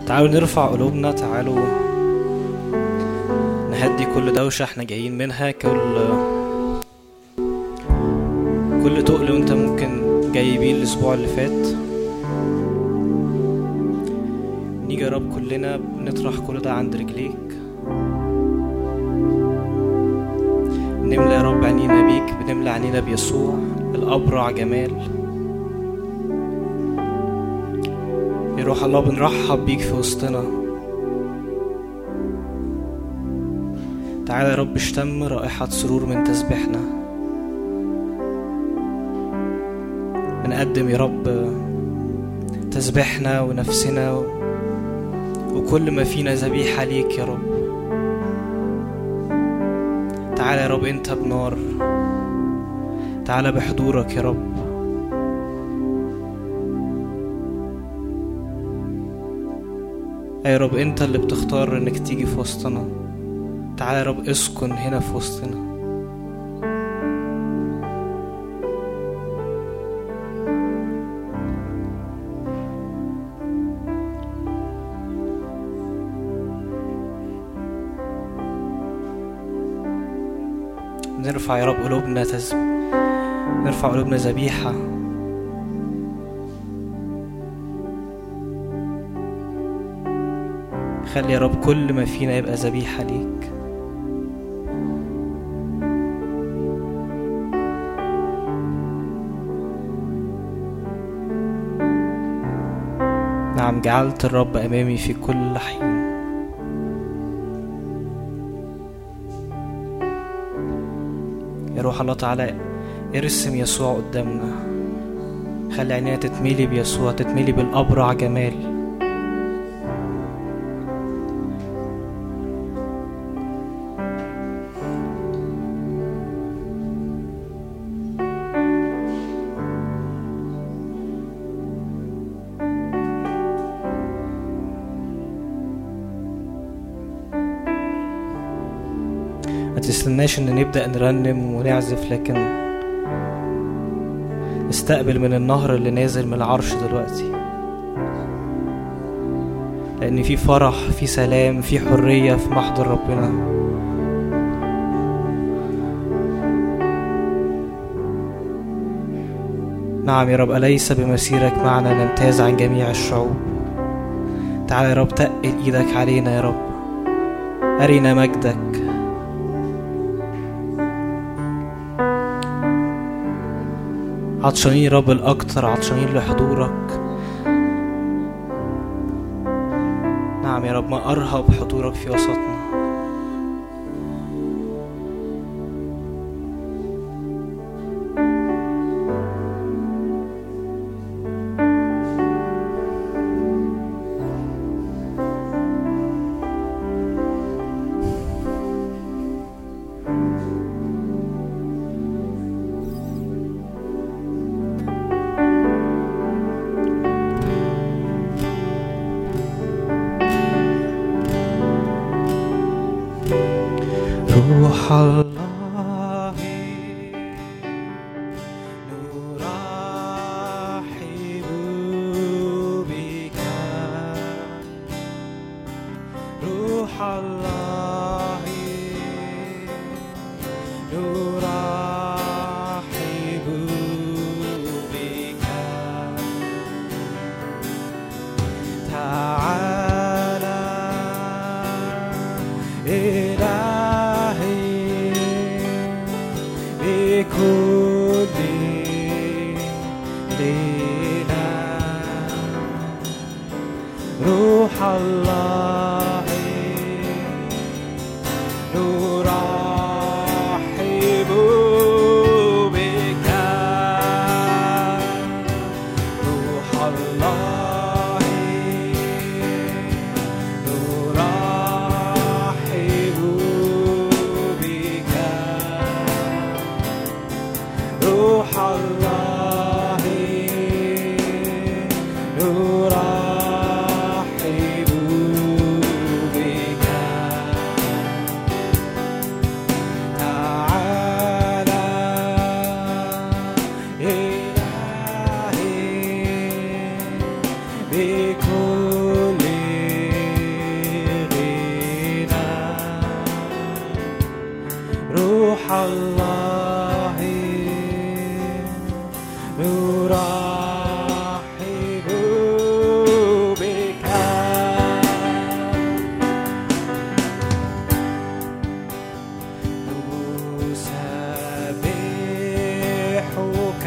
تعالوا نرفع قلوبنا، تعالوا نهدي كل دوشة احنا جايين منها، كل تقل وانت ممكن جاي بيه الاسبوع اللي فات. نيجي يا رب كلنا بنطرح كل ده عند رجليك، نملى يا رب عينينا بيك، بنملى عينينا بيسوع الأبرع جمال. يا روح الله بنرحب بيك في وسطنا. تعالى يا رب اشتم رائحة سرور من تسبيحنا. بنقدم يا رب تسبيحنا ونفسنا وكل ما فينا ذبيحة ليك يا رب. تعالى يا رب انت بنار، تعالى بحضورك يا رب. يا رب انت اللي بتختار انك تيجي في وسطنا. تعالى يا رب اسكن هنا في وسطنا. نرفع يا رب قلوبنا نرفع قلوبنا ذبيحة. خلي يا رب كل ما فينا يبقى ذبيحة ليك. نعم، جعلت الرب أمامي في كل حين. يا روح الله تعالى ارسم يسوع قدامنا. خلي عينينا تتميلي بيسوع، تتميلي بالأبرع جمال. ما تستناش ان نبدأ نرنم ونعزف، لكن استقبل من النهر اللي نازل من العرش دلوقتي، لان في فرح، في سلام، في حرية في محضر ربنا. نعم يا رب، أليس بمسيرك معنا نمتاز عن جميع الشعوب. تعال يا رب تقل ايدك علينا يا رب، أرينا مجدك. عطشانين يا رب الأكتر، عطشانين لحضورك. نعم يا رب، ما أرهب حضورك في وسطنا. روح الله نرحب بك، روح الله نرحب بك. تعالى بكل ليلة. روح الله نرحب بك، روح الله نرحب بك، روح الله نرحب بك. تعالى إلهي بكل الله نرحب بك نسبحك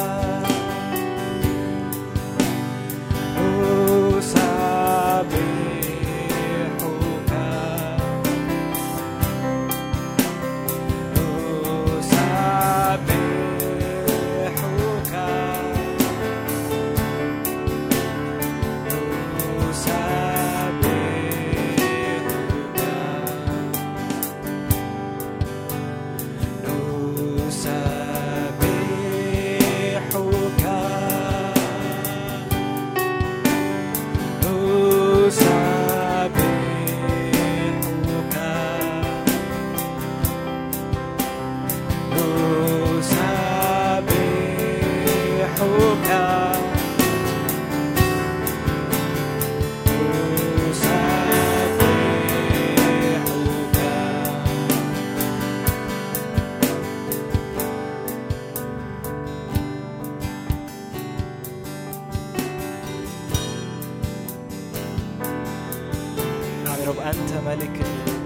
رب أنت ملك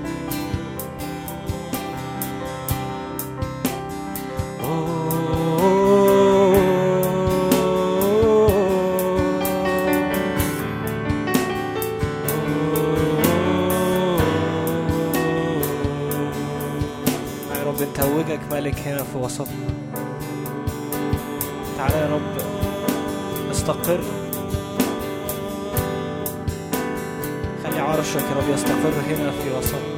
يا رب نتوجك ملك هنا في وسطنا. تعالى يا رب استقر، خلي عرشك يا رب يستقر هنا في وسطنا.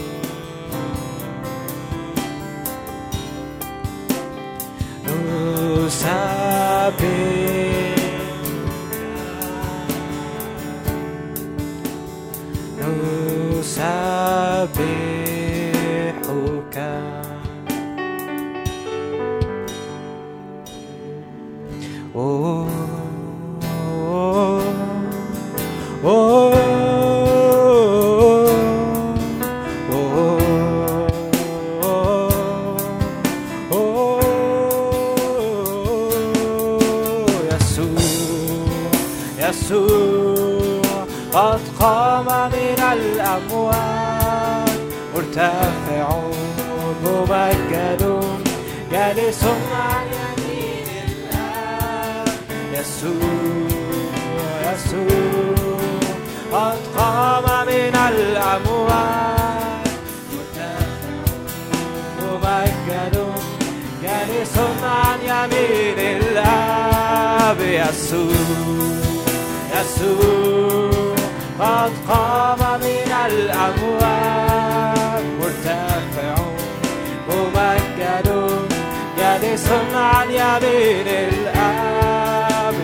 نسبحك يسوع قد قام من الأموات، مرتفع ممجد جالس عن يمين الآب. يسوع قد قام من الأموات، مرتفع ممجد جالس عن يمين الآب. يسوع قد قام من الأموات، مرتفع ممجد جالس عن يمين الآب.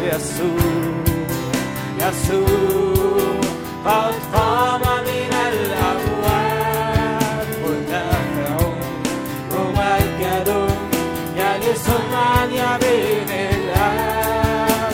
يسوع قد قام من الأموات، مرتفع ممجد جالس عن يمين الآب.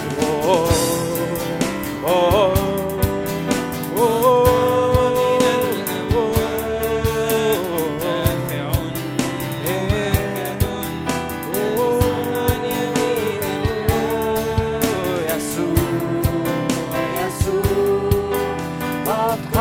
يسوع قد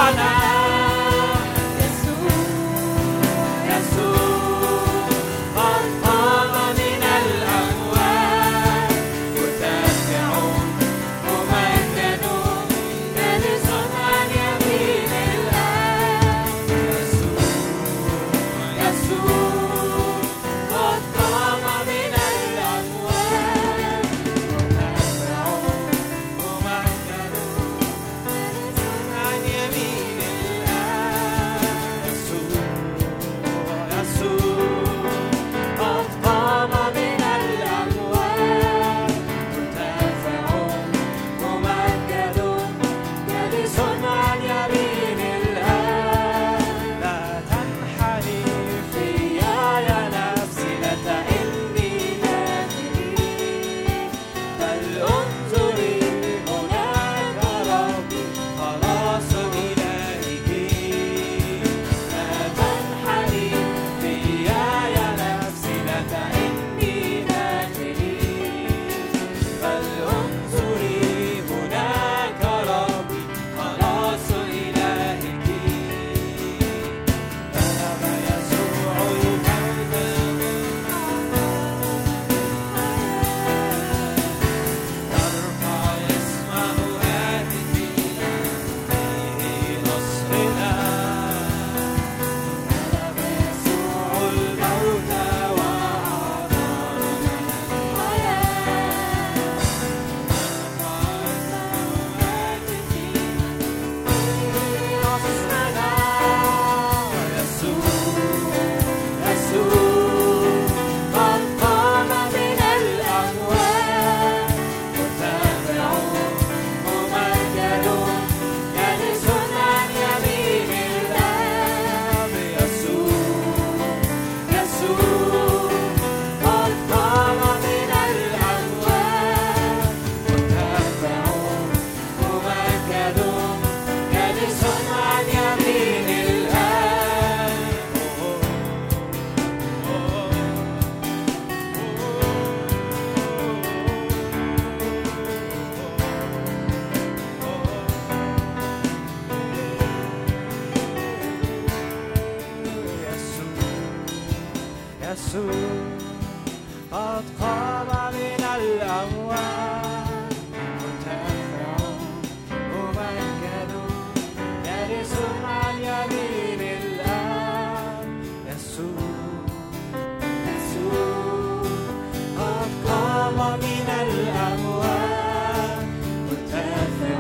قد قام من الأموات مرتفع ممجد جالس عن يمين الآب يسوع قد قام من الأموات مرتفع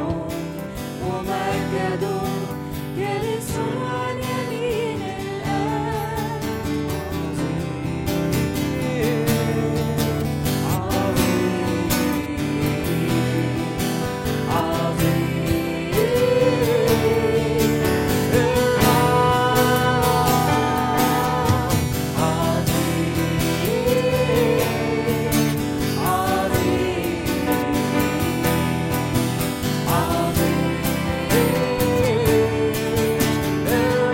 ممجد جالس عن يمين الآب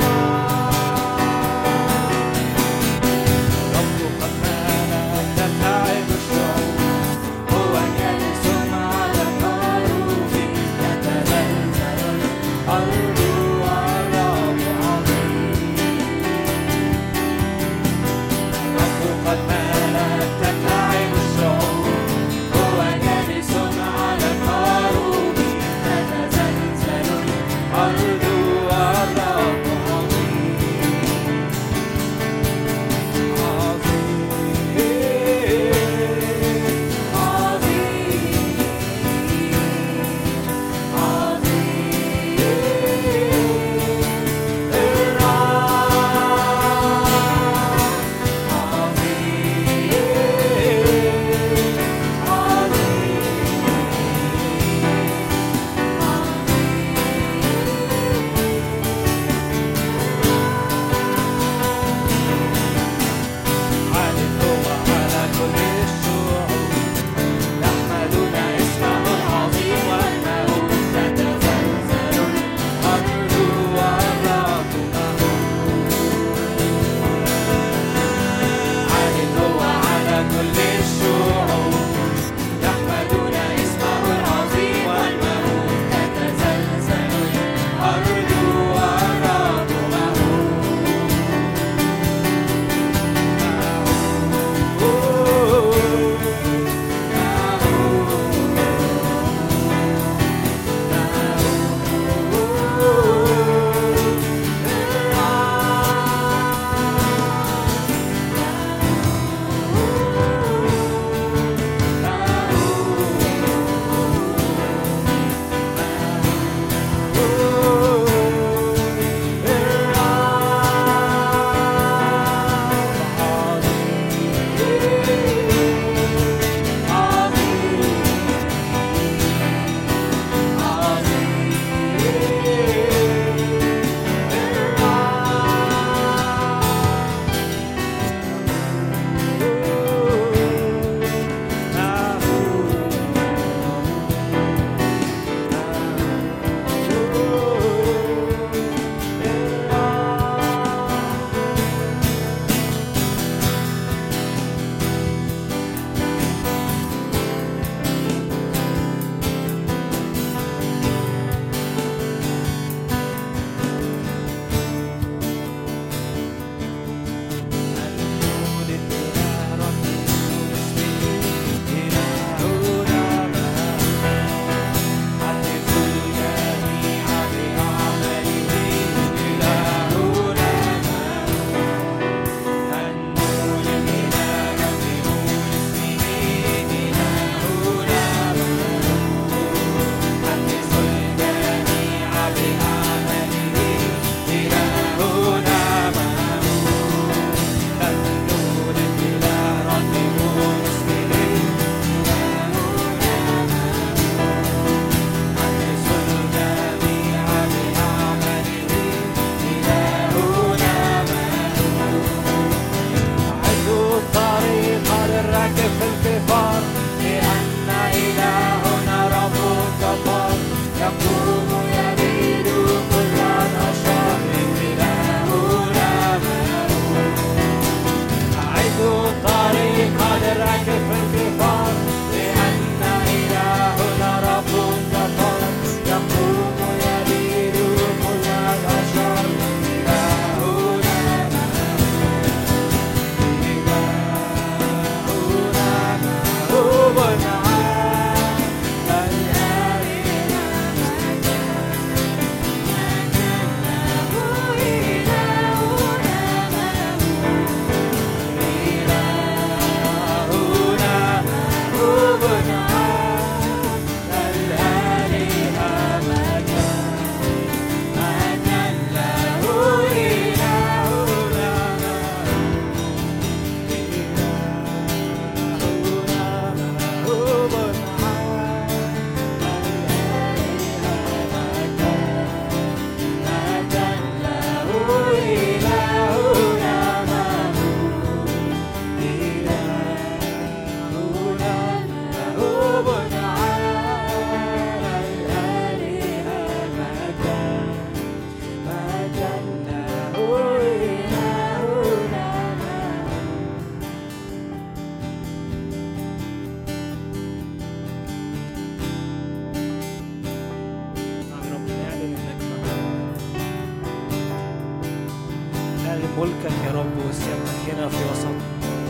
ملكك يا رب وسيادتك هنا في وسطنا.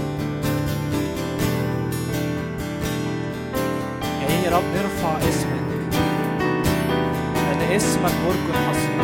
جايين يا رب نرفع اسمك، لأن اسمك برج حصين.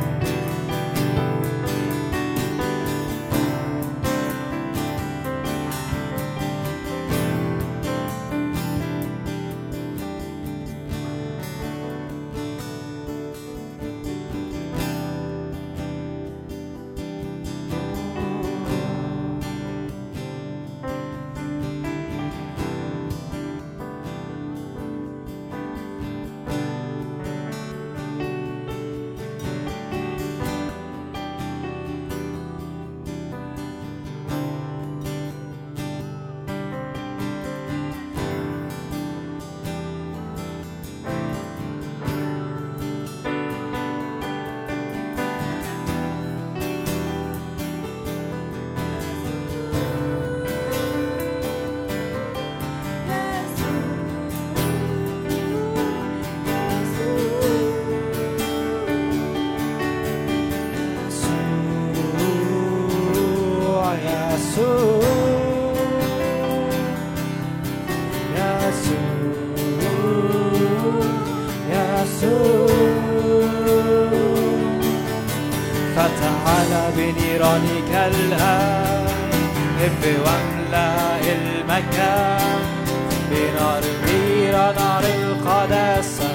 فتعالى بنيرانك الآن، هب واملأ المكان بنار الغيرة، نار القداسة.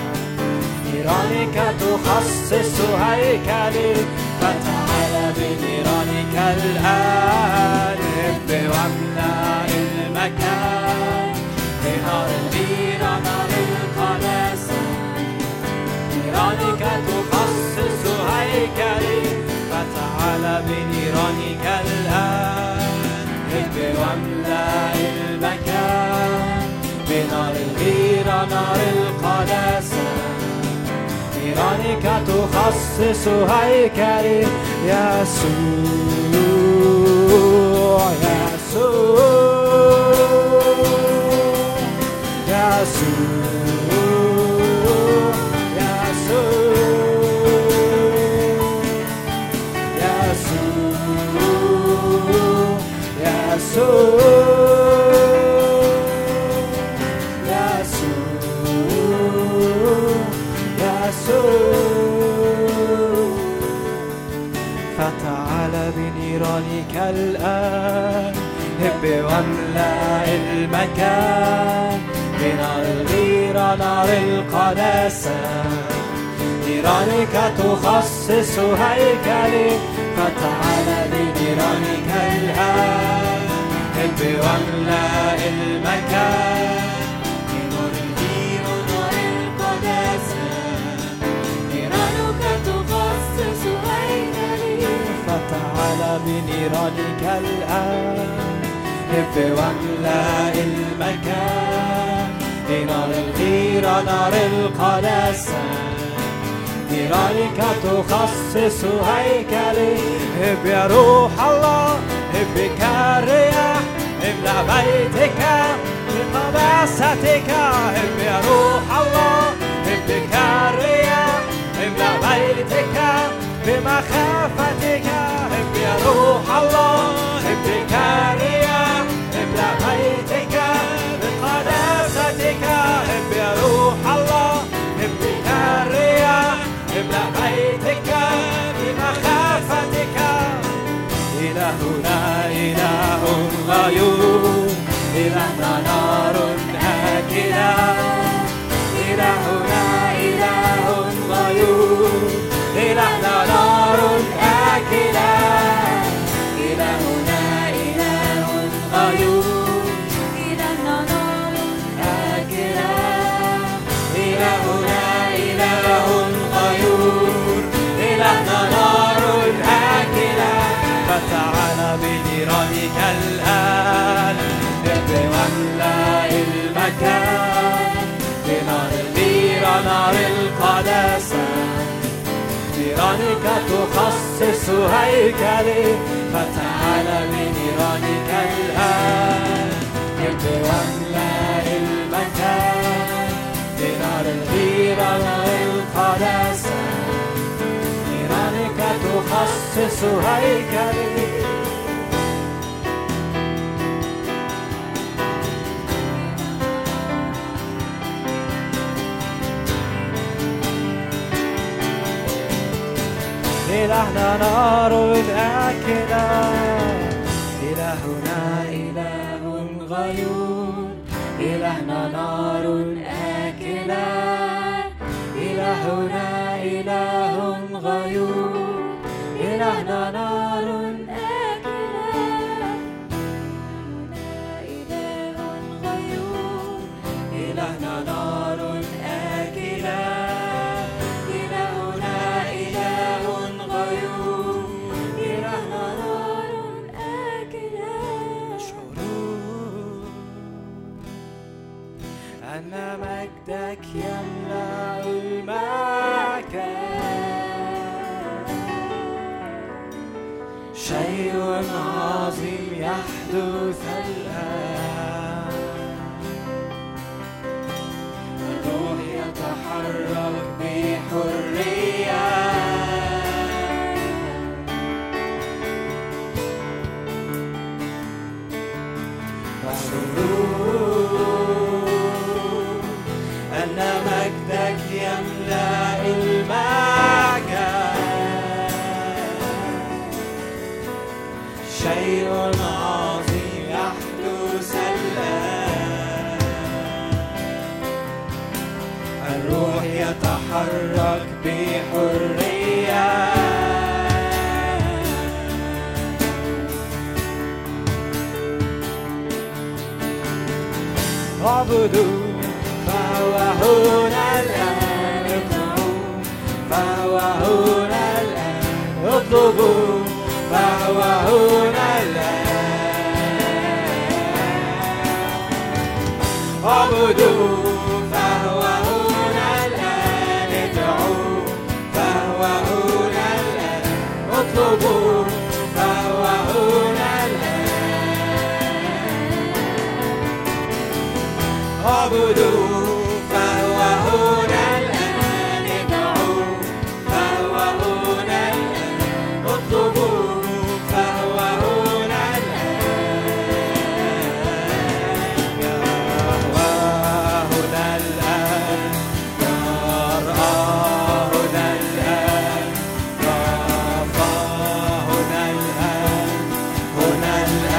نيرانك تخصص هيكلي، فتعالى بنيرانك الآن، هب واملأ المكان بنار الغيرة، نار القداسة. نيرانك تخصص هيكلي، فتعالى بنيرانك الآن، هب واملأ المكان بنار الغيرة، نار القداسة. نيرانك تخصص هيكلي، يسوع يسوع يسوع فتعالى بنيرانك الآن، هب واملأ المكان بنار الغيرة، نار القداسة. نيرانك تخصص هيكلي، فتعالى بنيرانك الآن، هب واملأ المكان بنار الغيرة، نار القداسة. نيرانك تخصص هيكلي، فتعالى بنيرانك الآن، هب واملأ المكان بنار الغيرة، نار القداسة. نيرانك تخصص هيكلي، هب يا روح الله، هب كالرياح، املأ بيتك بقداستك. هب يا روح الله، هب كالرياح، املأ بيتك بمخافتك. هب يا روح الله، هب كالرياح، املأ بيتك بقداستك. هب يا روح الله، هب كالرياح، املأ بيتك بمخافتك. إلهنا إله غيور، إلهنا نار آكلة. إلهنا إله غيور، إلهنا نار آكلة. إلهنا إله غيور، إلهنا نار آكلة. إلهنا إله غيور، إلهنا نار آكلة. فتعالى بنيرانك الآن، هب واملأ المكان بنار الغيرة، نار القداسة. نيرانك تخصص هيكلي، فتعالى بنيرانك الآن، هب واملأ المكان بنار الغيرة، نار القداسة. نيرانك تخصص تخصص هيكلي. إلهنا نار آكلة، إلهنا إله غيور. إلهنا نار آكلة، إلهنا إله غيور. إلهنا نار آكلة، إله غيور. إلهنا نار آكلة، إلهنا إله غيور. إلهنا نار آكلة. أشعر أن مجدك يملأ المكان، شيء عظيم يحدث الآن. الروح يتحرك بحرية، أن مجدك يملأ المكان، شيء عظيم يحدث الآن. الروح يتحرك بحرية، اعبدوا فهو هنا الآن. ادعوا فهو هنا الآن. اطلبوا فهو هنا الآن. اعبدوا فهو هنا الآن. ادعوا فهو هنا الآن. اطلبوا فهو هنا الآن. اعبدوا فهو هنا الآن. ادعوا فهو هنا الآن. اطلبوا فهو هنا الآن. يهوى هنا الآن، يرعى هنا الآن، رافع هنا الآن، هنا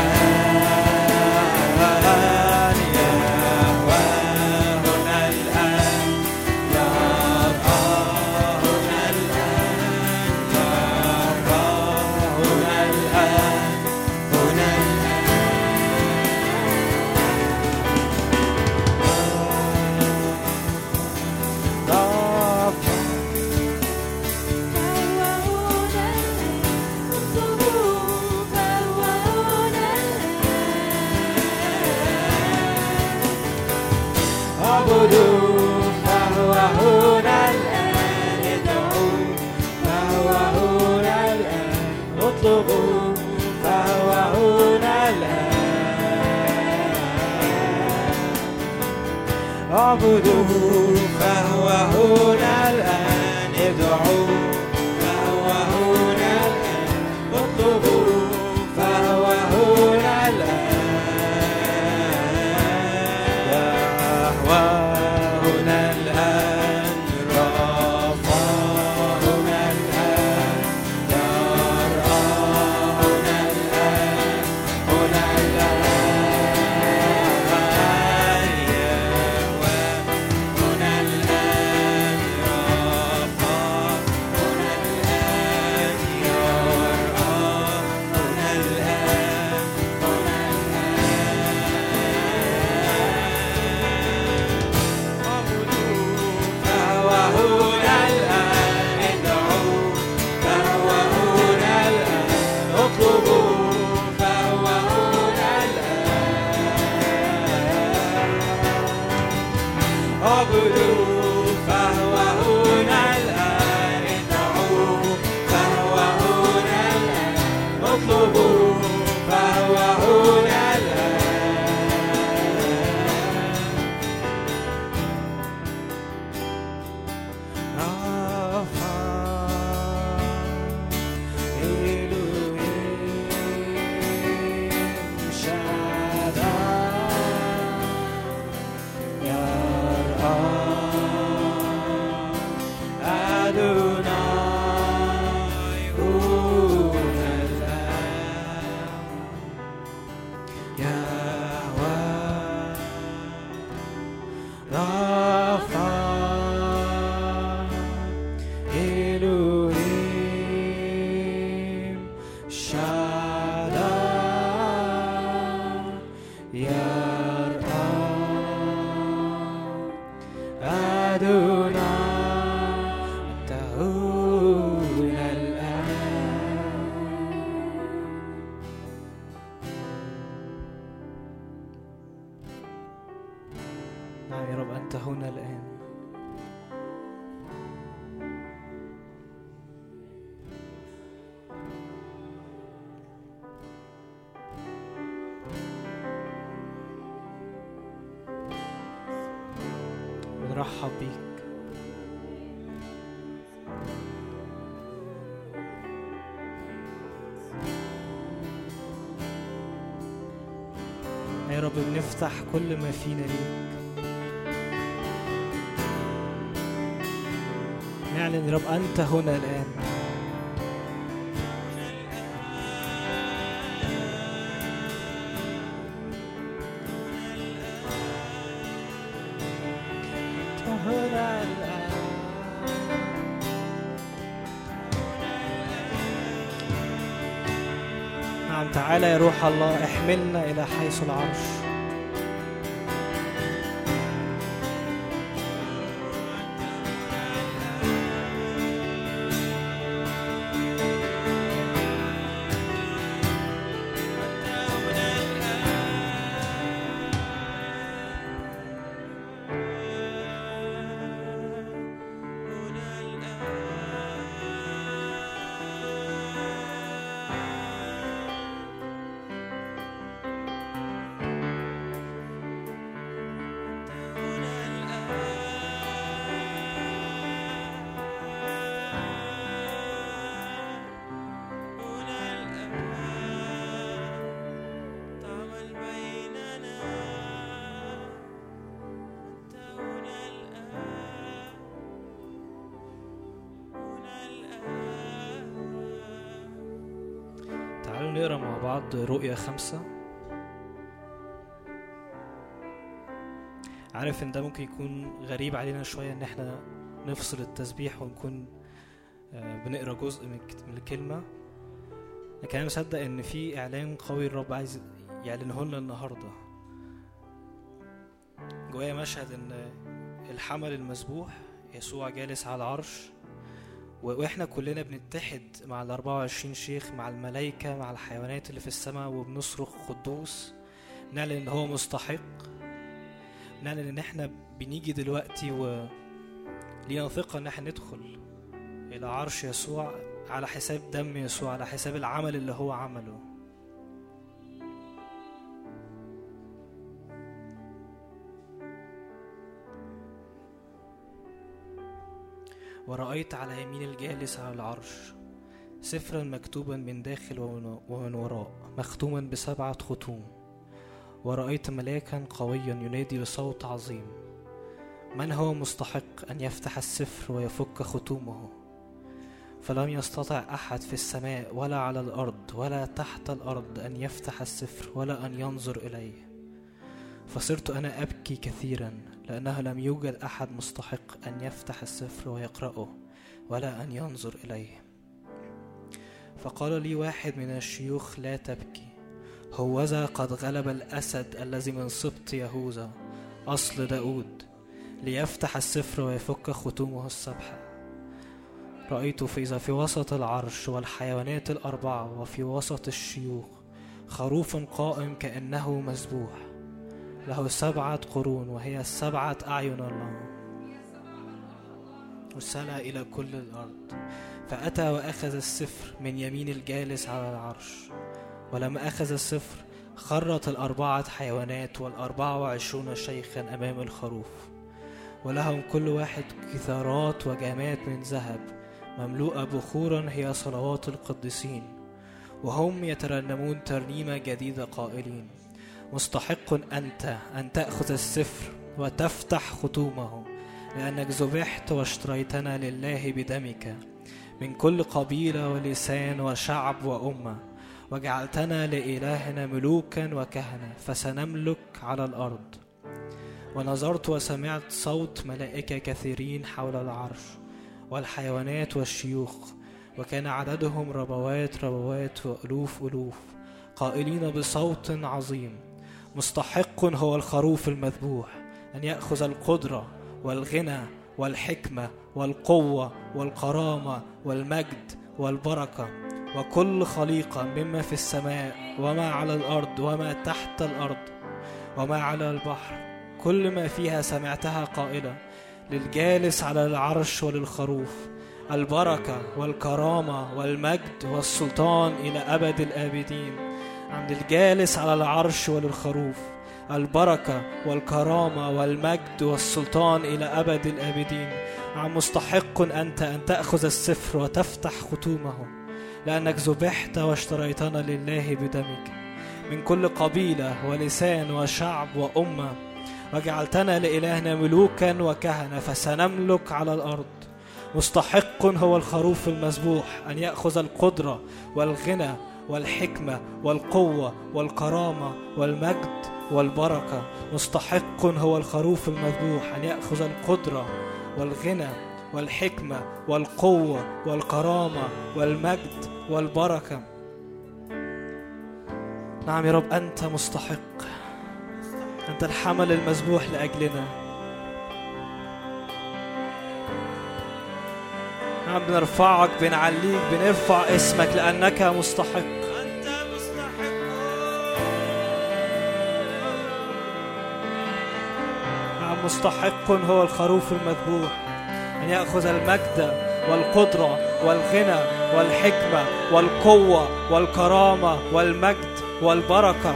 الآن. يهوى هنا الآن، يرعى هنا الآن، يرعى هنا الآن، هنا الآن. رافع اعبدوا فهو هنا الآن. ادعوا فهو هنا الآن. اطلبوا فهو هنا الآن. اعبدوا فهو هنا الآن. ادعوا فهو هنا الآن. اطلبوا فهو هنا الآن. يهوى هنا الآن، رافع هنا الآن، يرعى هنا الآن، هنا الآن. يهوى هنا الآن، رافع هنا الآن، يرعى هنا الآن، هنا فهو هنا الآن. ادعوا فهو هنا الآن. اطلبوا فهو هنا الآن. اعبدوا فهو هنا الآن. ادعوا فهو هنا الآن. اطلبوا فهو هنا الآن. نرحب بيك. يا رب بنفتح كل ما فينا ليك، نعلن يا رب أنت هنا الآن. هنا الآن. نعم، تعالى يا روح الله، احملنا إلى حيث العرش. نقرأ مع بعض رؤية 5. عارف ان ده ممكن يكون غريب علينا شوية ان احنا نفصل التسبيح ونكون بنقرأ جزء من الكلمة، لكن انا مصدق ان في اعلان قوي الرب عايز يعلنه لنا النهاردة. جوايا مشهد ان الحمل المذبوح يسوع جالس على العرش، واحنا كلنا بنتحد مع ال24 شيخ، مع الملائكة، مع الحيوانات اللي في السماء، وبنصرخ قدوس، نعلن ان هو مستحق، نعلن ان احنا بنيجي دلوقتي ولينا ثقة ان احنا ندخل الى عرش يسوع على حساب دم يسوع، على حساب العمل اللي هو عمله. ورأيت على يمين الجالس على العرش سفرا مكتوبا من داخل ومن وراء، مختوما ب7 ختوم. ورأيت ملاكا قويا ينادي بصوت عظيم: من هو مستحق أن يفتح السفر ويفك ختومه؟ فلم يستطع أحد في السماء ولا على الأرض ولا تحت الأرض أن يفتح السفر ولا أن ينظر إليه. فصرت أنا أبكي كثيرا، لأنه لم يوجد أحد مستحق أن يفتح السفر ويقرأه ولا أن ينظر إليه. فقال لي واحد من الشيوخ: لا تبكي، هوذا قد غلب الأسد الذي من سبط يهوذا أصل داود، ليفتح السفر ويفك ختومه ال7. رأيت فإذا في وسط العرش والحيوانات ال4 وفي وسط الشيوخ خروف قائم كأنه مذبوح، له 7 قرون، وهي 7 أعين الله مرسلة إلى كل الأرض. فأتى وأخذ السفر من يمين الجالس على العرش، ولما أخذ السفر خرت ال4 حيوانات وال24 شيخا أمام الخروف، ولهم كل واحد كثارات وجامات من ذهب مملوءة بخورا هي صلوات القديسين، وهم يترنمون ترنيمة جديدة قائلين: مستحق أنت أن تأخذ السفر وتفتح ختومه، لأنك ذبحت واشتريتنا لله بدمك من كل قبيلة ولسان وشعب وأمة، وجعلتنا لإلهنا ملوكا وكهنة، فسنملك على الأرض. ونظرت وسمعت صوت ملائكة كثيرين حول العرش والحيوانات والشيوخ، وكان عددهم ربوات ربوات وألوف ألوف، قائلين بصوت عظيم: مستحق هو الخروف المذبوح أن يأخذ القدرة والغنى والحكمة والقوة والكرامة والمجد والبركة، وكل خليقة مما في السماء وما على الأرض وما تحت الأرض وما على البحر، كل ما فيها سمعتها قائلة: للجالس على العرش وللخروف البركة والكرامة والمجد والسلطان إلى أبد الآبدين. عند الجالس على العرش وللخروف البركة والكرامة والمجد والسلطان إلى أبد الآبدين. مستحق أنت أن تأخذ السفر وتفتح ختومه، لأنك ذبحت واشتريتنا لله بدمك من كل قبيلة ولسان وشعب وأمة، وجعلتنا لإلهنا ملوكا وكهنة فسنملك على الأرض. مستحق هو الخروف المذبوح أن يأخذ القدرة والغنى والحكمة والقوة والكرامة والمجد والبركة. مستحق هو الخروف المذبوح أن يأخذ القدرة والغنى والحكمة والقوة والكرامة والمجد والبركة. نعم يا رب، أنت مستحق، أنت الحمل المذبوح لأجلنا. نعم بنرفعك، بنعليك، بنرفع اسمك لأنك مستحق. أنت مستحق. نعم مستحق هو الخروف المذبوح أن يأخذ المجد والقدرة والغنى والحكمة والقوة والكرامة والمجد والبركة.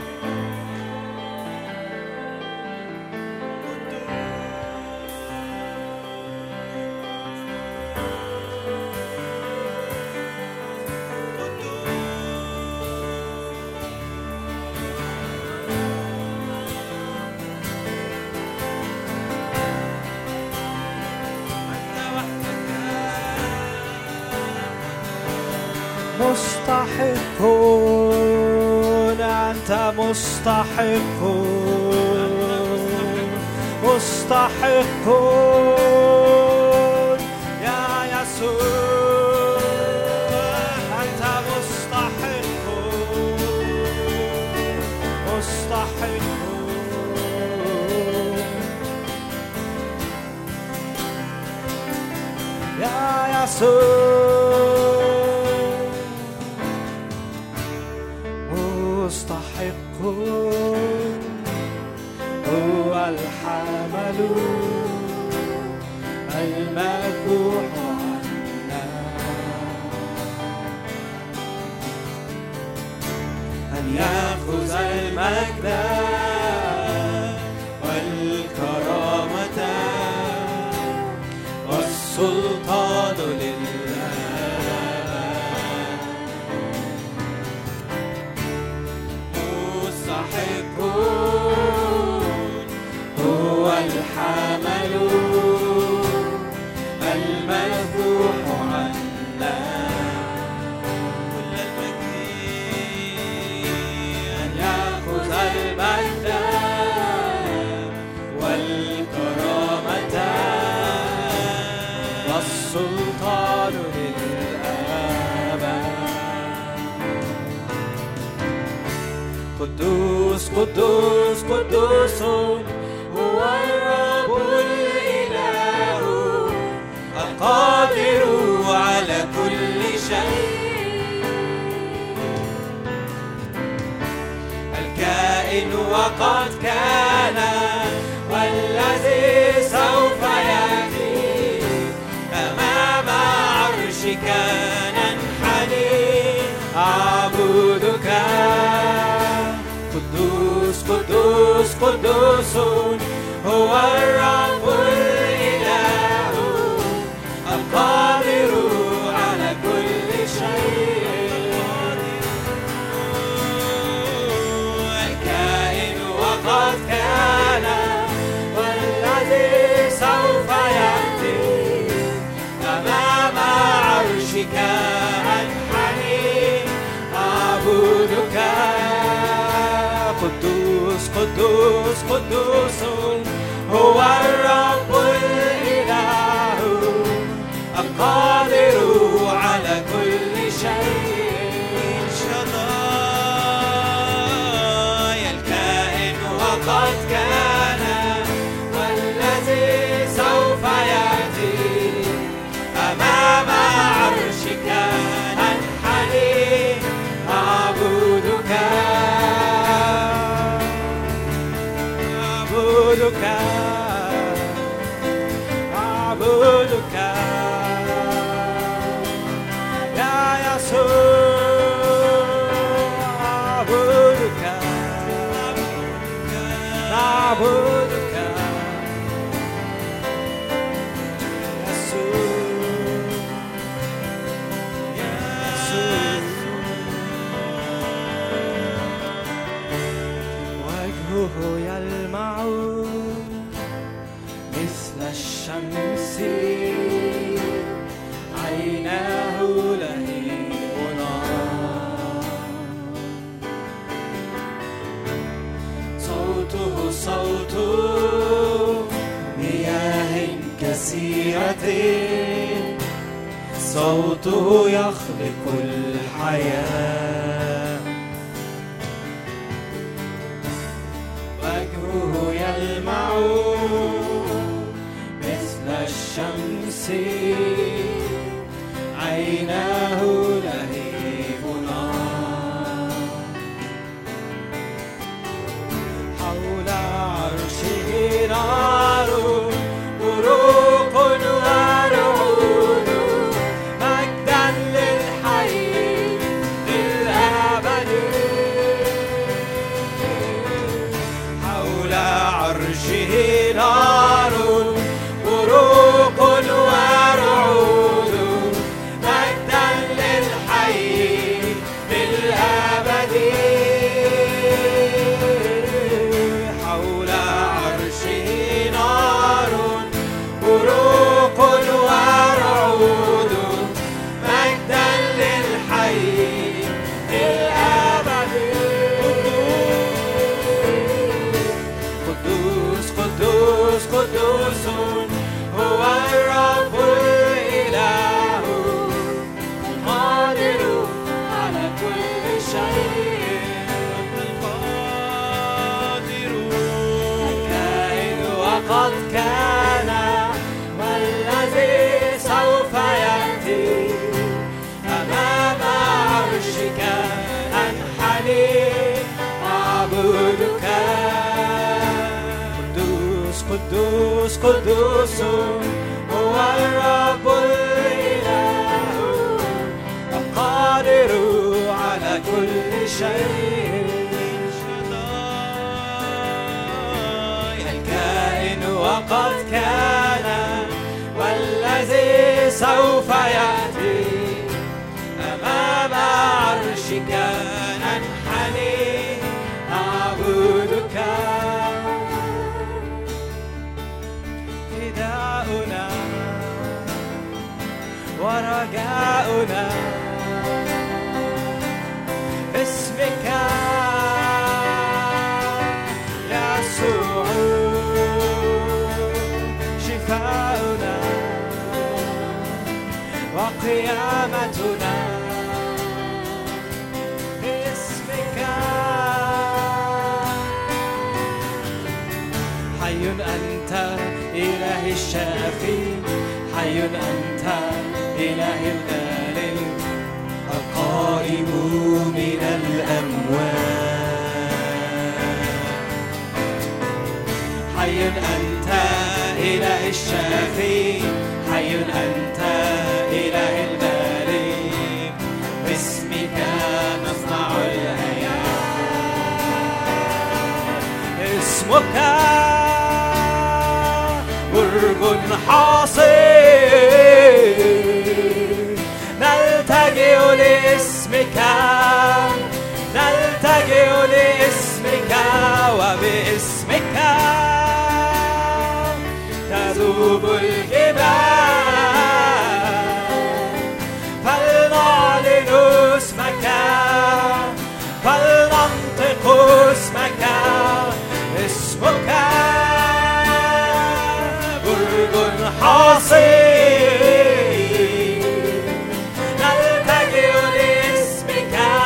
مستحقون، أنت مستحقون، مستحقون يا يسوع، أنت مستحقون، مستحقون يا يسوع، مستحقون هو الحمل المذبوح عنا أن يأخذ المجد والكرامة والسلطان لله. هو الحمل المذبوح عنا كل المجد، أن يأخذ المجد والكرامة والسلطان للأبد. قدوس قدوس قدوس هو الرب الإله القادر على كل شيء، الكائن وقد كان والذي سوف يأتي، أمام عرشك ننحني أعبدك. قدوس قدوس قدوس هو الرب الإله القادر على كل شيء، الكائن وقد كان والذي سوف يأتي، أمام عرشك أنحني أعبدك. قدوس قدوس قدوس هو الرب الإله القادر على كل شيء، شداي الكائن وقد كان والذي سوف يأتي، أمام عرشك أنحني أعبدك. أعبدك نعبدك يسوع وجهه يلمع مثل الشمس عيناه لهيب نار صوته صوت مياه كثيرة صوته يخلق الحياة وجهه يلمع مثل الشمس عيناه لهيب نار حول عرشه نار بروق ورعود مجدا للحي للأبد حول عرشه نار بروق ورعود مجدا للحي للأبد حول عرشه نار بروق ورعود مجدا للحي للأبد قدوس قدوس قدوس هو الرب الإله القادر على كل شيء القادر الكائن وقد كان والذي سوف يأتي أمام عرشك أنحني أعبدك قدوس قدوس قدوس هو الرب الإله القادر على كل شيء الكائن وقد كان والذي سوف يأتي أمام عرشك ننحني نعبدك فداؤنا ورجاؤنا اسمك يسوع شفاؤنا وقيامتنا اسمك حي أنت إله الشافي حي أنت إله الغالب القائم من الأموات حي أنت إله الشافي حي أنت إله الغالب باسمك نصنع الحياة اسمك برج حصين نلتجئ لاسمك نلتجئ لاسمك وباسمك تذوب الجبال فلنعلن اسمك فلننطق اسمك اسمك برج حصين نلتجئ لاسمك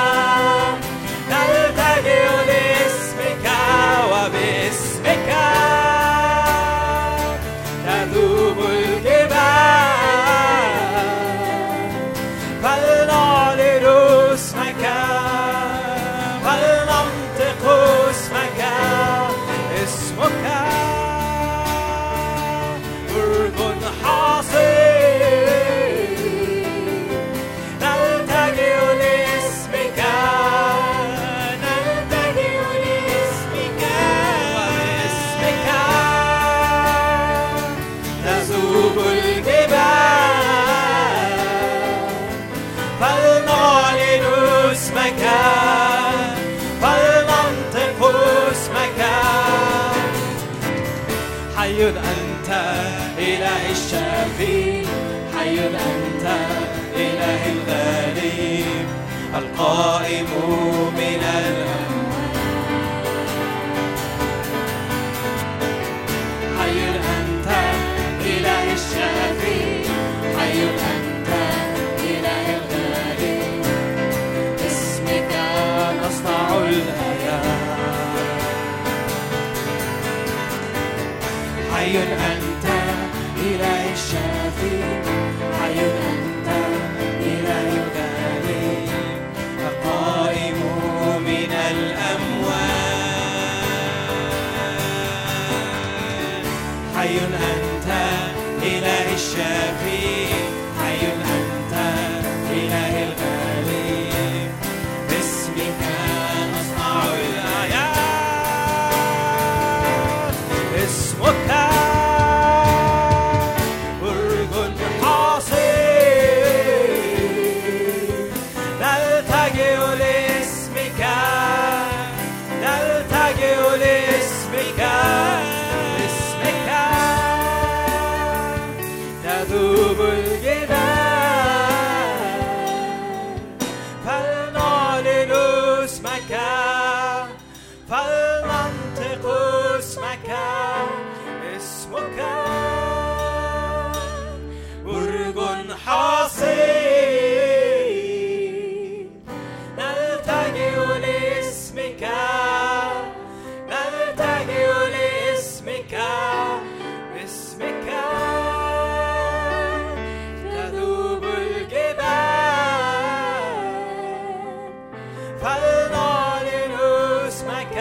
اسمك فلننطق اسمك حي أنت إله الشفيع حي أنت إله الغالب القائم من الأموات حي أنت إله الشفيع حي أنت إله الغالب باسمك نصنع الآيات حي أنت إله الشفيع حي أنت إله الغالب القائم من الأموات حي أنت إله الشفيع حي أنت إله الغالب باسمك نصنع الآيات اسمك برج حصين نلتجئ لاسمك نلتجئ لاسمك اسمك تذوب الجبال فلنعلن اسمك فلننطق اسمك اسمك برج حصين نلتجئ لاسمك نلتجئ لاسمك اسمك تذوب الجبال فلنعلن اسمك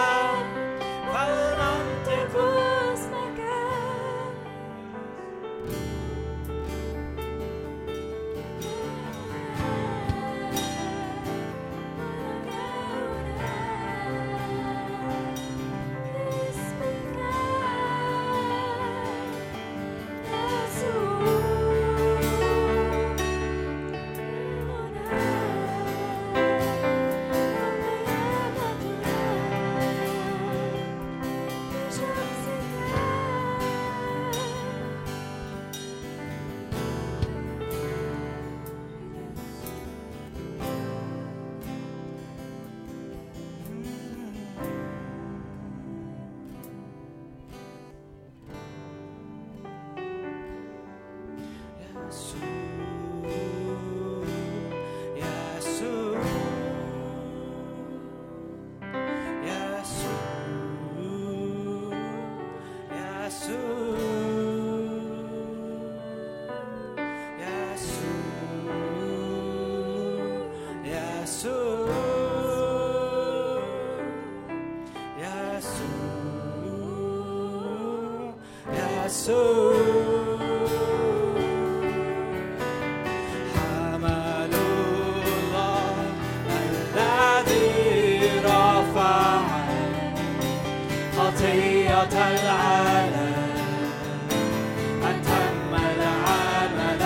فلننطق اسمك حمل الله الذي رفع خطية العالم أتم العمل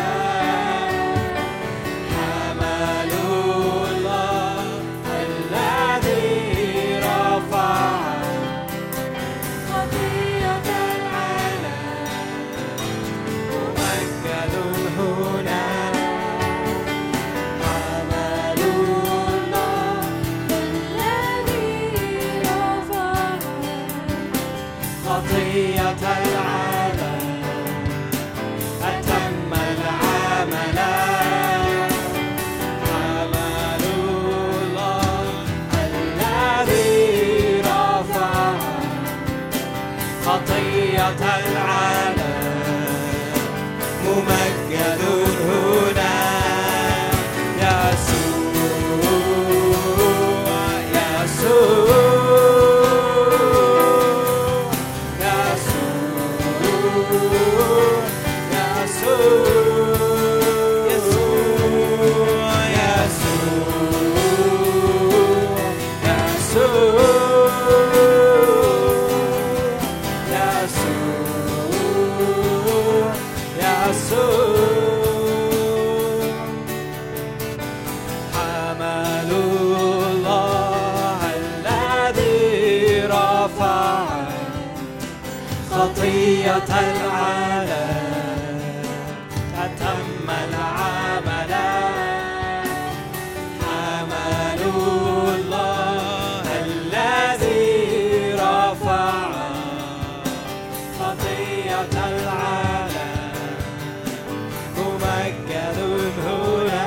حمل الله الذي رفع خطية العالم ممجد هنا حمل الله الذي رفع خطية خطية العالم أتم العمل حملوا الله الذي رفع خطية العالم ممجد هنا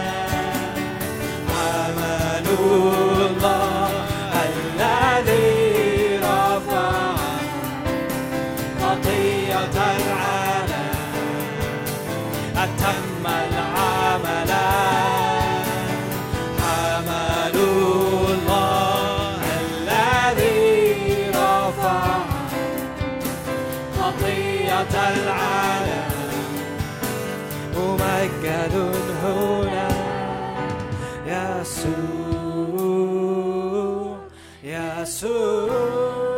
حملوا الله الذي رفع خطية العالم أتم العمل حملوا الله الذي رفع خطية العالم ممجد هنا يسوع يسوع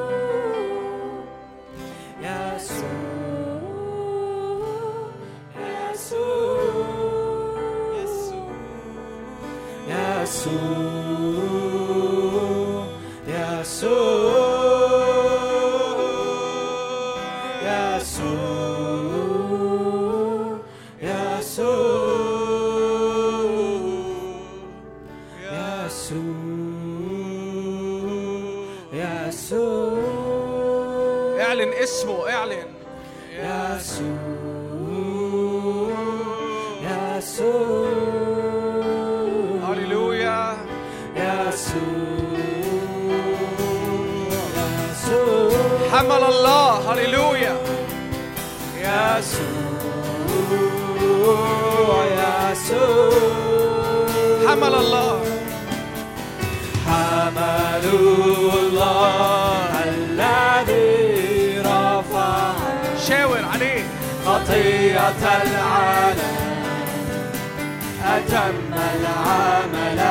اعلن اسمه، اعلن هللويا حمل الله هللويا حمل الله حملوا الله الذي رفع شاور عليه خطية العالم أتم العمل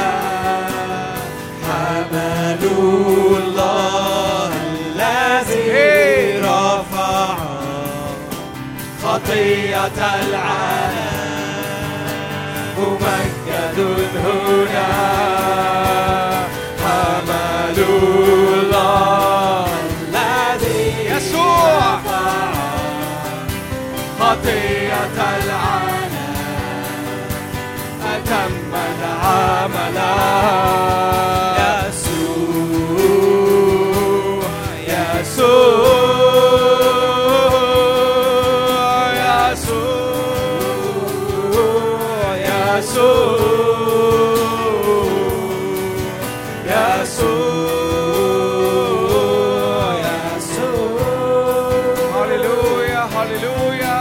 حملوا الله الذي رفع خطية العالم ممجد هنا حملوا الله الذي يسوع رفع خطية العالم أتم العمل يسوع هللويا هللويا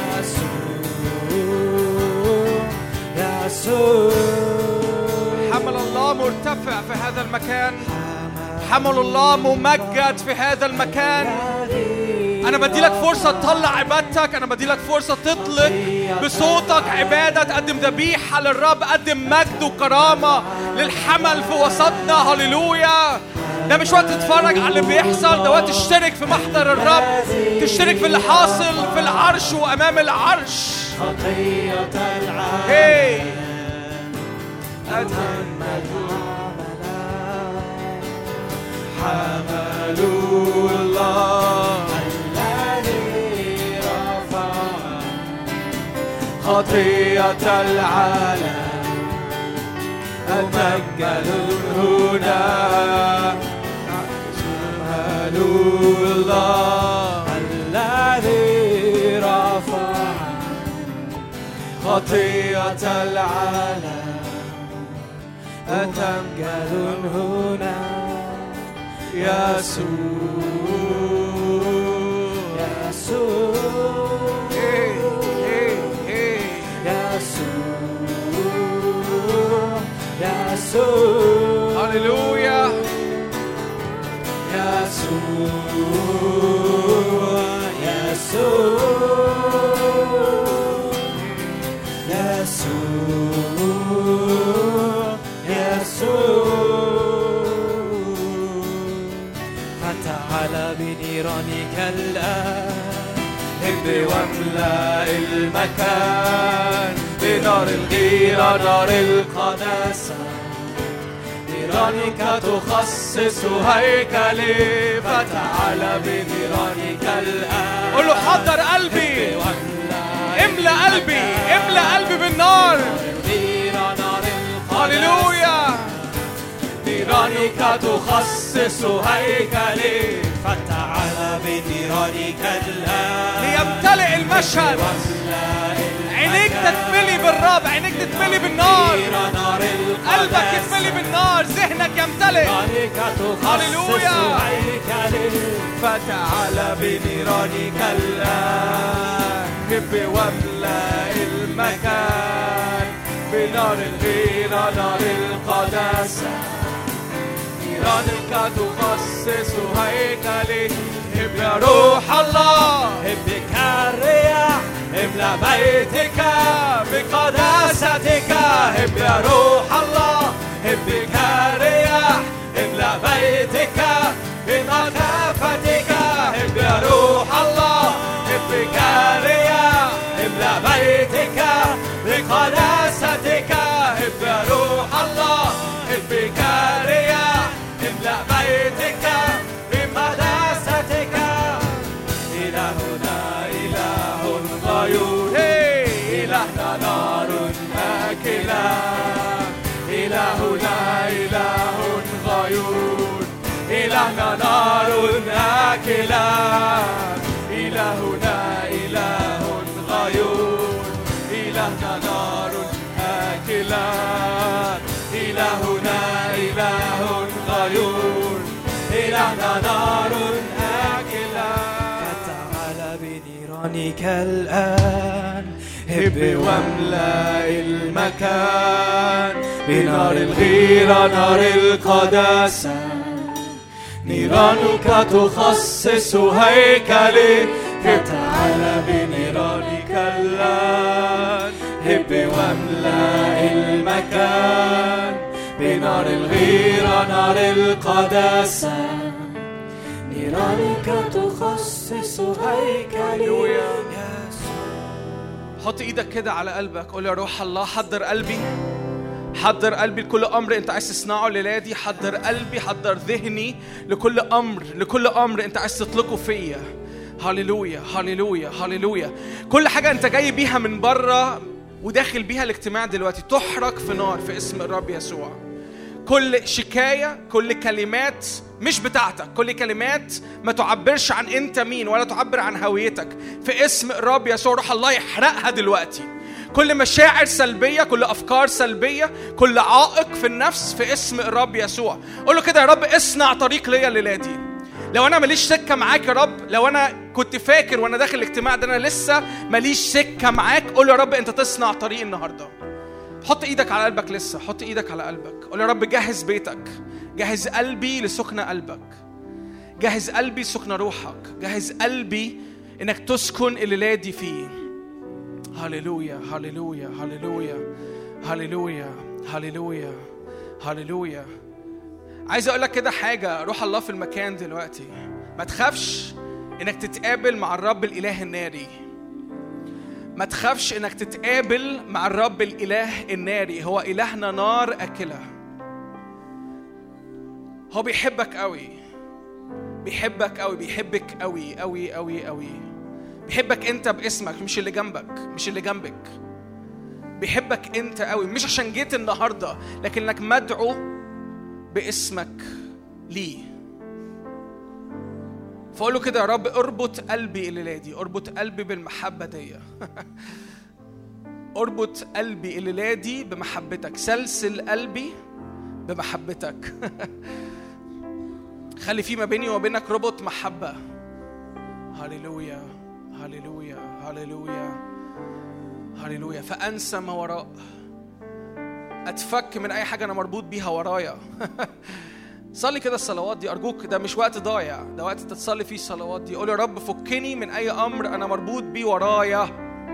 حمل الله مرتفع في هذا المكان، حمل الله ممجد في هذا المكان. أنا بديلك فرصة تطلع عبادتك، أنا بديلك فرصة تطلق بصوتك عبادة، تقدم ذبيحة للرب، قدم مجد وكرامة للحمل في وسطنا. هللويا. ده مش وقت تتفرج على اللي بيحصل، ده وقت تشترك في محضر الرب، تشترك في اللي حاصل في العرش وأمام العرش. خطية العالم أتم العمل حملوا الله الذي رفع خطية العالم ممجد هنا حملوا الله الذي رفع خطية العالم ممجد هنا يسوع يسوع هللويا فتعال بنيرانك الآن هب واملأ المكان بنار الغيرة، نار القداسة، نيرانك تخصص هيكلي فتعال بنيرانك الآن. قل له حضر قلبي، املأ قلبي، املأ قلبي بالنار. هللويا. نيرانك تخصص هيكلي فتعال بنيرانك الآن ليمتلئ المشهد. عينيك تتملي بالرب، عينيك تتملي بالنار، قلبك يتملي بالنار، ذهنك يمتلئ. هللويا. فتعال بنيرانك الآن هب واملأ المكان بنار الغيرة نار القداسة. نيرانك تخصص هيكلي هب يا روح الله، هبك الرياح املأ بيتك بقداستك. هب يا روح الله، هبك الرياح املأ بيتك بمخافتك. هب يا روح الله، هبك الرياح املأ بيتك بقداستك. هب يا روح الله، هبك الرياح املأ بيتك بقداستك. إلهنا إله غيور، إلهنا نار آكلة. إلهنا إله غيور، إلهنا نار آكلة. إلهنا إله غيور، إلهنا نار آكلة. إلهنا إله غيور، إلهنا نار آكلة. فتعال بنيرانك الآن هب واملأ المكان بنار الغيرة نار القداسة. نيرانك تخصص هيكلي فتعال بنيرانك الآن. هب واملأ المكان بنار الغيرة نار القداسة. نيرانك تخصص هيكلي. حط ايدك كده على قلبك، قول يا روح الله حضر قلبي، حضر قلبي لكل امر انت عايز تصنعه الليله دي. حضر قلبي، حضر ذهني لكل امر انت عايز تطلقه فيا. هللويا هللويا هللويا. كل حاجه انت جاي بيها من بره وداخل بيها الاجتماع دلوقتي تحرق في نار في اسم الرب يسوع. كل شكايه، كل كلمات مش بتاعتك، كل كلمات ما تعبرش عن انت مين ولا تعبر عن هويتك، في اسم الرب يسوع روح الله يحرقها دلوقتي. كل مشاعر سلبية، كل أفكار سلبية، كل عائق في النفس في اسم الرب يسوع. قول له كده يا رب اصنع طريق ليا الليلة دي. لو أنا ماليش سكة معاك يا رب، لو أنا كنت فاكر وأنا داخل الاجتماع ده أنا لسه ماليش سكة معاك، قول له يا رب أنت تصنع طريق النهاردة. حط إيدك على قلبك، لسه حط إيدك على قلبك. قول يا رب جهز بيتك، جهز قلبي لسكن قلبك، جهز قلبي لسكن روحك، جهز قلبي إنك تسكن الليلة دي فيه. هللويا هللويا هللويا هللويا هللويا هللويا. عايز اقول لك كده حاجه، روح الله في المكان دلوقتي. ما تخافش انك تتقابل مع الرب الاله الناري، ما تخافش انك تتقابل مع الرب الاله الناري. هو الهنا نار اكله. هو بيحبك قوي، بيحبك قوي، بيحبك قوي قوي قوي قوي. بيحبك انت باسمك، مش اللي جنبك، مش اللي جنبك. بيحبك انت قوي، مش عشان جيت النهارده لكنك مدعو باسمك ليه. فقول له كده يا رب اربط قلبي الليله دي، اربط قلبي بالمحبه دي. اربط قلبي الليله دي بمحبتك، سلسل قلبي بمحبتك. خلي في ما بيني وبينك ربط محبه. هللويا هللويا هللويا هللويا. فأنسى ما وراء، أتفك من أي حاجة أنا مربوط بيها ورايا. صلي كده الصلوات دي أرجوك، ده مش وقت ضايع، ده وقت تتصلي فيه الصلوات دي. قول يا رب فكني من أي أمر أنا مربوط بيه ورايا.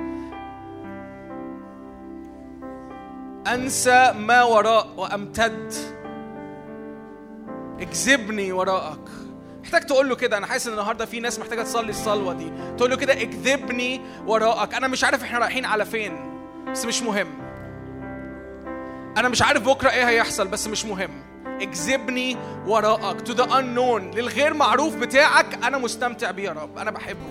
أنسى ما وراء وأمتد، اجذبني وراءك. محتاج تقول له كده. انا حاسس ان النهارده في ناس محتاجه تصلي الصلوه دي، تقول له كده اكذبني وراءك. انا مش عارف احنا رايحين على فين بس مش مهم. انا مش عارف بكره ايه هيحصل بس مش مهم. اجذبني وراءك to the unknown، للغير معروف بتاعك. أنا مستمتع بيه يا رب، أنا بحبه.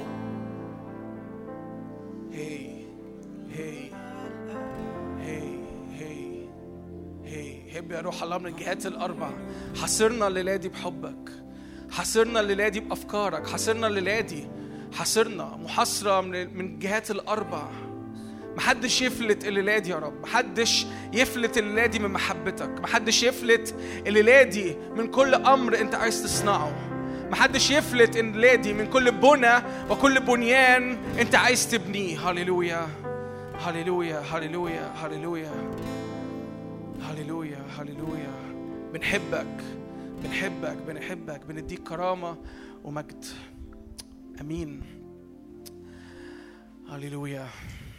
هي هي هي هي هي هب يا روح الله من الجهات الأربع. حاصرنا الليلة دي بحبك، حاصرنا الليلة دي بأفكارك، حاصرنا الليلة دي، حاصرنا محاصرة من الجهات الأربع. محدش يفلت الليلة دي يا رب، محدش يفلت الليلة دي من محبتك، محدش يفلت الليلة دي من كل أمر أنت عايز تصنعه، محدش يفلت الليلة دي من كل بنى وكل بنيان أنت عايز تبنيه. هاليلويا هاليلويا هاليلويا هاليلويا هاليلويا هاليلويا. بنحبك بنحبك بنحبك، بنديك كرامة ومجد. أمين. هاليلويا.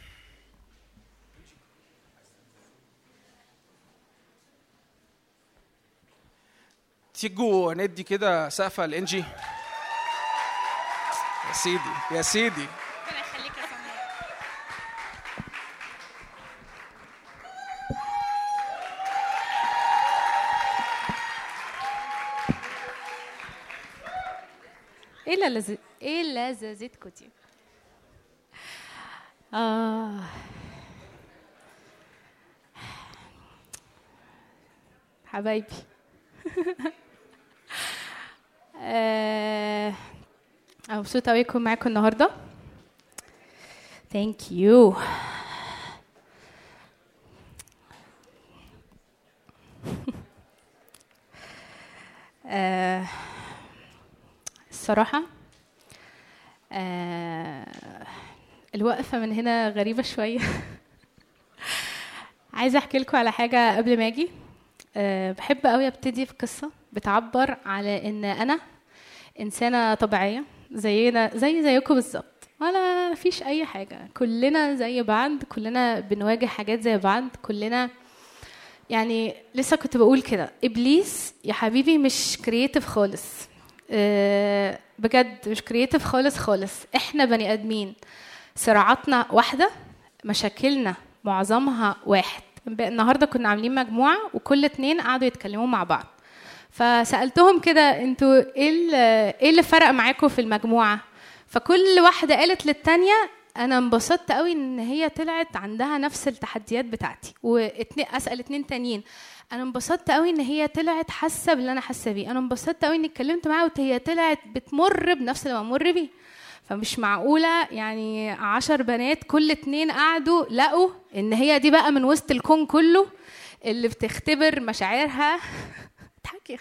تيجوا ندي كده سقفة لإنجي. يا سيدي يا سيدي. ربنا يخليك يا سمير. ايه لذاذتكم دي؟ حبايبي. أنا مبسوطة أوي أكون معاكم النهاردة. Thank you. الصراحة الوقفة من هنا غريبة شوية. عايزة أحكي لكم على حاجة قبل ما أجي. بحب قوي ابتدي في قصة بتعبر على ان انا انسانة طبيعية زيكم بالظبط، ولا فيش اي حاجة، كلنا زي بعض، كلنا بنواجه حاجات زي بعض، كلنا يعني. لسه كنت بقول كده، ابليس يا حبيبي مش كرييتيف خالص، بجد مش كرييتيف خالص خالص. احنا بني ادمين، صراعاتنا واحدة، مشاكلنا معظمها واحد. النهارده كنا عاملين مجموعه وكل 2 قعدوا يتكلموا مع بعض، فسالتهم كده انتوا ايه اللي فرق معاكم في المجموعه؟ فكل واحده قالت للتانيه انا انبسطت قوي ان هي طلعت عندها نفس التحديات بتاعتي، اسال 2 تانيين انا انبسطت قوي ان هي طلعت حاسه باللي انا حاسه بيه، انا انبسطت قوي اني اتكلمت معاها وهي طلعت بتمر بنفس اللي بمر بيه. فمش معقولة يعني 10 بنات كل 2 قعدوا لقوا ان هي دي بقى من وسط الكون كله اللي بتختبر مشاعرها. تحكي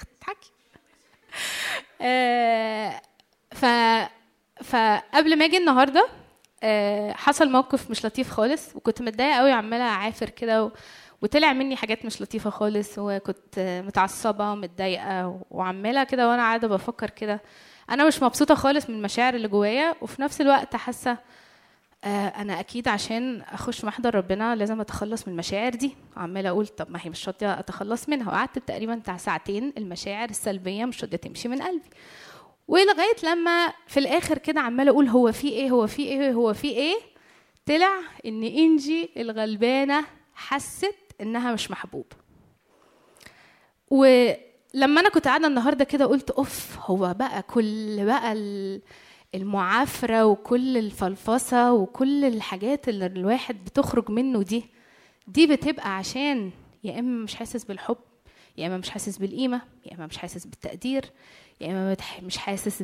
فقبل ما اجي النهاردة حصل موقف مش لطيف خالص، وكنت متضايقة قوي، عمالة عافر كده وطلع مني حاجات مش لطيفة خالص، وكنت متعصبة ومتضايقة وعمالة كده، وانا قاعدة بفكر كده انا مش مبسوطه خالص من المشاعر اللي جوايا، وفي نفس الوقت حاسه انا اكيد عشان اخش محضر ربنا لازم اتخلص من المشاعر دي. عماله اقول طب ما هي مش راضيه اتخلص منها، وقعدت تقريبا بتاع 2 ساعات المشاعر السلبيه مش راضيه تمشي من قلبي، ولغايه لما في الاخر كده عماله اقول هو في ايه هو في ايه هو في ايه، طلع ان انجي الغلبانه حست انها مش محبوبه. لما انا كنت قاعده النهارده كده قلت اوف، هو بقى كل بقى المعافره وكل الفلفصه وكل الحاجات اللي الواحد بتخرج منه دي بتبقى عشان يا اما مش حاسس بالحب، يا اما مش حاسس بالقيمه، يا اما مش حاسس بالتقدير، يا اما مش حاسس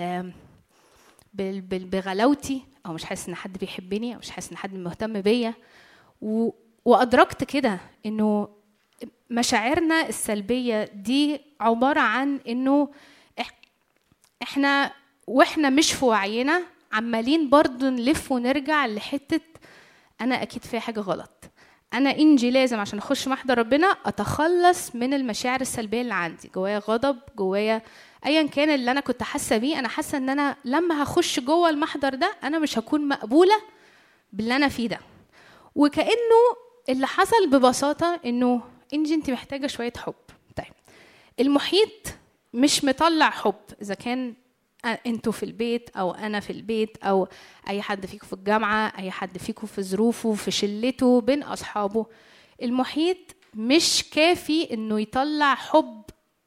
بغلاوتي، او مش حاسس ان حد بيحبني، او مش حاسس ان حد مهتم بيا. وادركت كده انه مشاعرنا السلبية دي عبارة عن انه احنا واحنا مش في وعينا عمالين برضو نلف ونرجع لحتة انا اكيد فيها حاجة غلط، انا انجي لازم عشان اخش محضر ربنا اتخلص من المشاعر السلبية اللي عندي، جوايا غضب، جوايا ايا كان اللي انا كنت حاسة بيه. انا حاسة ان انا لما هخش جوه المحضر ده انا مش هكون مقبولة باللي انا فيه ده. وكأنه اللي حصل ببساطة انه انجي انت محتاجة شوية حب. طيب المحيط مش مطلع حب، اذا كان انتوا في البيت او انا في البيت او اي حد فيكم في الجامعة، اي حد فيكم في ظروفه في شلته بين اصحابه، المحيط مش كافي انه يطلع حب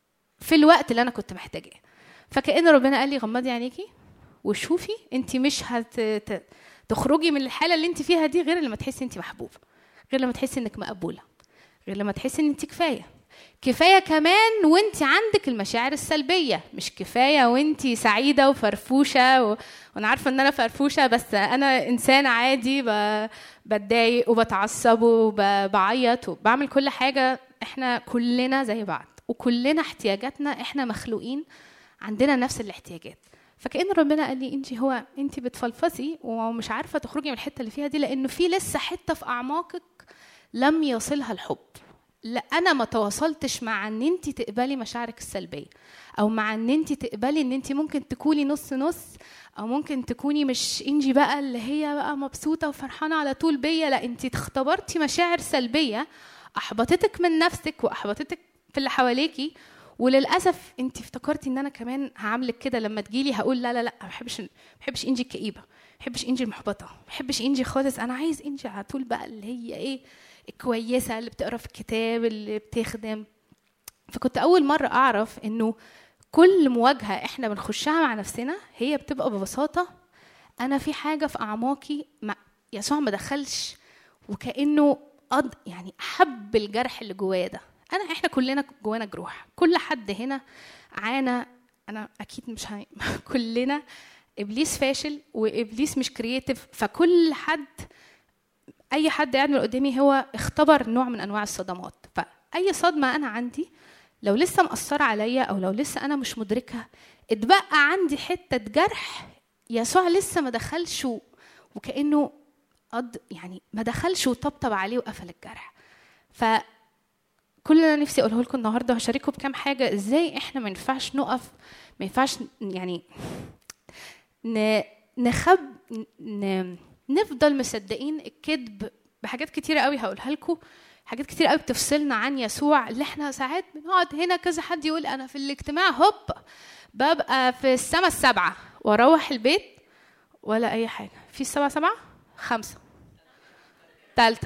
في الوقت اللي انا كنت محتاجاه. فكأن ربنا قال لي غمضي عينيكي وشوفي، انت مش تخرجي من الحاله اللي انت فيها دي غير لما تحسي انت محبوبه، غير لما تحسي انك مقبوله، غير لما تحسي ان انت كفايه كمان وانت عندك المشاعر السلبيه. مش كفايه وانت سعيده وفرفوشه وانا عارفه ان انا فرفوشه، بس انا انسانه عادي بتضايق وبتعصب وبعيط وبعمل كل حاجه. احنا كلنا زي بعض وكلنا احتياجاتنا، احنا مخلوقين عندنا نفس الاحتياجات. فكأن ربنا قال لي انت بتفلفصي ومش عارفه تخرجي من الحته اللي فيها دي، لانه في لسه حته في اعماقك لم يصلها الحب. لا، انا ما تواصلتش مع ان انت تقبلي مشاعرك السلبيه، او مع ان انت تقبلي ان انت ممكن تكوني نص نص، او ممكن تكوني مش انجي بقى اللي هي بقى مبسوطه وفرحانه على طول بيا. لا، انت اختبرتي مشاعر سلبيه احبطتك من نفسك واحبطتك في اللي حواليكي، وللاسف انت افتكرتي ان انا كمان هعملك كده. لما تجيلي هقول لا لا لا، ما بحبش انجي الكئيبه، ما بحبش انجي المحبطه، ما بحبش انجي خالص. انا عايز انجي على طول بقى اللي هي ايه، الكويسه اللي بتقرا في الكتاب، اللي بتخدم. فكنت اول مره اعرف انه كل مواجهه احنا بنخشها مع نفسنا هي بتبقى ببساطه انا في حاجه في اعماقي يسوع ما دخلش، وكانه يعني حب الجرح اللي جوايا ده. احنا كلنا جوانا جروح، كل حد هنا عانى. انا اكيد مش كلنا ابليس فاشل وابليس مش كرييتيف. فكل حد، اي حد قاعد من قدامي هو اختبر نوع من انواع الصدمات. فاي صدمه انا عندي لو لسه مأثره عليا او لو لسه انا مش مدركها، اتبقى عندي حته جرح يسوع لسه ما دخلش، وكانه يعني ما دخلش وطبطب عليه وقفل الجرح. كل اللي نفسي اقوله لكم النهارده هشارككم بكام حاجه ازاي احنا ما ينفعش نقف، ما ينفعش يعني نفضل مصدقين الكذب بحاجات كتيره قوي. هقولها لكم حاجات كتير قوي بتفصلنا عن يسوع، اللي احنا ساعات بنقعد هنا كذا حد يقول انا في الاجتماع هوب ببقى في السما 7 واروح البيت ولا اي حاجه. في السما 7 5 3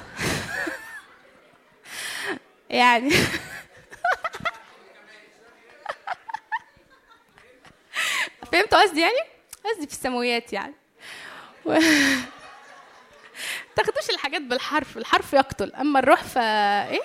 يعني فهمتوا قصدي؟ يعني قصدي في السماويات يعني تاخدوش الحاجات بالحرف، الحرف يقتل، اما الروح ايه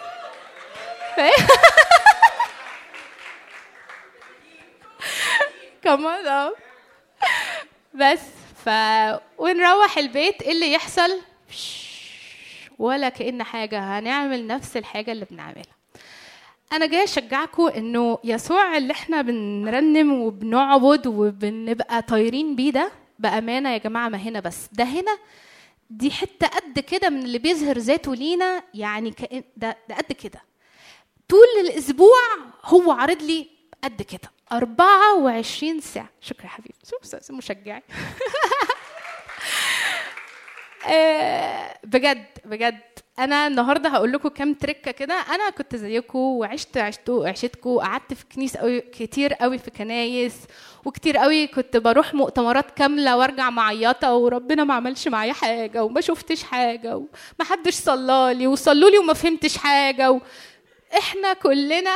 كمان بس ونروح البيت ايه اللي يحصل؟ ولا كأن حاجة، هنعمل نفس الحاجة اللي بنعملها. أنا جاي أشجعكم إنه يسوع اللي إحنا بنرنم وبنعبد وبنبقى طايرين بيه ده بأمانة يا جماعة ما هنا بس، ده هنا دي حتة قد كده من اللي بيظهر ذاته لينا. يعني كأن ده قد كده طول الأسبوع هو عارض لي قد كده 24 ساعة. شكرا يا حبيبي، مشجعي بجد بجد. انا النهارده هقول لكم كام تريكه كده. انا كنت زيكم وعشتكم، قعدت في كنيسه قوي كتير قوي، في كنايس وكتير قوي كنت بروح مؤتمرات كامله وارجع معيطه وربنا ما عملش معايا حاجه وما شفتش حاجه وما حدش صلالي وصلوا لي وما فهمتش حاجه. احنا كلنا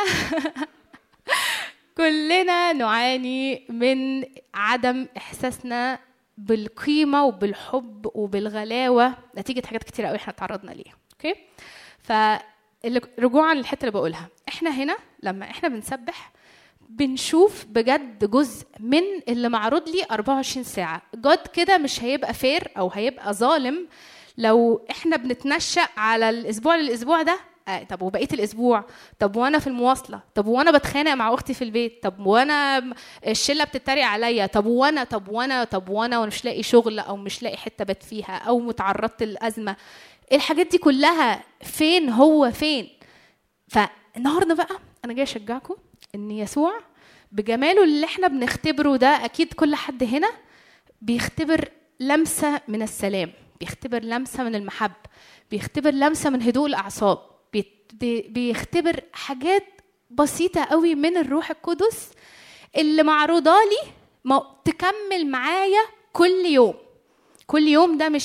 كلنا نعاني من عدم احساسنا بالقيمه وبالحب وبالغلاوه نتيجه حاجات كتير قوي احنا تعرضنا ليها. اوكي، فرجوعا للحته اللي بقولها، احنا هنا لما احنا بنسبح بنشوف بجد جزء من اللي معروض لي 24 ساعه. جد كده مش هيبقى فير او هيبقى ظالم لو احنا بنتنشأ على الاسبوع للاسبوع ده. طب وبقيه الاسبوع؟ طب وانا في المواصله؟ طب وانا بتخانق مع اختي في البيت؟ طب وانا الشله بتتريق عليا؟ طب وانا مش لاقي شغل او مش لاقي حته بات فيها او متعرضت للازمه؟ الحاجات دي كلها فين؟ هو فين؟ فالنهارده بقى انا جاي اشجعكم ان يسوع بجماله اللي احنا بنختبره ده، اكيد كل حد هنا بيختبر لمسه من السلام، بيختبر لمسه من المحبه، بيختبر لمسه من هدوء الاعصاب، بيختبر حاجات بسيطة قوي من الروح القدس اللي معروضة لي تكمل معايا كل يوم. كل يوم ده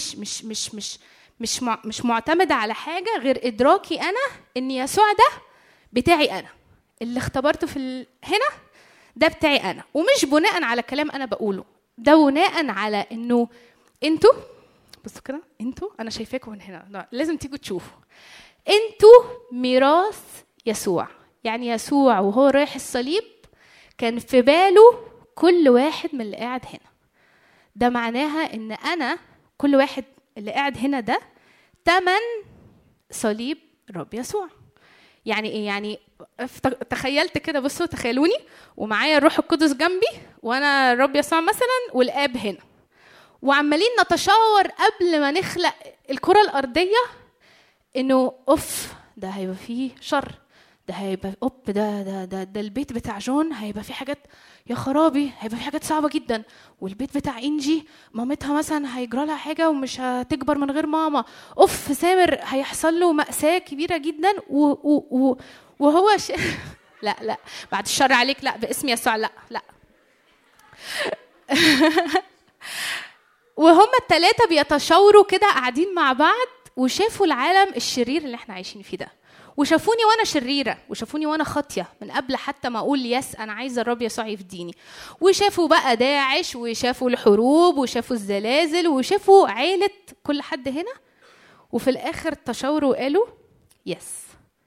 مش معتمد على حاجة غير إدراكي أنا إن يسوع ده بتاعي أنا، اللي اختبرته هنا ده بتاعي انا، ومش بناء على كلام انا بقوله، ده بناء على انه انتوا بصوا كده، انتوا انا شايفاكم من هنا، لازم تيجوا تشوفوا، انتوا ميراث يسوع. يعني يسوع وهو رايح الصليب كان في باله كل واحد من اللي قاعد هنا. ده معناها ان انا كل واحد اللي قاعد هنا ده تمن صليب الرب يسوع. يعني ايه؟ يعني تخيلت كده، بصوا تخيلوني ومعايا الروح القدس جنبي وانا الرب يسوع مثلا والاب هنا، وعمالين نتشاور قبل ما نخلق الكرة الارضية انه اوف ده هيبقى فيه شر، ده هيبقى ده البيت بتاع جون هيبقى فيه حاجات يا خرابي، هيبقى فيه حاجات صعبة جدا، والبيت بتاع انجي مامتها مثلا هيجرى لها حاجة ومش هتكبر من غير ماما، اوف سامر هيحصل له مأساة كبيرة جدا وهو لا بعد الشر عليك، لا باسم يسوع، لا وهم الثلاثة بيتشاوروا كده قاعدين مع بعض، وشافوا العالم الشرير اللي احنا عايشين فيه ده، وشافوني وانا شريرة، وشافوني وانا خاطية من قبل حتى ما اقول يس انا عايزة الرب يسوع يفديني، وشافوا بقى داعش، وشافوا الحروب، وشافوا الزلازل، وشافوا عيلة كل حد هنا، وفي الاخر تشاوروا وقالوا يس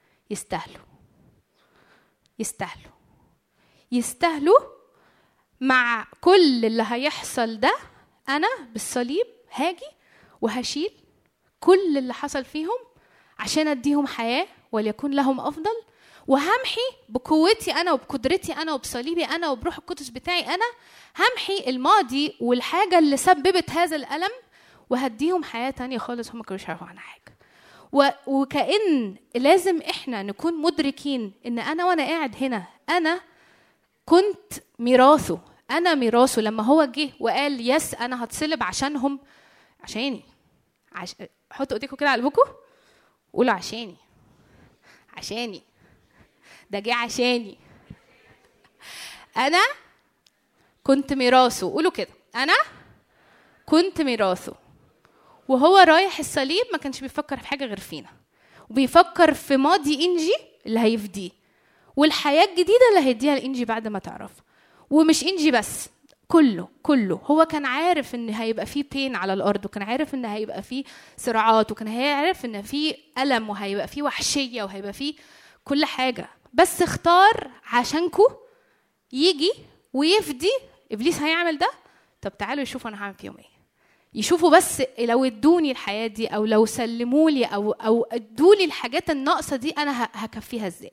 يستاهلوا مع كل اللي هيحصل ده، انا بالصليب هاجي وهشيل كل اللي حصل فيهم عشان اديهم حياة وليكن لهم افضل، وهمحي بقوتي انا وبقدرتي انا وبصليبي انا وبروح القدس بتاعي انا، همحي الماضي والحاجة اللي سببت هذا الألم وهديهم حياة تانية خالص هم كانوا يعرفوا عنها حاجة. وكأن لازم احنا نكون مدركين ان انا وانا قاعد هنا انا كنت ميراثه، انا ميراثه. لما هو جه وقال يس انا هتصلب عشانهم، عشاني حطوا ايديكم كده على قلبكم قولوا عشاني ده جه عشاني، انا كنت ميراثه. قولوا كده، انا كنت ميراثه. وهو رايح الصليب ما كانش بيفكر في حاجه غير فينا، وبيفكر في ماضي انجي اللي هيفديه والحياه الجديده اللي هيديها لانجي بعد ما تعرف. ومش انجي بس، كله هو كان عارف ان هيبقى فيه بين على الارض، وكان عارف ان هيبقى فيه صراعات، وكان عارف ان فيه الم، وهيبقى فيه وحشيه، وهيبقى فيه كل حاجه، بس اختار عشانكو يجي ويفدي. ابليس هيعمل ده، طب تعالوا يشوفوا انا هعمل فيهم ايه، يشوفوا بس لو ادوني الحياه دي، او لو سلموا لي او ادوا لي الحاجات الناقصه دي انا هكفيها ازاي.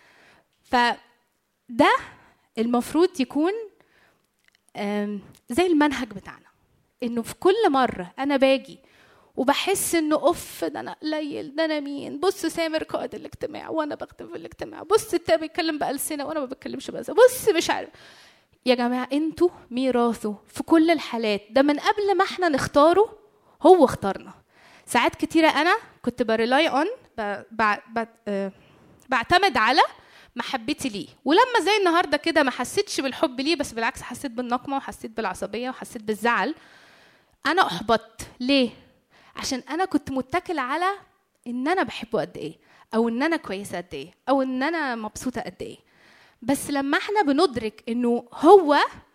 فده المفروض يكون زي المنهج بتاعنا، انه في كل مره انا باجي وبحس انه اوف ده انا قليل، ده انا مين، بص سامر قائد الاجتماع وانا بكتب في الاجتماع، بص انت بيتكلم بألسنة وانا ما بتكلمش بألسنة، بص مش عارف. يا جماعه انتوا ميراثه في كل الحالات، ده من قبل ما احنا نختاره هو اختارنا. ساعات كتيره انا كنت بريلاي اون بعتمد على محبتي ليه، ولما زي النهارده كده ما حسيتش بالحب ليه، بس بالعكس حسيت بالنقمه وحسيت بالعصبيه وحسيت بالزعل، انا احبطت. ليه؟ عشان انا كنت متكل على ان انا بحبه قد ايه، او ان انا كويسه قد ايه، او ان انا مبسوطه قد ايه. بس لما احنا بندرك انه هو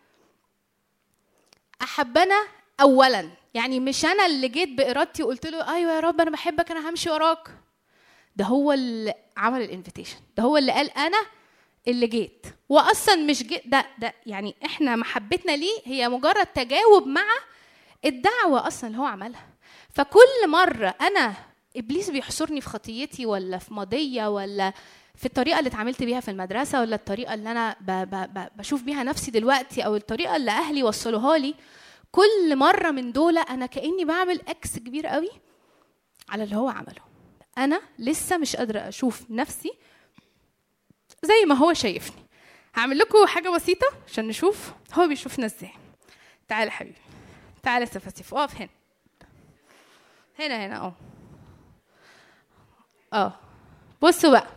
احبنا اولا، يعني مش انا اللي جيت بارادتي وقلت له ايوه يا رب انا بحبك انا همشي وراك، ده هو اللي عمل الانفيتيشن، ده هو اللي قال انا اللي جيت. واصلا مش جيت ده يعني احنا محبتنا ليه هي مجرد تجاوب مع الدعوه اصلا اللي هو عملها. فكل مره انا ابليس بيحصرني في خطيتي ولا في ماضيه ولا في الطريقه اللي اتعاملت بيها في المدرسه، ولا الطريقه اللي انا بشوف بيها نفسي دلوقتي، او الطريقه اللي اهلي وصلوها لي، كل مره من دول انا كاني بعمل اكس كبير قوي على اللي هو عمله. انا لسه مش قادره اشوف نفسي زي ما هو شايفني. هعمل لكم حاجه بسيطه عشان نشوف هو بيشوفنا ازاي. تعال يا حبيبي، تعال يا سفاسيف، اقف هنا بصوا بقى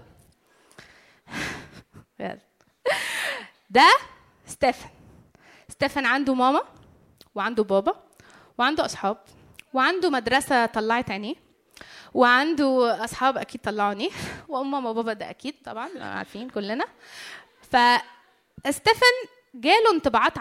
ده ستيفن عنده ماما وعنده بابا وعنده اصحاب وعنده مدرسه طلعت عينيه وعنده اصحاب اكيد طلعوا عينيه وماما وبابا ده اكيد طبعا عارفين كلنا. فاستفن جاله انطباعات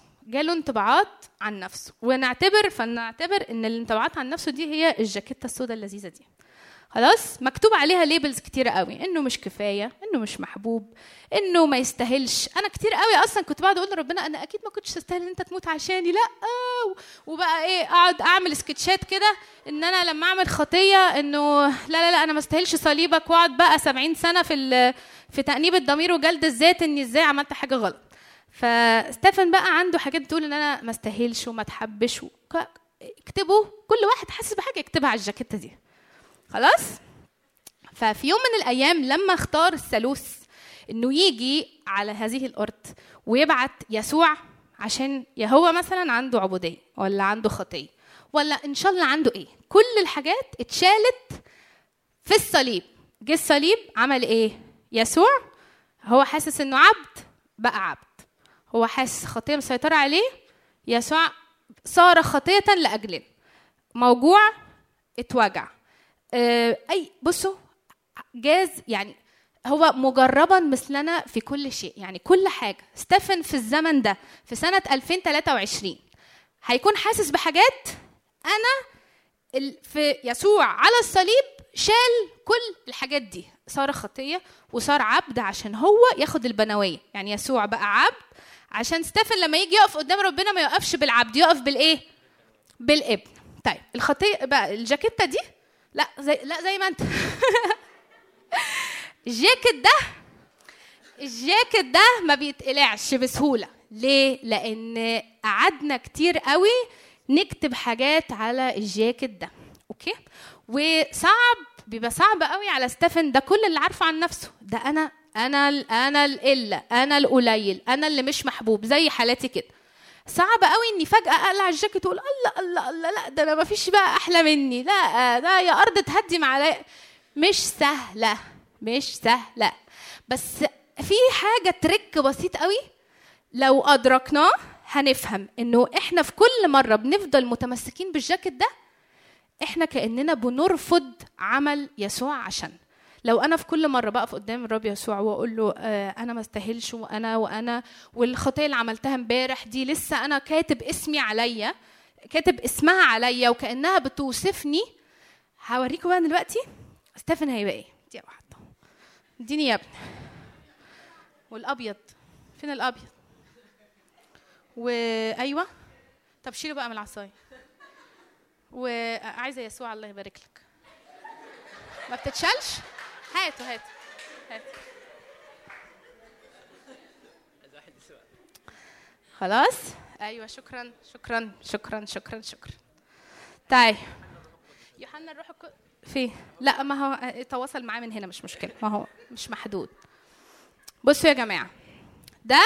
عن نفسه، فلنعتبر ان الانطباعات عن نفسه دي هي الجاكيته السوداء اللذيذه دي. خلاص مكتوب عليها ليبلز كتيره قوي، انه مش كفايه، انه مش محبوب، انه ما يستاهلش. انا كتير قوي اصلا كنت بقعد اقول لربنا انا اكيد ما كنتش استاهل ان انت تموت عشاني، لا. وبقى ايه، اقعد اعمل سكتشات كده ان انا لما اعمل خطيه انه لا انا ما استاهلش صليبك، واقعد بقى 70 سنه في تأنيب الضمير وجلد الذات اني ازاي عملت حاجه غلط. فستيفن بقى عنده حاجات بتقول ان انا ما استاهلش وما اتحبش. اكتبوا كل واحد حاسس بحاجه يكتبها على الجاكيته دي. خلاص. ففي يوم من الايام لما اختار الثالوث انه يجي على هذه الارض ويبعت يسوع، عشان يا هو مثلا عنده عبوديه ولا عنده خطيه ولا ان شاء الله عنده ايه، كل الحاجات اتشالت في الصليب. جه الصليب عمل ايه؟ يسوع هو حاسس انه عبد بقى عبد، هو حاسس خطيه مسيطره عليه، يسوع صار خطيه لاجلنا، موجوع اتوجع. اي بصوا جاز يعني هو مجربا مثلنا في كل شيء، يعني كل حاجه. ستيفن في الزمن ده في سنه 2023 هيكون حاسس بحاجات انا في يسوع على الصليب شال كل الحاجات دي، صار خطيه وصار عبد عشان هو ياخد البنويه. يعني يسوع بقى عبد عشان ستيفن لما يجي يقف قدام ربنا ما يقفش بالعبد، يقف بالايه؟ بالابن. طيب الخطيه بقى الجاكيته دي لا زي ما انت الجاكيت ده ما بيتقلعش بسهوله. ليه؟ لان قعدنا كتير قوي نكتب حاجات على الجاكيت ده. اوكي. بيبقى صعب قوي على ستيفن ده كل اللي عارفه عن نفسه، ده انا القله، انا القليل، انا اللي مش محبوب زي حالاتي كده. صعب قوي اني فجاه اقلع الجاكيت واقول الله لا ده انا ما فيش بقى احلى مني، لا ده يا ارض تهدم عليا. مش سهله بس في حاجه تريك بسيط قوي لو ادركناه هنفهم انه احنا في كل مره بنفضل متمسكين بالجاكيت ده احنا كاننا بنرفض عمل يسوع. عشان لو انا في كل مره بقف قدام الرب يسوع واقول له انا ما استاهلش، وانا والخطيه اللي عملتها امبارح دي لسه انا كاتب اسمها عليا وكانها بتوصفني. هوريكم بقى دلوقتي ستيفن هيبقى ايه. دي واحده اديني يا ابني. والابيض فين الابيض؟ وايوه طب شيله بقى من العصايه. وعايزه يسوع الله يبارك لك. ما بتتشالش؟ هاتوا خلاص. ايوه شكرا. طيب يوحنا الروح فين؟ لا ما هو تواصل معاه من هنا مش مشكله، ما هو مش محدود. بصوا يا جماعه ده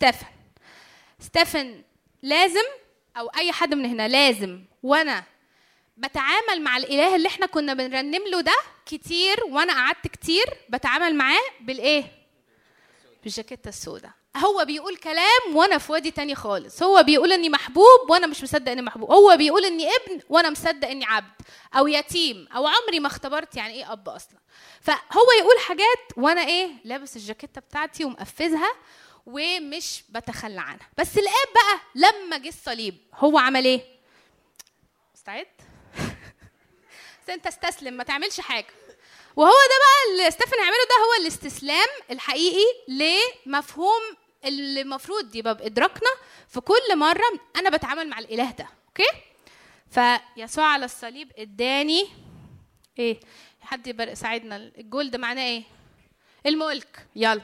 ستيفن لازم او اي حد من هنا لازم، وانا بتعامل مع الاله اللي احنا كنا بنرنم له ده كتير، وانا قعدت كتير بتعامل معاه بالايه؟ بالجاكيته السوداء. هو بيقول كلام وانا في وادي تاني خالص، هو بيقول اني محبوب وانا مش مصدق اني محبوب، هو بيقول اني ابن وانا مصدق اني عبد او يتيم او عمري ما اختبرت يعني ايه اب اصلا. فهو يقول حاجات وانا ايه؟ لابس الجاكيته بتاعتي ومقفزها ومش بتخلى عنها. بس الاب بقى لما جه الصليب هو عمل ايه؟ مستعد؟ انت استسلم ما تعملش حاجه. وهو ده بقى اللي ستيفن يعمله، ده هو الاستسلام الحقيقي لمفهوم اللي المفروض يبقى بادراكنا في كل مره انا بتعامل مع الاله ده. اوكي. فيسوع على الصليب اداني ايه؟ حد يساعدنا. الجولد معناه ايه؟ الملك. يلا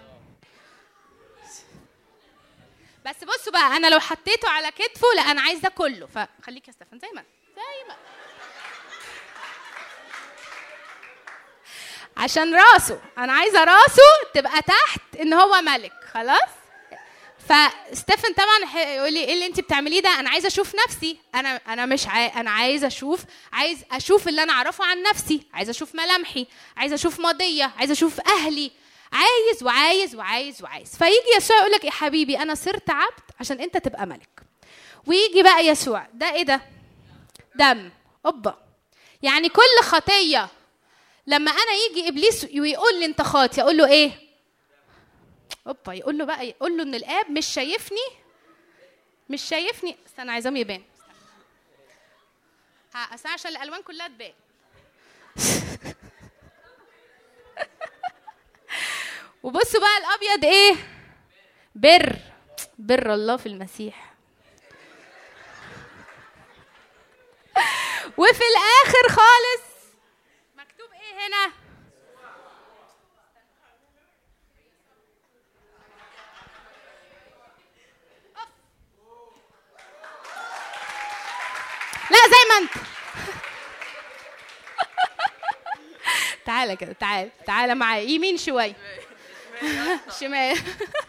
بس بصوا بقى، انا لو حطيته على كتفه لا انا عايزه كله، فخليك يا ستيفن زي ما عشان راسه، انا عايزه راسه تبقى تحت ان هو ملك. خلاص. فستيفن طبعا يقول لي ايه اللي انت بتعمليه ده؟ انا عايزه اشوف نفسي. انا مش انا عايزه اشوف اللي انا اعرفه عن نفسي، عايزه اشوف ملامحي، عايزه اشوف ماضيه، عايزه اشوف اهلي، عايز. فيجي يسوع يقول لك يا حبيبي انا صرت عبد عشان انت تبقى ملك. ويجي بقى يسوع ده ايه ده؟ دم. اوبا. يعني كل خطيه لما انا يجي ابليس ويقول لي انت خاطي اقول له ايه؟ اوبا، يقول له ان الاب مش شايفني. استنى عايزهم يبان عشان الالوان كلها تبان. وبصوا بقى الابيض ايه؟ بر الله في المسيح. وفي الاخر خالص مكتوب ايه هنا؟ لا زي ما انت. تعالى كده، تعالى معايا يمين شويه، شمال.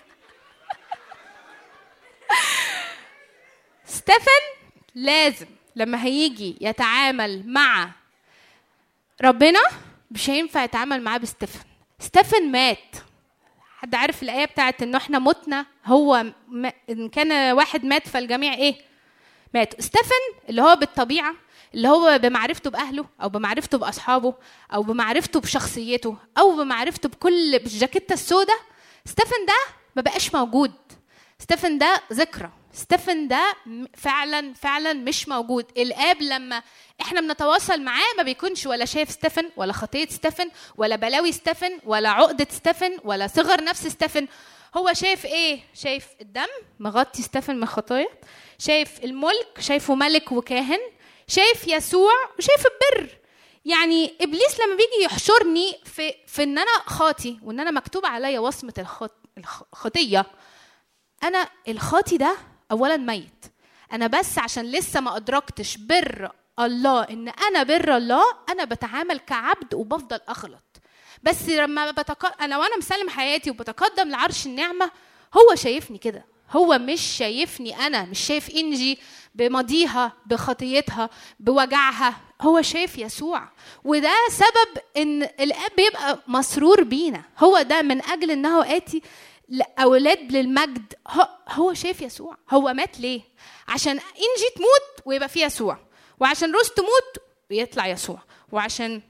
ستيفن لازم لما هيجي يتعامل مع ربنا مش هينفع يتعامل معاه ستيفن مات. حد عارف الآية بتاعت انه احنا متنا؟ هو ان كان واحد مات فالجميع ايه؟ مات. ستيفن اللي هو بالطبيعة، اللي هو بمعرفته بأهله أو بمعرفته بأصحابه أو بمعرفته بشخصيته أو بمعرفته بالجاكيتة السوداء، ستيفن ده ما بقاش موجود. ستيفن ده ذكرى. ستيفن ده فعلا مش موجود. الآب لما احنا بنتواصل معاه ما بيكونش ولا شايف ستيفن ولا خطية ستيفن ولا بلاوي ستيفن ولا عقدة ستيفن ولا صغر نفس ستيفن. هو شايف ايه؟ شايف الدم مغطي ستيفن من خطايا، شايف الملك، شايفه ملك وكاهن، شايف يسوع وشايف البر. يعني ابليس لما بيجي يحشرني في ان انا خاطي وان انا مكتوب عليا وصمه الخطيه، انا الخاطي ده اولا ميت. انا بس عشان لسه ما ادركتش بر الله، ان انا بر الله، انا بتعامل كعبد وبفضل اغلط. بس لما انا وانا مسلم حياتي وبتقدم لعرش النعمه، هو شايفني كده. هو مش شايفني انا، مش شايف انجي بماضيها بخطيتها بوجعها، هو شايف يسوع. وده سبب ان الاب بيبقى مسرور بينا. هو ده من اجل انه اتي اولاد للمجد. هو شايف يسوع. هو مات ليه؟ عشان انجي تموت ويبقى فيه يسوع، وعشان روز تموت ويطلع يسوع، وعشان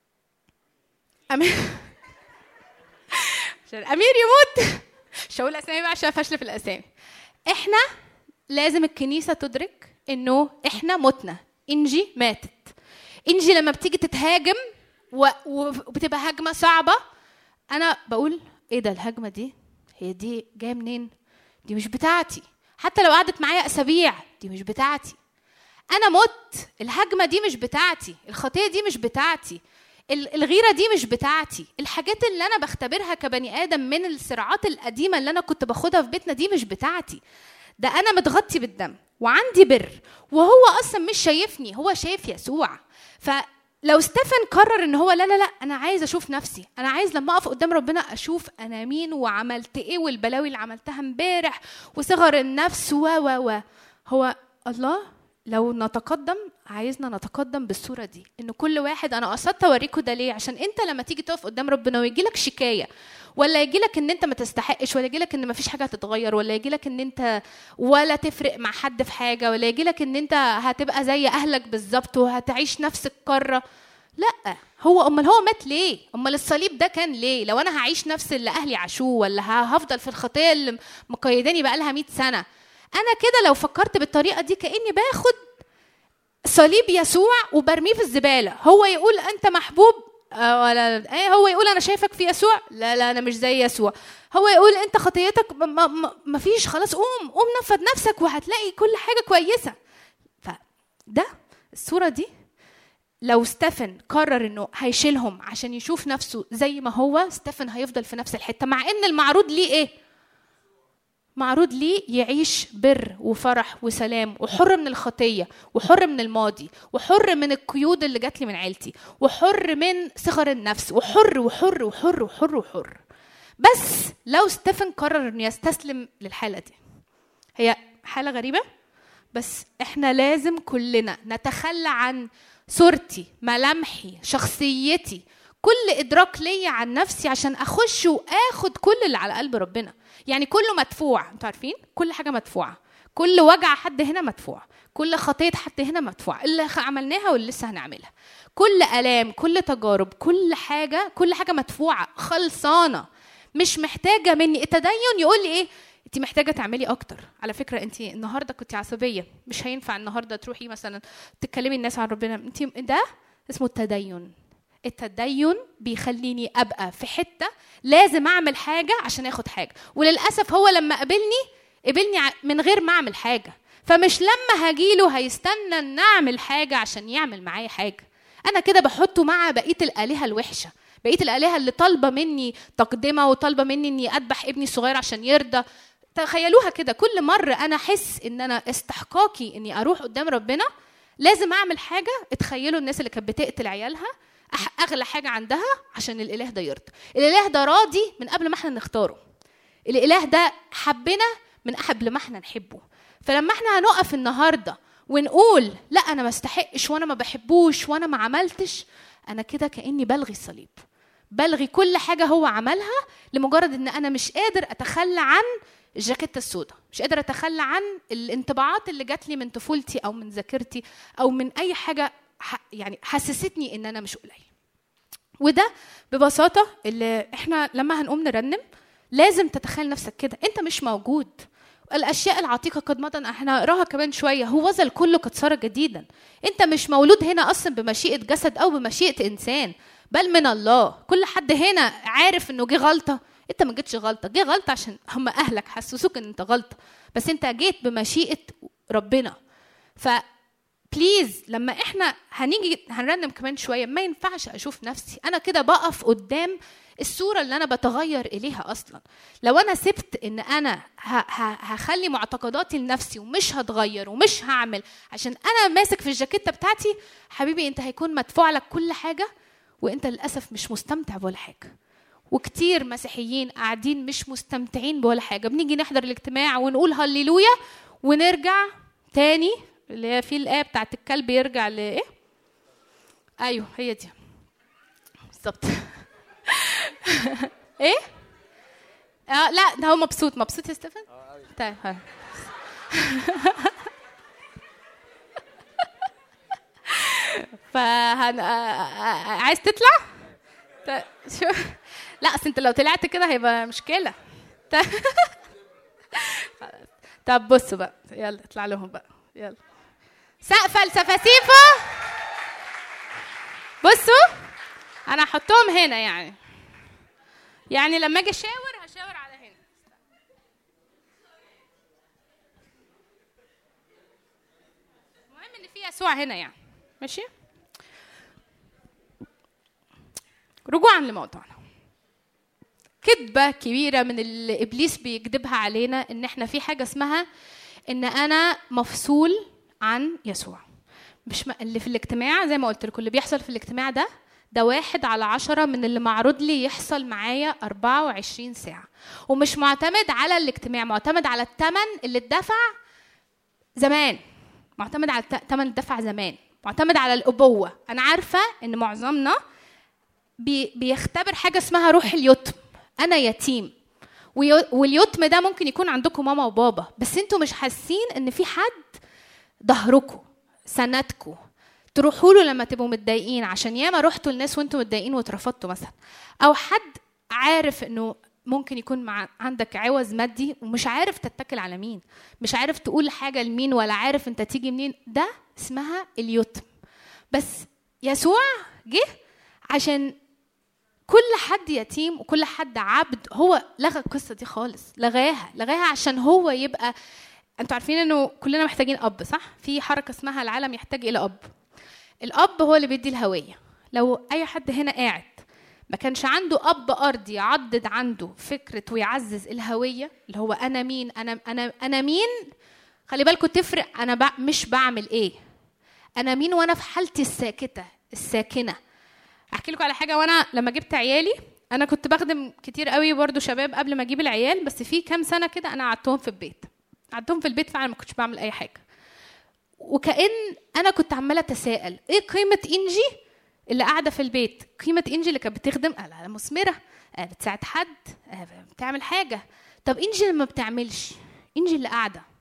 عشان امير يموت. مش هقول اسامي بقى عشان فاشله في الاسامي. احنا لازم الكنيسه تدرك انه احنا متنا. انجي ماتت. انجي لما بتيجي تتهاجم وبتبقى هجمه صعبه، انا بقول ايه ده؟ الهجمه دي هي دي جايه منين؟ دي مش بتاعتي. حتى لو قعدت معايا اسابيع دي مش بتاعتي. انا مت. الهجمه دي مش بتاعتي. الخطيه دي مش بتاعتي. الغيرة دي مش بتاعتي. الحاجات اللي أنا بختبرها كبني آدم من الصراعات القديمة اللي أنا كنت باخدها في بيتنا دي مش بتاعتي. ده أنا متغطي بالدم وعندي بر، وهو أصلا مش شايفني، هو شايف يسوع. فلو ستيفن قرر إن هو لا أنا عايز أشوف نفسي، أنا عايز لما أقف قدام ربنا أشوف أنا مين وعملت إيه والبلاوي اللي عملتها امبارح وصغر النفس هو الله لو نتقدم عايزنا نتقدم بالصورة دي. إن كل واحد، أنا قصدت أوريكم ده ليه؟ عشان أنت لما تيجي تقف قدام ربنا ويجيلك شكاية، ولا يجيلك إن أنت ما تستحقش، ولا يجيلك إن ما فيش حاجة هتتغير، ولا يجيلك إن أنت ولا تفرق مع حد في حاجة، ولا يجيلك إن أنت هتبقى زي أهلك بالظبط وهتعيش نفس الكرة. لا، أمال هو مات ليه؟ أمال الصليب ده كان ليه؟ لو أنا هعيش نفس اللي أهلي عاشوه، ولا هفضل في الخطية اللي مقيداني بقى لها 100 سنة. أنا كده لو فكرت بالطريقة دي كأني باخد صليب يسوع وبرميه في الزبالة. هو يقول أنت محبوب، ولا هو يقول أنا شايفك في يسوع، لا أنا مش زي يسوع. هو يقول أنت خطيتك ما فيش، خلاص قوم نفض نفسك وهتلاقي كل حاجة كويسة. فده الصورة دي لو ستيفن قرر إنه هيشيلهم عشان يشوف نفسه زي ما هو، ستيفن هيفضل في نفس الحتة، مع إن المعروض ليه إيه؟ معروض ليه يعيش بر وفرح وسلام وحر من الخطية وحر من الماضي وحر من القيود اللي جات لي من عيلتي وحر من صغر النفس وحر وحر وحر وحر وحر. بس لو ستيفن قرر انه يستسلم للحالة دي، هي حالة غريبة، بس احنا لازم كلنا نتخلى عن صورتي، ملامحي، شخصيتي، كل إدراك لي عن نفسي عشان أخش وآخد كل اللي على قلب ربنا. يعني كله مدفوع، انتوا عارفين كل حاجة مدفوعة، كل وجع حد هنا مدفوع، كل خطية حد هنا مدفوع، اللي عملناها واللي لسه هنعملها، كل آلام، كل تجارب، كل حاجة مدفوعة خلصانة. مش محتاجة مني التدين يقول لي ايه انت محتاجة تعملي اكتر. على فكرة انت النهاردة كنت عصبية، مش هينفع النهاردة تروحي مثلا تتكلمي الناس عن ربنا. انت ده اسمه التدين. التدين بيخليني ابقى في حتة لازم اعمل حاجة عشان اخد حاجة، وللأسف هو لما قبلني من غير ما اعمل حاجة، فمش لما هجيله هيستنى ان اعمل حاجة عشان يعمل معايا حاجة. انا كده بحطه مع بقية الآلهة الوحشة، بقية الآلهة اللي طالبة مني تقدمة وطالبة مني اني اذبح ابني الصغير عشان يرضى. تخيلوها كده، كل مرة انا احس ان انا استحقاقي اني اروح قدام ربنا لازم اعمل حاجة. اتخيلوا الناس اللي كانت بتقتل عيالها اغلى حاجة عندها عشان الاله ده يرضى. الاله ده راضي من قبل ما احنا نختاره. الاله ده حبنا من قبل ما احنا نحبه. فلما احنا هنقف النهارده ونقول لا انا ما استحقش وانا ما بحبوش وانا ما عملتش، انا كده كاني بلغي الصليب، بلغي كل حاجه هو عملها لمجرد ان انا مش قادر اتخلى عن الجاكيته السوداء، مش قادر اتخلى عن الانطباعات اللي جات لي من طفولتي او من ذاكرتي او من اي حاجه يعني حسستني ان انا مش قليل. وده ببساطه اللي احنا لما هنقوم نرنم لازم تتخيل نفسك كده انت مش موجود. الاشياء العتيقه قد مضت، احنا نقراها كمان شويه، هو ذا الكل قد صار جديدا. انت مش مولود هنا اصلا بمشيئه جسد او بمشيئه انسان، بل من الله. كل حد هنا عارف انه جه غلطه، انت ما جيتش غلطه، جه غلطه عشان هم اهلك حسسوك ان انت غلطه، بس انت جيت بمشيئه ربنا. ف بليز لما احنا هنيجي هنرنم كمان شويه ما ينفعش اشوف نفسي انا كده بقف قدام الصوره اللي انا بتغير اليها اصلا. لو انا سبت ان انا هخلي معتقداتي لنفسي ومش هتغير ومش هعمل عشان انا ماسك في الجاكيته بتاعتي، حبيبي انت هيكون مدفوع لك كل حاجه وانت للاسف مش مستمتع بولا حاجه. وكتير مسيحيين قاعدين مش مستمتعين بولا حاجه، بنيجي نحضر الاجتماع ونقول هللويا ونرجع تاني اللي هي في الآية بتاعت الكلب يرجع لإيه؟ أيوه هي دي بالظبط. إيه؟ لا ده هو مبسوط يا ستيفن؟ طيب هاي. عايز تطلع؟ شو؟ لا أصل أنت لو طلعت كده هيبقى مشكلة. طب بصوا بقى، يلا اطلع لهم بقى، يلا. سقف السفاسيفه. بصوا انا هحطهم هنا، يعني لما اجي هشاور على هنا. المهم ان في يسوع هنا ماشي. رجوعا لموضوعنا، كذبه كبيره من اللي ابليس بيكذبها علينا ان احنا في حاجه اسمها ان انا مفصول عن يسوع. مش اللي في الاجتماع زي ما قلت لكم، اللي بيحصل في الاجتماع ده 1/10 من اللي معروض لي يحصل معايا 24 ساعة، ومش معتمد على الاجتماع، معتمد على الثمن اللي اتدفع زمان، معتمد على الثمن اللي اتدفع زمان، معتمد على الأبوة. أنا عارفة إن معظمنا بيختبر حاجة اسمها روح اليتم. أنا يتيم، واليتم ده ممكن يكون عندكم ماما وبابا، بس انتوا مش حاسين ان في حد ظهركم سندكم تروحوا له لما تبقوا متضايقين، عشان ياما رحتوا للناس وانتوا متضايقين واترفضتوا مثلا، او حد عارف انه ممكن يكون عندك عوز مادي ومش عارف تتكل على مين، مش عارف تقول حاجه لمين، ولا عارف انت تيجي منين. ده اسمها اليتم. بس يسوع جه عشان كل حد يتيم وكل حد عبد. هو لغى القصه دي خالص، لغاها عشان هو يبقى. انتوا عارفين انه كلنا محتاجين اب، صح؟ في حركه اسمها العالم يحتاج الى اب. الاب هو اللي بيدي الهويه. لو اي حد هنا قاعد ما كانش عنده اب ارضي يعضد عنده فكره ويعزز الهويه اللي هو انا مين، انا مين. خلي بالكم تفرق انا مش بعمل ايه، انا مين وانا في حالتي الساكنه. احكي لكم على حاجه. وانا لما جبت عيالي، انا كنت بخدم كتير قوي برضو شباب قبل ما اجيب العيال، بس في كام سنه كده انا قعدتهم في البيت فعلا ما كنتش بعمل اي حاجه. وكأن انا كنت عماله اتساءل ايه قيمه انجي اللي قاعده في البيت، قيمه انجي اللي كانت بتخدم مثمره، بتساعد حد، بتعمل حاجه. طب انجي لما بتعملش، انجي اللي قاعده،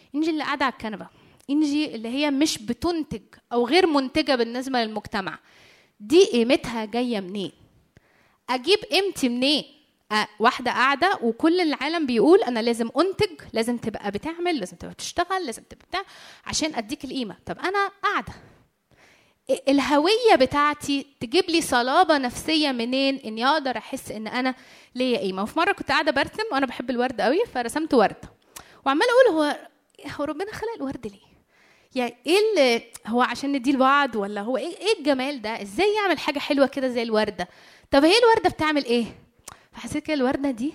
انجي اللي قاعده على الكنبه، انجي اللي هي مش بتنتج او غير منتجه بالنسبه للمجتمع. دي قيمتها جايه منين؟ اجيب قيمتي منين؟ واحده قاعده وكل العالم بيقول انا لازم انتج، لازم تبقى بتعمل، لازم تبقى بتشتغل، لازم تبقى بتاع عشان اديك القيمه. طب انا قاعده، الهويه بتاعتي تجيب لي صلابه نفسيه منين اني اقدر احس ان انا ليا قيمه؟ وفي مره كنت قاعده برسم وانا بحب الورد قوي، فرسمت ورده وعماله اقول هو ربنا خلق الورد ليه؟ يعني ايه اللي هو عشان نديه لبعض، ولا هو ايه الجمال ده؟ ازاي يعمل حاجه حلوه كده زي الورده؟ طب هي الورده بتعمل ايه؟ فحسيت كده الورده دي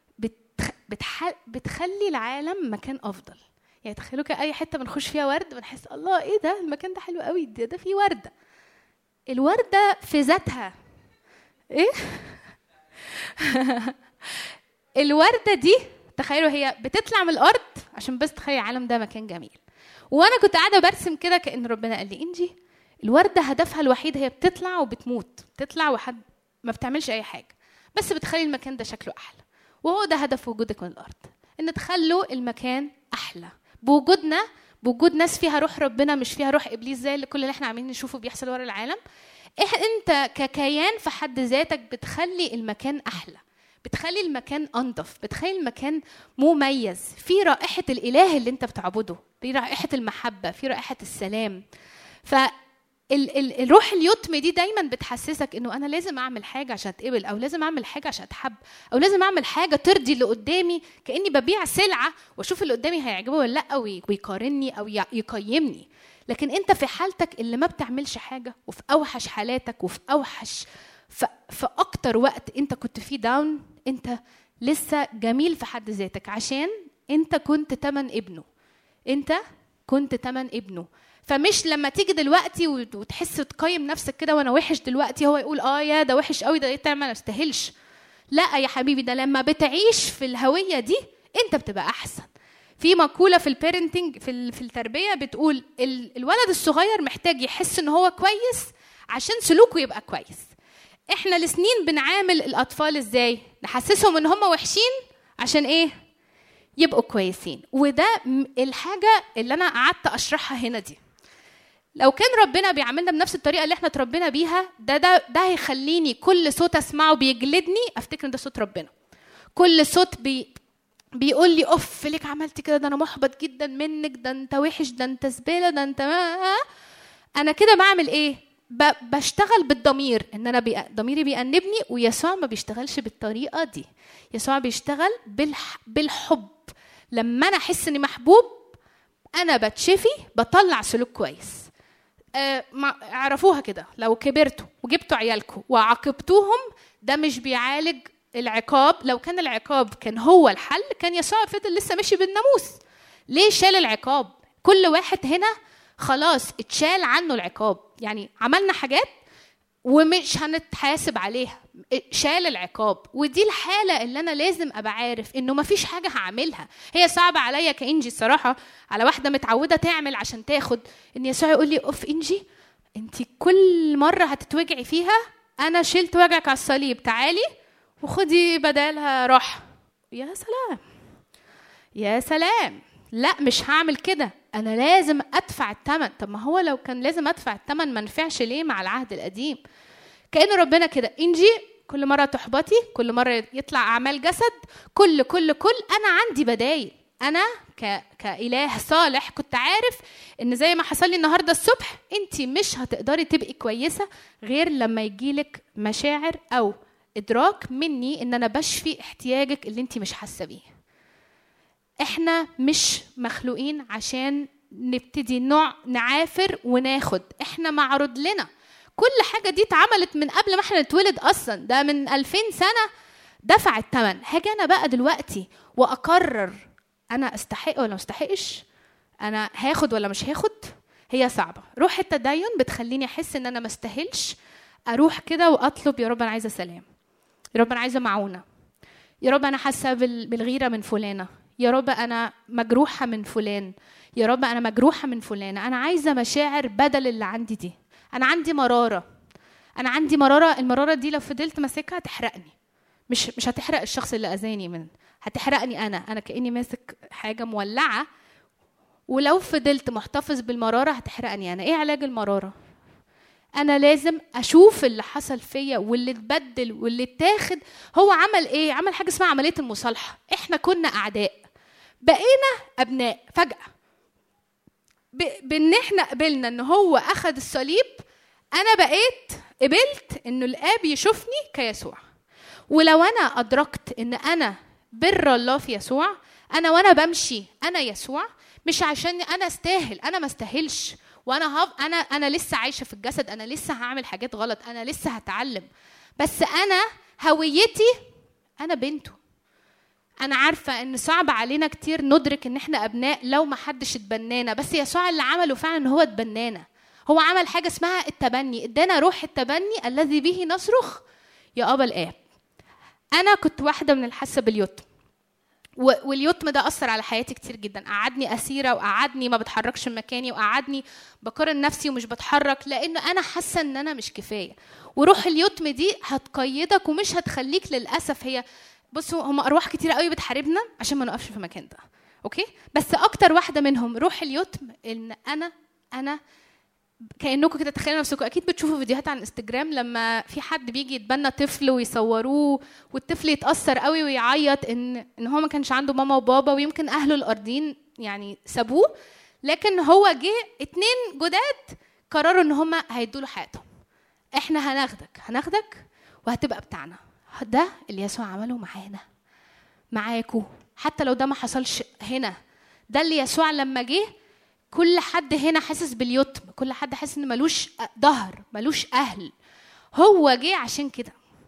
بتخلي العالم مكان افضل. يعني تخيلوا كده اي حته بنخش فيها ورد بنحس الله ايه ده، المكان ده حلو قوي، ده فيه ورده. الورده في ذاتها ايه الورده دي تخيلوا هي بتطلع من الارض عشان بس تخيل العالم ده مكان جميل. وانا كنت قاعده برسم كده كأن ربنا قال لي انجي الورده هدفها الوحيد هي بتطلع وبتموت، بتطلع وحد ما بتعملش اي حاجه، بس بتخلي المكان ده شكله احلى. وهو ده هدف وجودك من الارض، ان تخلوا المكان احلى بوجودنا، بوجود ناس فيها روح ربنا مش فيها روح ابليس زي اللي كل اللي احنا عاملين نشوفه بيحصل ورا العالم. انت ككيان في حد ذاتك بتخلي المكان احلى، بتخلي المكان انضف، بتخلي المكان مميز، في رائحه الاله اللي انت بتعبده، في رائحه المحبه، في رائحه السلام. الروح اليتم دي دايما بتحسسك انه انا لازم اعمل حاجه عشان اتقبل، او لازم اعمل حاجه عشان اتحب، او لازم اعمل حاجه ترضي اللي قدامي، كاني ببيع سلعه واشوف اللي قدامي هيعجبه ولا لا، ويقارني او يقيمني. لكن انت في حالتك اللي ما بتعملش حاجه، وفي اوحش حالاتك، وفي اوحش في اكتر وقت انت كنت فيه داون، انت لسه جميل في حد ذاتك عشان انت كنت تمن ابنه. انت كنت تمن ابنه. فمش لما تيجي دلوقتي وتحس تقيم نفسك كده وانا وحش دلوقتي هو يقول يا ده وحش قوي، ده ايه تعمل، ما استاهلش. لا يا حبيبي، ده لما بتعيش في الهويه دي انت بتبقى احسن. في مقوله في البيرنتنج في التربيه بتقول الولد الصغير محتاج يحس ان هو كويس عشان سلوكه يبقى كويس. احنا لسنين بنعامل الاطفال ازاي؟ نحسسهم ان هم وحشين عشان ايه؟ يبقوا كويسين. وده الحاجه اللي انا قعدت اشرحها هنا دي. لو كان ربنا بيعاملنا بنفس الطريقه اللي احنا اتربينا بيها، ده هيخليني كل صوت اسمعه بيجلدني افتكر ان ده صوت ربنا. كل صوت بيقول لي اوف ليك عملتي كده، ده انا محبط جدا منك، ده انت وحش، ده انت زباله، ده انت انا كده بعمل ايه؟ بشتغل بالضمير، ان انا ضميري بيأنبني. ويسوع ما بيشتغلش بالطريقه دي. يسوع بيشتغل بالحب. لما انا احس اني محبوب انا بتشفي، بطلع سلوك كويس. اعرفوها كده، لو كبرتوا وجبتوا عيالكم وعاقبتوهم ده مش بيعالج العقاب. لو كان العقاب كان هو الحل كان يسوع فضل لسه ماشي بالناموس. ليه شال العقاب؟ كل واحد هنا خلاص اتشال عنه العقاب، يعني عملنا حاجات ومش هنتحاسب عليها، شال العقاب. ودي الحالة اللي أنا لازم أبقى عارف إنه مفيش حاجة هعملها. هي صعبة عليا كإنجي الصراحة، على واحدة متعودة تعمل عشان تاخد، إن يسوع يقول لي أوف إنجي أنتي كل مرة هتتوجعي فيها أنا شلت وجعك على الصليب، تعالي وخدي بدالها راحة. يا سلام يا سلام، لا مش هعمل كده، أنا لازم أدفع الثمن. طب ما هو لو كان لازم أدفع الثمن ما نفعش ليه مع العهد القديم؟ كأنه ربنا كده إنجي كل مرة تحبطي، كل مرة يطلع أعمال جسد، كل أنا عندي بدايل. أنا كإله صالح كنت عارف إن زي ما حصل لي النهاردة الصبح أنتي مش هتقدري تبقي كويسة غير لما يجيلك مشاعر أو إدراك مني إن أنا بشفي احتياجك اللي أنتي مش حاسة بيه. إحنا مش مخلوقين عشان نبتدي نعافر وناخد. إحنا معروض لنا كل حاجة دي اتعملت من قبل ما احنا نتولد أصلا، ده من 2000 سنة دفع الثمن. هاجي أنا بقى دلوقتي وأقرر أنا أستحق ولا ما أستحقش، أنا هاخد ولا مش هاخد. هي صعبة. روح التدين بتخليني أحس إن أنا ما استاهلش، أروح كده وأطلب يا رب أنا عايزة سلام، يا رب أنا عايزة معونة، يا رب أنا حاسة بالغيرة من فلانة، يا رب أنا مجروحة من فلان، يا رب أنا مجروحة من فلانة، أنا عايزة مشاعر بدل اللي عندي دي. أنا عندي مرارة، أنا عندي مرارة، المرارة دي لو فضلت ماسكها هتحرقني، مش هتحرق الشخص اللي أذاني، هتحرقني أنا كأني ماسك حاجة مولعة ولو فضلت محتفظ بالمرارة هتحرقني أنا. إيه علاج المرارة؟ أنا لازم أشوف اللي حصل فيا واللي اتبدل واللي اتاخد. هو عمل إيه؟ عمل حاجة اسمها عملية المصالحة. إحنا كنا أعداء بقينا أبناء فجأة، بإن إحنا قبلنا إن هو أخد الصليب. أنا قبلت إنه الآب يشوفني كيسوع. ولو أنا أدركت إن أنا بر الله في يسوع، أنا وأنا بمشي أنا يسوع، مش عشان أنا استاهل، أنا ما استاهلش، وأنا أنا لسه عايشة في الجسد، أنا لسه هعمل حاجات غلط، أنا لسه هتعلم، بس أنا هويتي أنا بنته. أنا عارفة إن صعب علينا كتير ندرك إن إحنا أبناء لو ما حدش اتبنانا، بس يسوع اللي عمله فعلا إن هو اتبنانا. هو عمل حاجة اسمها التبني، ادانا روح التبني الذي به نصرخ يا أبا الآب. أنا كنت واحدة من الحاسة باليتم، واليتم ده أثر على حياتي كتير جدا. قعدني أسيرة، وقعدني ما بتحركش من مكاني، وقعدني بقارن نفسي ومش بتحرك، لأن أنا حاسة إن أنا مش كفاية. وروح اليتم دي هتقيدك ومش هتخليك للأسف. هي بصوا، هم أرواح كتير قوي بتحاربنا عشان ما نقفش في المكان ده، أوكي؟ بس أكتر واحدة منهم روح اليتم، إن أنا كأنكم كده تخيلوا نفسكم، أكيد بتشوفوا فيديوهات على الانستجرام لما في حد بيجي يتبنى طفل ويصوروه، والطفل يتأثر قوي ويعيط إن هو ما كانش عنده ماما وبابا، ويمكن أهله الأرضين يعني سابوه، لكن هو جه 2 جداد قرروا إن هم هيدوا له حياتهم. إحنا هناخدك وهتبقى بتاعنا. ده اللي يسوع عمله معاكوا، حتى لو ده ما حصلش هنا. ده اللي يسوع لما جه، كل حد هنا حاسس باليتم، كل حد حاسس ان ملوش ظهر، ملوش اهل. هو جه عشان كده،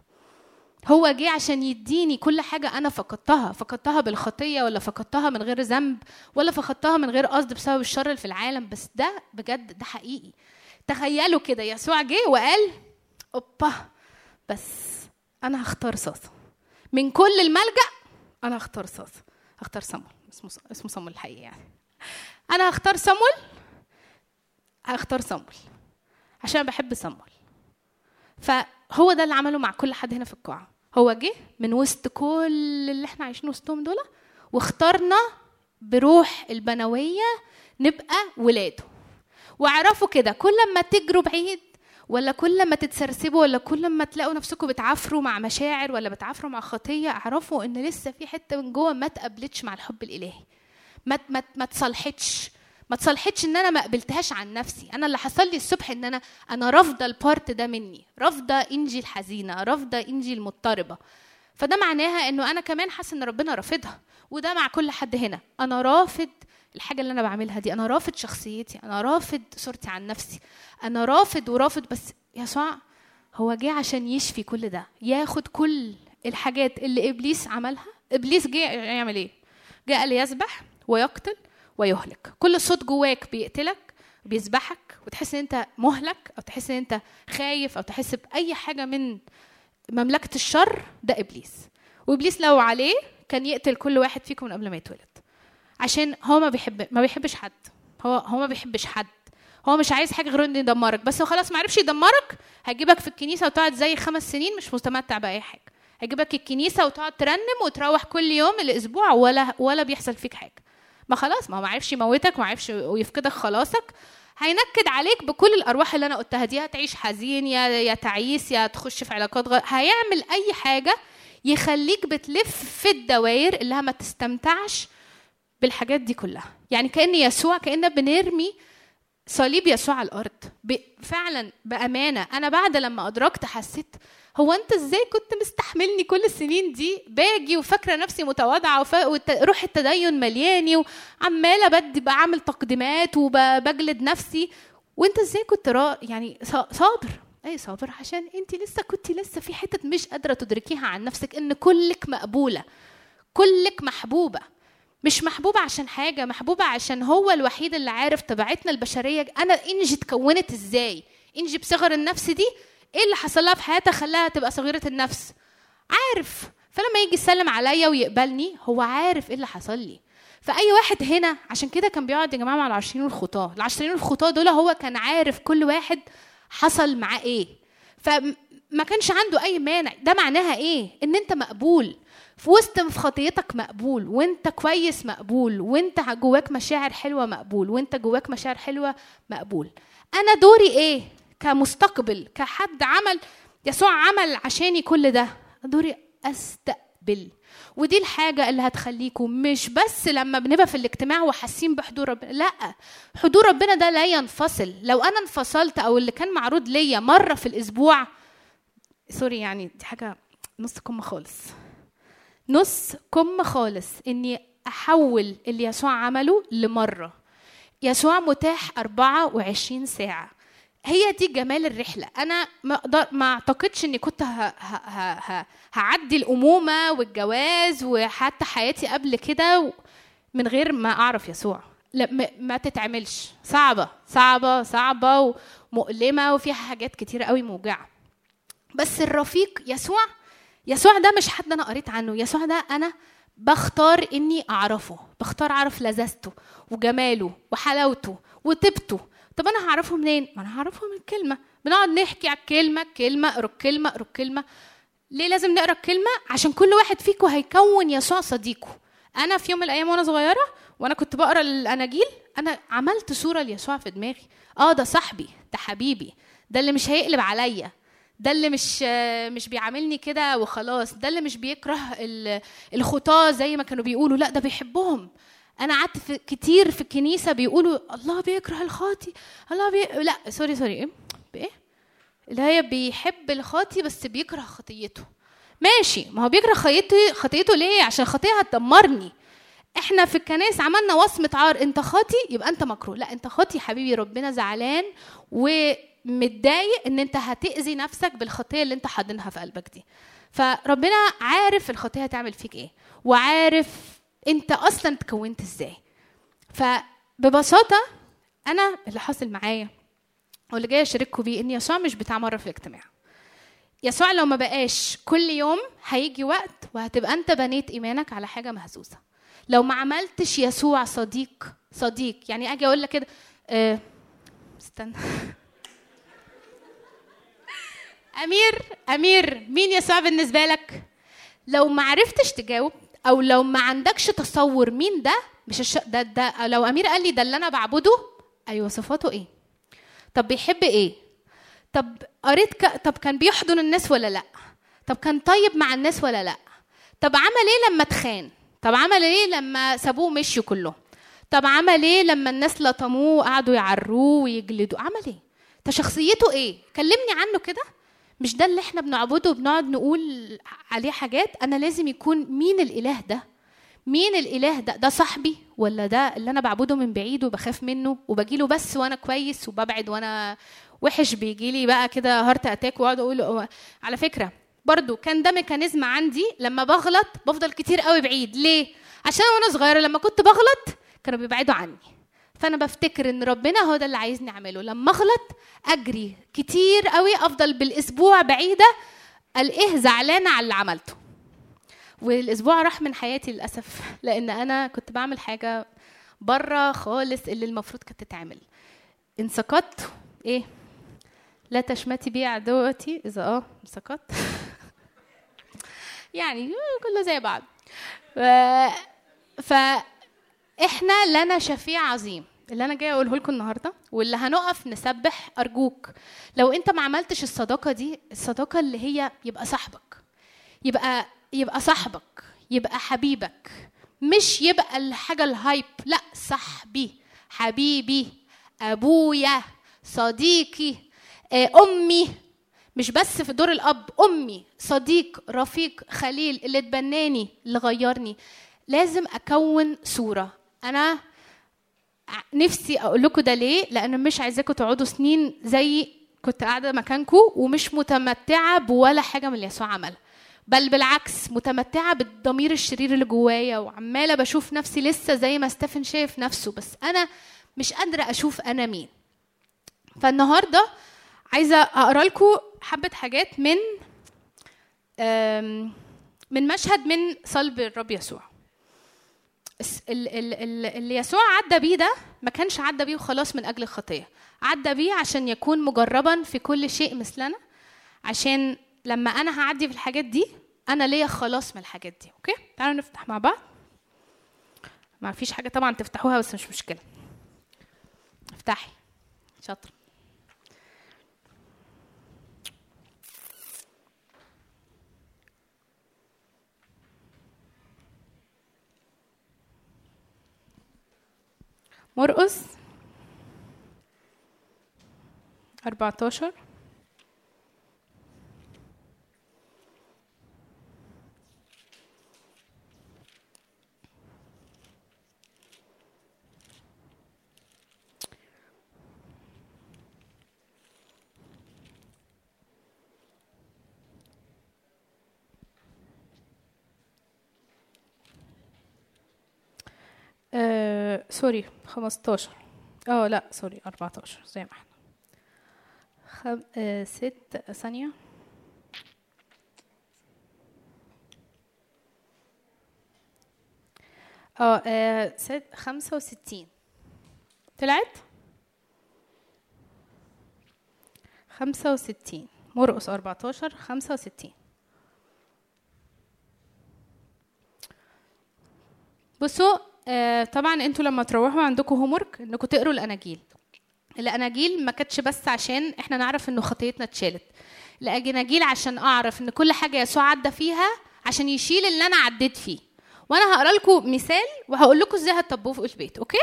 هو جه عشان يديني كل حاجه انا فقدتها بالخطيه، ولا فقدتها من غير ذنب، ولا فقدتها من غير قصد بسبب الشر اللي في العالم. بس ده بجد، ده حقيقي. تخيلوا كده، يسوع جه وقال اوبا، بس انا هختار صاصه من كل الملجأ. انا هختار صاصه، هختار صمويل، اسمه صمويل الحقيقي يعني. أنا هختار صمويل عشان بحب صمويل. فهو ده اللي عمله مع كل حد هنا في القاعة. هو جه من وسط كل اللي احنا عايشين وسطهم دول، واختارنا بروح البنوية نبقى ولاده. واعرفوا كده، كل ما تجروا بعيد، ولا كل ما تتسرسبوا، ولا كل ما تلاقوا نفسكم بتعافروا مع مشاعر ولا بتعافروا مع خطية، اعرفوا ان لسه في حتة من جوه ما تقبلتش مع الحب الإلهي، ما تصلحتش ان انا ما قبلتهاش عن نفسي. انا اللي حصل لي الصبح ان انا رافضه البارت ده مني، رافضه انجي الحزينه، رافضه انجي المضطربه. فده معناها انه انا كمان حاسه ان ربنا رافضها. وده مع كل حد هنا، انا رافض الحاجه اللي انا بعملها دي، انا رافض شخصيتي، انا رافض صورتي عن نفسي، انا رافض. بس يسوع هو جه عشان يشفي كل ده، ياخد كل الحاجات اللي ابليس عملها. ابليس جه يعمل ايه؟ جاء ليذبح ويقتل ويهلك. كل صوت جواك بيقتلك بيذبحك، وتحس ان انت مهلك، او تحس ان انت خايف، او تحس باي حاجه من مملكه الشر، ده ابليس. وابليس لو عليه كان يقتل كل واحد فيكم من قبل ما يتولد، عشان هو ما بيحبش حد. هو ما بيحبش حد، هو مش عايز حاجه غير انه يدمرك. بس هو خلاص ما عرفش يدمرك، هيجيبك في الكنيسه وتقعد زي 5 سنين مش مستمتع باي حاجه. هيجيبك الكنيسه وتقعد ترنم وتروح كل يوم الاسبوع ولا بيحصل فيك حاجه. ما خلاص، ما عرفش يموتك، ما عرفش ويفقدك خلاصك. هينكد عليك بكل الارواح اللي انا قلتها دي. هتعيش حزين، يا تعيس، يا تخش في علاقات هيعمل اي حاجه يخليك بتلف في الدوائر اللي ما تستمتعش بالحاجات دي كلها. يعني كأن بنرمي صليب يسوع على الارض. فعلا بامانه انا بعد لما ادركت حسيت، هو انت ازاي كنت مستحملني كل السنين دي؟ باجي وفاكره نفسي متواضعه وروح التدين ملياني، وعماله بعمل تقديمات وبجلد نفسي، وانت ازاي كنت يعني صابر؟ اي صابر عشان انت لسه في حته مش قادره تدركيها عن نفسك، ان كلك مقبوله، كلك محبوبه. مش محبوبه عشان حاجه، محبوبه عشان هو الوحيد اللي عارف طبيعتنا البشريه. انا انجي اتكونت ازاي؟ انجي بصغر النفس دي ايه اللي حصل لها في حياتها خلاها تبقى صغيره النفس؟ عارف. فلما يجي يسلم عليا ويقبلني، هو عارف ايه اللي حصل لي. فاي واحد هنا، عشان كده كان بيقعد يا جماعه مع العشرين والخطاه دول، هو كان عارف كل واحد حصل معاه ايه، فما كانش عنده اي مانع. ده معناها ايه؟ ان انت مقبول. في وسط في خطيتك مقبول، وانت كويس مقبول، وانت جواك مشاعر حلوه مقبول، وانت جواك مشاعر حلوه مقبول. انا دوري ايه كمستقبل، كحد عمل يسوع عمل عشاني كل ده؟ دوري استقبل. ودي الحاجه اللي هتخليكم مش بس لما بنبقى في الاجتماع وحاسين بحضور ربنا، لا، حضور ربنا ده لا ينفصل. لو انا انفصلت او اللي كان معروض ليا مره في الاسبوع، سوري يعني دي حاجه نص كم خالص، نص كم خالص، اني احول اللي يسوع عمله لمره. يسوع متاح 24 ساعه. هي دي جمال الرحله. انا ما اعتقدش اني كنت هعدي الامومه والجواز وحتى حياتي قبل كده من غير ما اعرف يسوع. لا، ما تتعملش، صعبه صعبه صعبه ومؤلمه وفيها حاجات كتيره قوي موجعه. بس الرفيق يسوع ده مش حد انا قريت عنه. يسوع ده انا بختار اني اعرفه، بختار اعرف لذته وجماله وحلاوته وطيبته. طب انا هعرفه منين؟ ما انا هعرفه من الكلمه. بنقعد نحكي على الكلمه، اقرا الكلمه. ليه لازم نقرا الكلمه؟ عشان كل واحد فيكم هيكون يسوع صديقه. انا في يوم من الايام وانا صغيره وانا كنت بقرا الاناجيل، انا عملت صوره ليسوع في دماغي. ده صاحبي، ده حبيبي، ده اللي مش هيقلب عليا، ده اللي مش بيعاملني كده وخلاص، ده اللي مش بيكره الخطاه زي ما كانوا بيقولوا، لا ده بيحبهم. انا قعدت كتير في الكنيسه بيقولوا الله بيكره الخاطي، لا سوري ايه اللي هي بيحب الخاطي بس بيكره خطيته. ماشي، ما هو بيكره خطيته ليه؟ عشان الخطيه هتدمرني. احنا في الكنائس عملنا وصمه عار، انت خاطي يبقى انت مكروه. لا، انت خاطي حبيبي، ربنا زعلان ومتضايق ان انت هتأذي نفسك بالخطيه اللي انت حاضنها في قلبك دي. فربنا عارف الخطيه هتعمل فيك ايه، وعارف انت اصلا تكونت ازاي. فببساطه انا اللي حاصل معايا واللي جاي اشارككم بيه ان يسوع مش بتاع مره في الاجتماع. يسوع لو ما بقاش كل يوم هيجي وقت وهتبقى انت بنيت ايمانك على حاجه مهزوزه. لو ما عملتش يسوع صديق يعني اجي اقول لك كده استنى امير مين يسوع بالنسبه لك؟ لو ما عرفتش تجاوب او لو ما عندكش تصور مين ده، مش ده لو امير قال لي ده اللي انا بعبده، ايوه صفاته ايه؟ طب بيحب ايه؟ طب طب كان بيحضن الناس ولا لا؟ طب كان طيب مع الناس ولا لا؟ طب عمل ايه لما اتخان؟ طب عمل ايه لما سابوه مشيوا كله؟ طب عمل ايه لما الناس لطموه وقعدوا يعروه ويجلدوه؟ عمل ايه؟ طب شخصيته ايه؟ كلمني عنه كده. مش ده اللي احنا بنعبده وبنقعد نقول عليه حاجات. انا لازم يكون مين الاله ده؟ مين الاله ده؟ ده صاحبي ولا ده اللي انا بعبده من بعيد وبخاف منه وبجيله بس وانا كويس وببعد وانا وحش بيجيلي بقى كده هارت اتاك واقعد اقول. على فكره برضو كان ده ميكانيزم عندي، لما بغلط بفضل كتير قوي بعيد. ليه؟ عشان وانا صغيره لما كنت بغلط كانوا بيبعدوا عني، فانا بفتكر ان ربنا هو ده اللي عايزني اعمله. لما اغلط اجري كتير قوي، افضل بالاسبوع بعيده، الاقيه زعلانه على اللي عملته، والاسبوع راح من حياتي للاسف لان انا كنت بعمل حاجه بره خالص اللي المفروض كانت تتعمل. ان سقطت ايه؟ لا تشمتي بي عدوتي اذا سقطت يعني كله زي بعض. فاحنا لنا شفيع عظيم، اللي انا جايه اقوله لكم النهارده واللي هنقف نسبح. ارجوك لو انت ما عملتش الصداقه دي، الصداقه اللي هي يبقى صاحبك، يبقى صاحبك، يبقى حبيبك، مش يبقى الحاجه الهايب، لا، صاحبي، حبيبي، ابويا، صديقي، امي، مش بس في دور الاب، امي، صديق، رفيق، خليل، اللي اتبناني، اللي غيرني. لازم اكون صوره. انا نفسي اقول لكم ده ليه؟ لان مش عايزاكم تقعدوا سنين زي كنت قاعده مكانكم ومش متمتعه بولا حاجه من اللي يسوع عملها، بل بالعكس متمتعه بالضمير الشرير اللي جوايا وعماله بشوف نفسي لسه زي ما ستيفن شايف نفسه، بس انا مش قادره اشوف انا مين. فالنهارده عايزه اقرا لكم حبه حاجات من مشهد من صلب الرب يسوع. اللي يسوع عدى بيه ده ما كانش عدى بيه وخلاص من اجل الخطيه، عدى بيه عشان يكون مجربا في كل شيء مثلنا، عشان لما انا هعدي في الحاجات دي انا ليا خلاص من الحاجات دي. اوكي تعالوا نفتح مع بعض. ما فيش حاجه طبعا تفتحوها بس مش مشكله. افتحي شاطر. مرقس 14 سوري 15 لا سوري 14 زي ما احنا 6 ثانية 65 طلعت 65 مرقس 14 65. بصوا طبعا انتوا لما تروحوا عندكم هومورك انكم تقروا الاناجيل ما كانتش بس عشان احنا نعرف انه خطيتنا اتشالت. الاناجيل عشان اعرف ان كل حاجه يسوع عدى فيها عشان يشيل اللي انا عديت فيه. وانا هقرا لكم مثال وهقول لكم ازاي هتطبقوه في البيت. اوكي.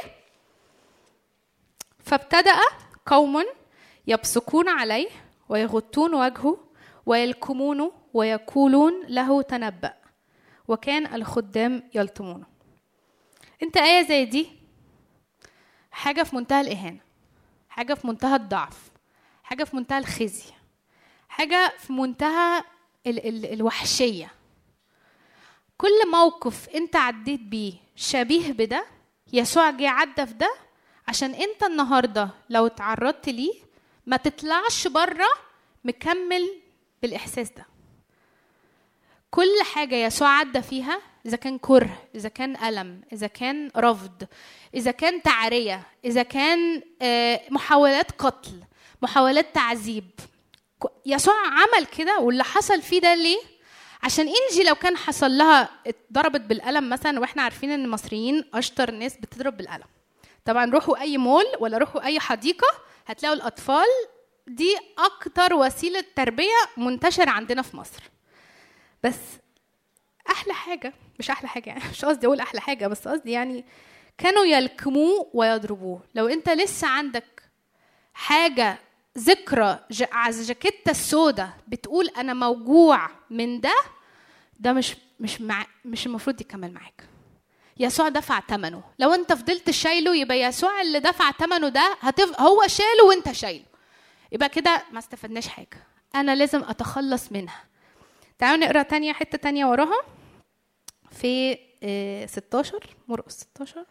فابتدأ قوم يبصقون عليه ويغطون وجهه ويلكمونه ويقولون له تنبأ، وكان الخدام يلطمونه. انت آية زي دي حاجة في منتهى الإهانة، حاجة في منتهى الضعف، حاجة في منتهى الخزي، حاجة في منتهى الوحشية. كل موقف انت عديت بيه شبيه بده يسوع جه عدى في ده عشان انت النهاردة لو تعرضت ليه ما تطلعش بره مكمل بالإحساس ده. كل حاجة يسوع عدى فيها، إذا كان كره، إذا كان ألم، إذا كان رفض، إذا كان تعرية، إذا كان محاولات قتل، محاولات تعذيب، يسوع عمل كده. واللي حصل فيه ده ليه؟ عشان إنجي لو كان حصل لها اتضربت بالقلم مثلا، وإحنا عارفين إن المصريين أشطر ناس بتضرب بالقلم. طبعا روحوا أي مول ولا روحوا أي حديقة هتلاقوا الأطفال دي أكتر وسيلة تربية منتشرة عندنا في مصر. بس احلى حاجه، مش احلى حاجه يعني، مش قصدي اقول احلى حاجه، بس قصدي يعني كانوا يلكموه ويضربوه. لو انت لسه عندك حاجه ذكرى على الجاكيته السوداء بتقول انا موجوع من ده مش المفروض يكمل معاك. يسوع دفع ثمنه. لو انت فضلت شايله يبقى يسوع اللي دفع ثمنه ده هو شايله وانت شايله، يبقى كده ما استفدناش حاجه. انا لازم اتخلص منها. تعالوا نقرا تانية حته تانية وراها في 16 مرقس 16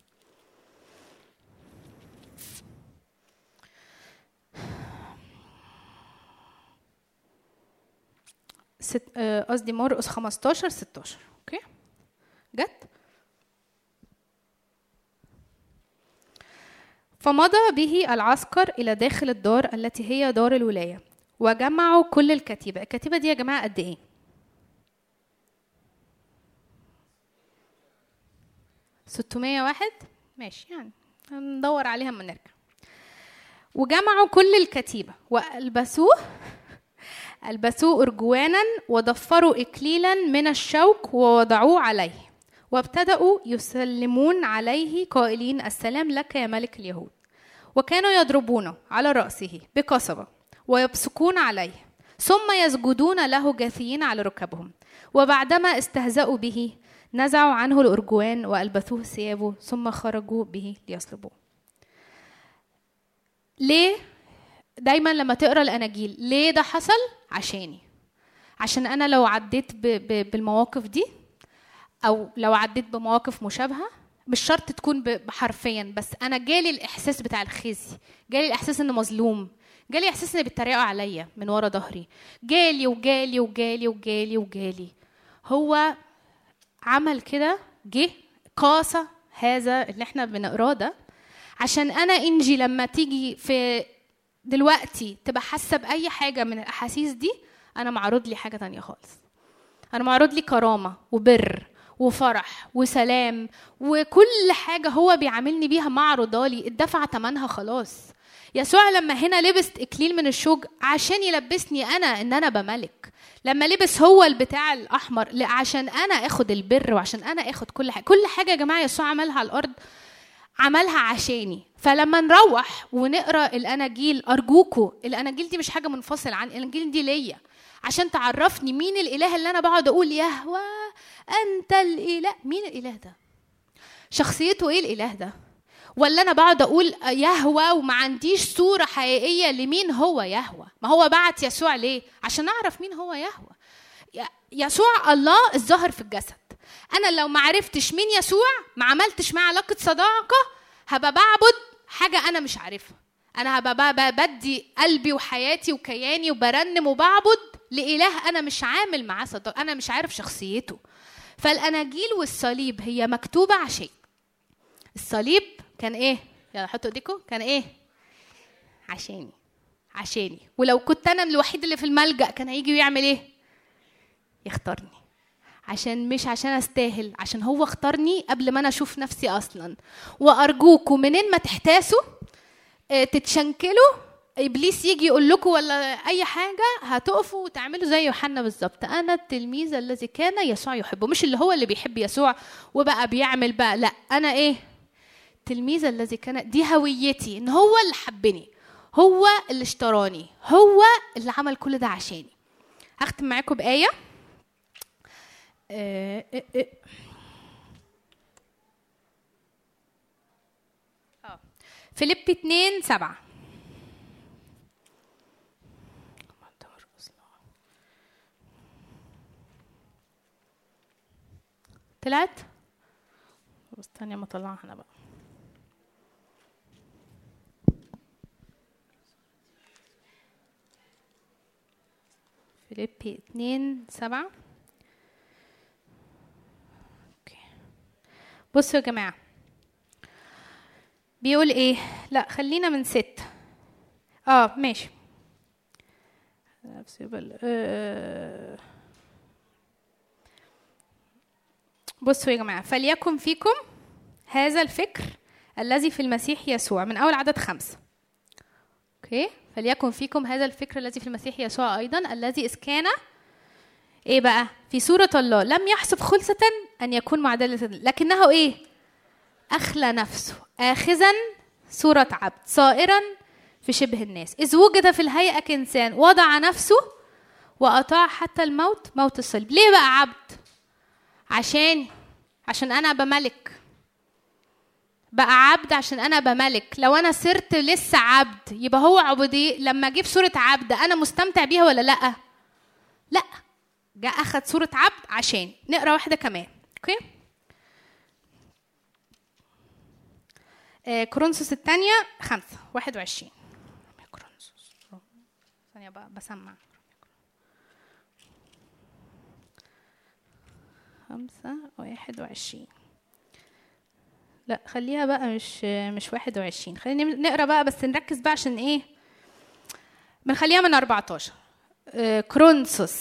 قصدي مرقس 15 16. اوكي جت. فمضى به العسكر الى داخل الدار التي هي دار الولايه وجمعوا كل الكتيبه. الكتيبه دي يا جماعه قد ايه؟ 600 واحد ماشي، يعني ندور عليها اما نرجع. وجمعوا كل الكتيبه ألبسوه أرجوانا وضفروا إكليلا من الشوك ووضعوه عليه، وابتدأوا يسلمون عليه قائلين السلام لك يا ملك اليهود. وكانوا يضربونه على رأسه بقصبة ويبصقون عليه، ثم يسجدون له جاثيين على ركبهم. وبعدما استهزأوا به نزعوا عنه الأرجوان وألبثوه ثيابه، ثم خرجوا به ليصلبوه. ليه؟ دايما لما تقرأ الأناجيل ليه ده حصل؟ عشان أنا لو عديت بالمواقف دي، أو لو عديت بمواقف مشابهة، مش شرط تكون بحرفيا، بس أنا جالي الإحساس بتاع الخزي، جالي الإحساس إنه مظلوم، جالي إحساس إن بيتريقوا عليا من ورا ظهري، جالي وجالي وجالي وجالي وجالي. هو عمل كده، جه قاسى هذا اللي احنا بنقراه ده، عشان أنا إنجي لما تيجي في دلوقتي تبقى حاسة بأي حاجة من الأحاسيس دي، أنا معروض لي حاجة تانية خالص. انا معروض لي كرامه وبر وفرح وسلام وكل حاجه هو بيعاملني بيها معروضالي اتدفع ثمنها خلاص. يسوع لما هنا لبس اكليل من الشوك عشان يلبسني انا ان انا بملك، لما لبس هو البتاع الاحمر عشان انا اخد البر وعشان انا اخد كل حاجه. كل حاجه يا جماعه يسوع عملها على الارض عملها عشاني. فلما نروح ونقرا الاناجيل، ارجوكوا الاناجيل دي مش حاجه منفصل عن الاناجيل دي ليا عشان تعرفني مين الاله اللي انا بقعد اقول يهوه انت الاله. مين الاله ده؟ شخصيته ايه الاله ده؟ ولا انا بقعد اقول يهوه وما عنديش صوره حقيقيه لمين هو يهوه؟ ما هو بعت يسوع ليه؟ عشان اعرف مين هو يهوه. يسوع الله الظاهر في الجسد. انا لو ما عرفتش مين يسوع، ما عملتش معاه علاقه صداقه، هبقى بعبد حاجه انا مش عارفها. انا هبقى بدي قلبي وحياتي وكياني وبرنم وبعبد لاله انا مش عامل معاه صداقه، انا مش عارف شخصيته. فالاناجيل والصليب هي مكتوبه عشان الصليب كان ايه؟ يلا حطوا ايديكم. كان ايه؟ عشاني. ولو كنت انا الوحيد اللي في الملجأ كان هيجي ويعمل ايه؟ يختارني. مش عشان استاهل، عشان هو اختارني قبل ما انا اشوف نفسي اصلا. وارجوكم منين ما تحتاسوا تتشنكلوا، ابليس يجي يقول لكم ولا اي حاجه، هتقفوا وتعملوا زي يوحنا بالظبط. انا التلميذ الذي كان يسوع يحبه، مش اللي هو اللي بيحب يسوع وبقى بيعمل بقى، لا انا ايه؟ التلميذ الذي كان. دي هويتي، ان هو اللي حبني، هو اللي اشتراني، هو اللي عمل كل ده عشاني. هختم معاكم بآية فيليبي 2:7. طلعت؟ بس تانية ما طلعها انا بقى. فيليبي 2:7. بصوا يا جماعة بيقول ايه؟ لا خلينا من 6. ماشي. بصوا يا جماعة، فليكن فيكم هذا الفكر الذي في المسيح يسوع، من أول عدد 5. اوكي، فليكن فيكم هذا الفكر الذي في المسيح يسوع أيضا، الذي إذ كان ايه بقى؟ في صورة الله لم يحسب خلصة أن يكون معادلة، لكنه ايه؟ أخلى نفسه آخذا صورة عبد صائرا في شبه الناس، إذ وجد في الهيئة كإنسان وضع نفسه وأطاع حتى الموت، موت الصليب. ليه بقى عبد؟ عشان أنا بملك. بقى عبد عشان أنا بملك. لو أنا صرت لسه عبد يبقى هو عبودي. لما أجيب صورة عبد أنا مستمتع بيها ولا لأ؟ لأ. جاء أخذ صورة عبد عشان. نقرأ واحدة كمان. أوكي؟ كورنثوس الثانية 5:21. كورنثوس ثانية بقى بسمع. 5:21. لا خليها بقى مش 21. خلينا نقرأ بقى بس نركز بقى عشان ايه؟ بنخليها من 14. كورنثوس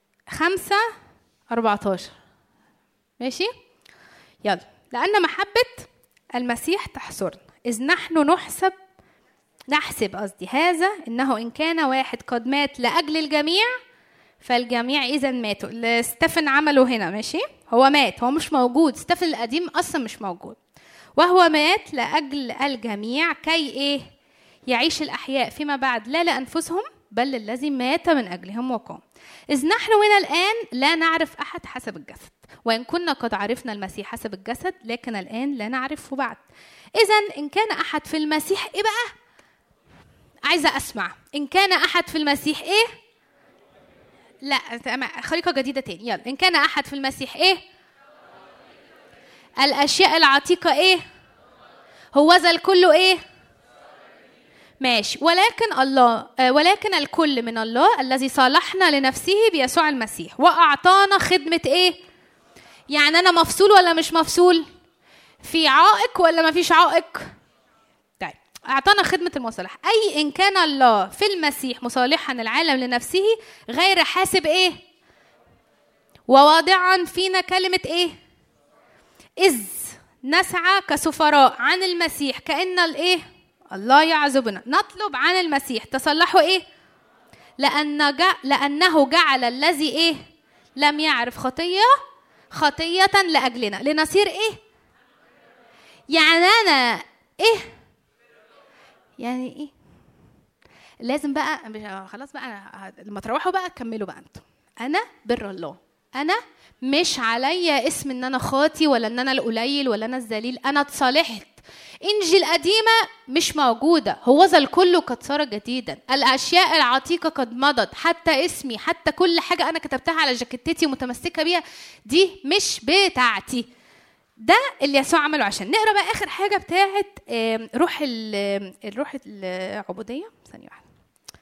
5:14. ماشي؟ يلا. لأن محبة المسيح تحصرنا، إذ نحن نحسب هذا إنه إن كان واحد قد مات لأجل الجميع فالجميع إذا ماتوا. ستيفن عمله هنا. ماشي؟ هو مات، هو مش موجود. ستيفن القديم أصلا مش موجود. وهو مات لأجل الجميع كي إيه؟ يعيش الأحياء فيما بعد لا لأنفسهم بل الذي مات من أجلهم وقام. إذ نحن من الآن لا نعرف أحد حسب الجسد، وإن كنا قد عرفنا المسيح حسب الجسد لكن الآن لا نعرفه بعد. إذن إن كان أحد في المسيح إيه بقى؟ عايزة أسمع. إن كان أحد في المسيح إيه؟ لا خريطة جديدة تاني. يلا. إن كان أحد في المسيح إيه؟ الأشياء العتيقة إيه؟ هو ذا الكل إيه؟ ماشي. ولكن الكل من الله الذي صالحنا لنفسه بيسوع المسيح وأعطانا خدمة إيه؟ يعني أنا مفصول ولا مش مفصول؟ في عائق ولا ما فيش عائق؟ طيب أعطانا خدمة المصالحة. أي إن كان الله في المسيح مصالحا العالم لنفسه غير حاسب إيه؟ وواضعا فينا كلمة ايه؟ إذ نسعى كسفراء عن المسيح كأن الايه؟ الله يعذبنا. نطلب عن المسيح تصلحوا ايه؟ لأنه جعل الذي ايه؟ لم يعرف خطية لأجلنا لنصير ايه؟ يعني أنا ايه؟ يعني ايه؟ لازم بقى خلاص بقى لما تروحوا بقى كملوا بقى انتوا. أنا بر الله، أنا مش عليا اسم ان انا خاطي ولا ان انا القليل ولا انا الذليل، انا اتصالحت. انجي القديمه مش موجوده، هو ذا الكل قد صار جديدا، الاشياء العتيقه قد مضت، حتى اسمي، حتى كل حاجه انا كتبتها على جاكيتتي ومتمسكه بيها دي مش بتاعتي. ده اللي يسوع عمله. عشان نقرا بقى اخر حاجه بتاعه روح العبوديه. ثانيه واحده.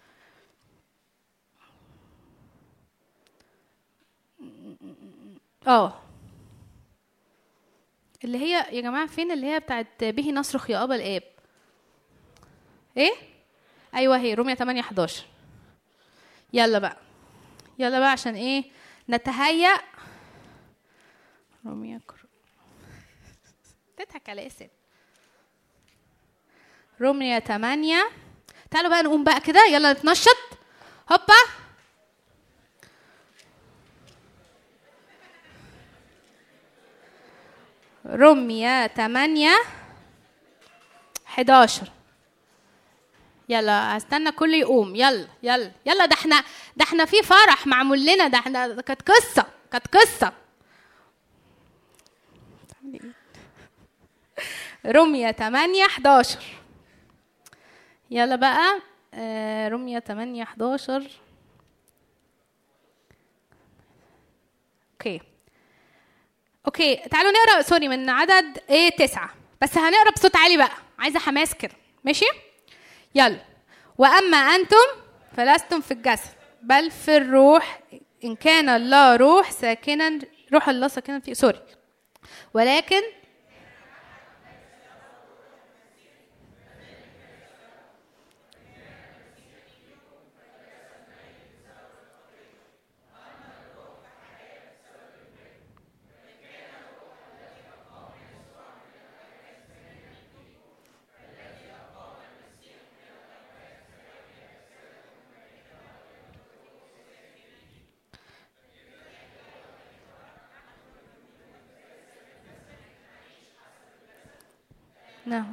اللي هي يا جماعه فين اللي هي بتاعت به نصرخ يا ابا الاب؟ ايه؟ ايوه هي رومية 8:11. يلا بقى عشان ايه نتهيأ. رومية تضحك على اسم رومية 8. تعالوا بقى نقوم بقى كده، يلا نتنشط. هوبا رومية 8:11. يلا هستنى كل يقوم. يلا ده احنا في فرح معمول لنا. ده احنا كانت قصة. رومية 8:11. يلا بقى رومية 8:11. اوكي تعالوا نقرا من عدد 9، بس هنقرا بصوت عالي بقى، عايزه حماس كده. ماشي يلا. واما انتم فلستم في الجسد بل في الروح، ان كان الله روح الله ساكنا في ولكن نعم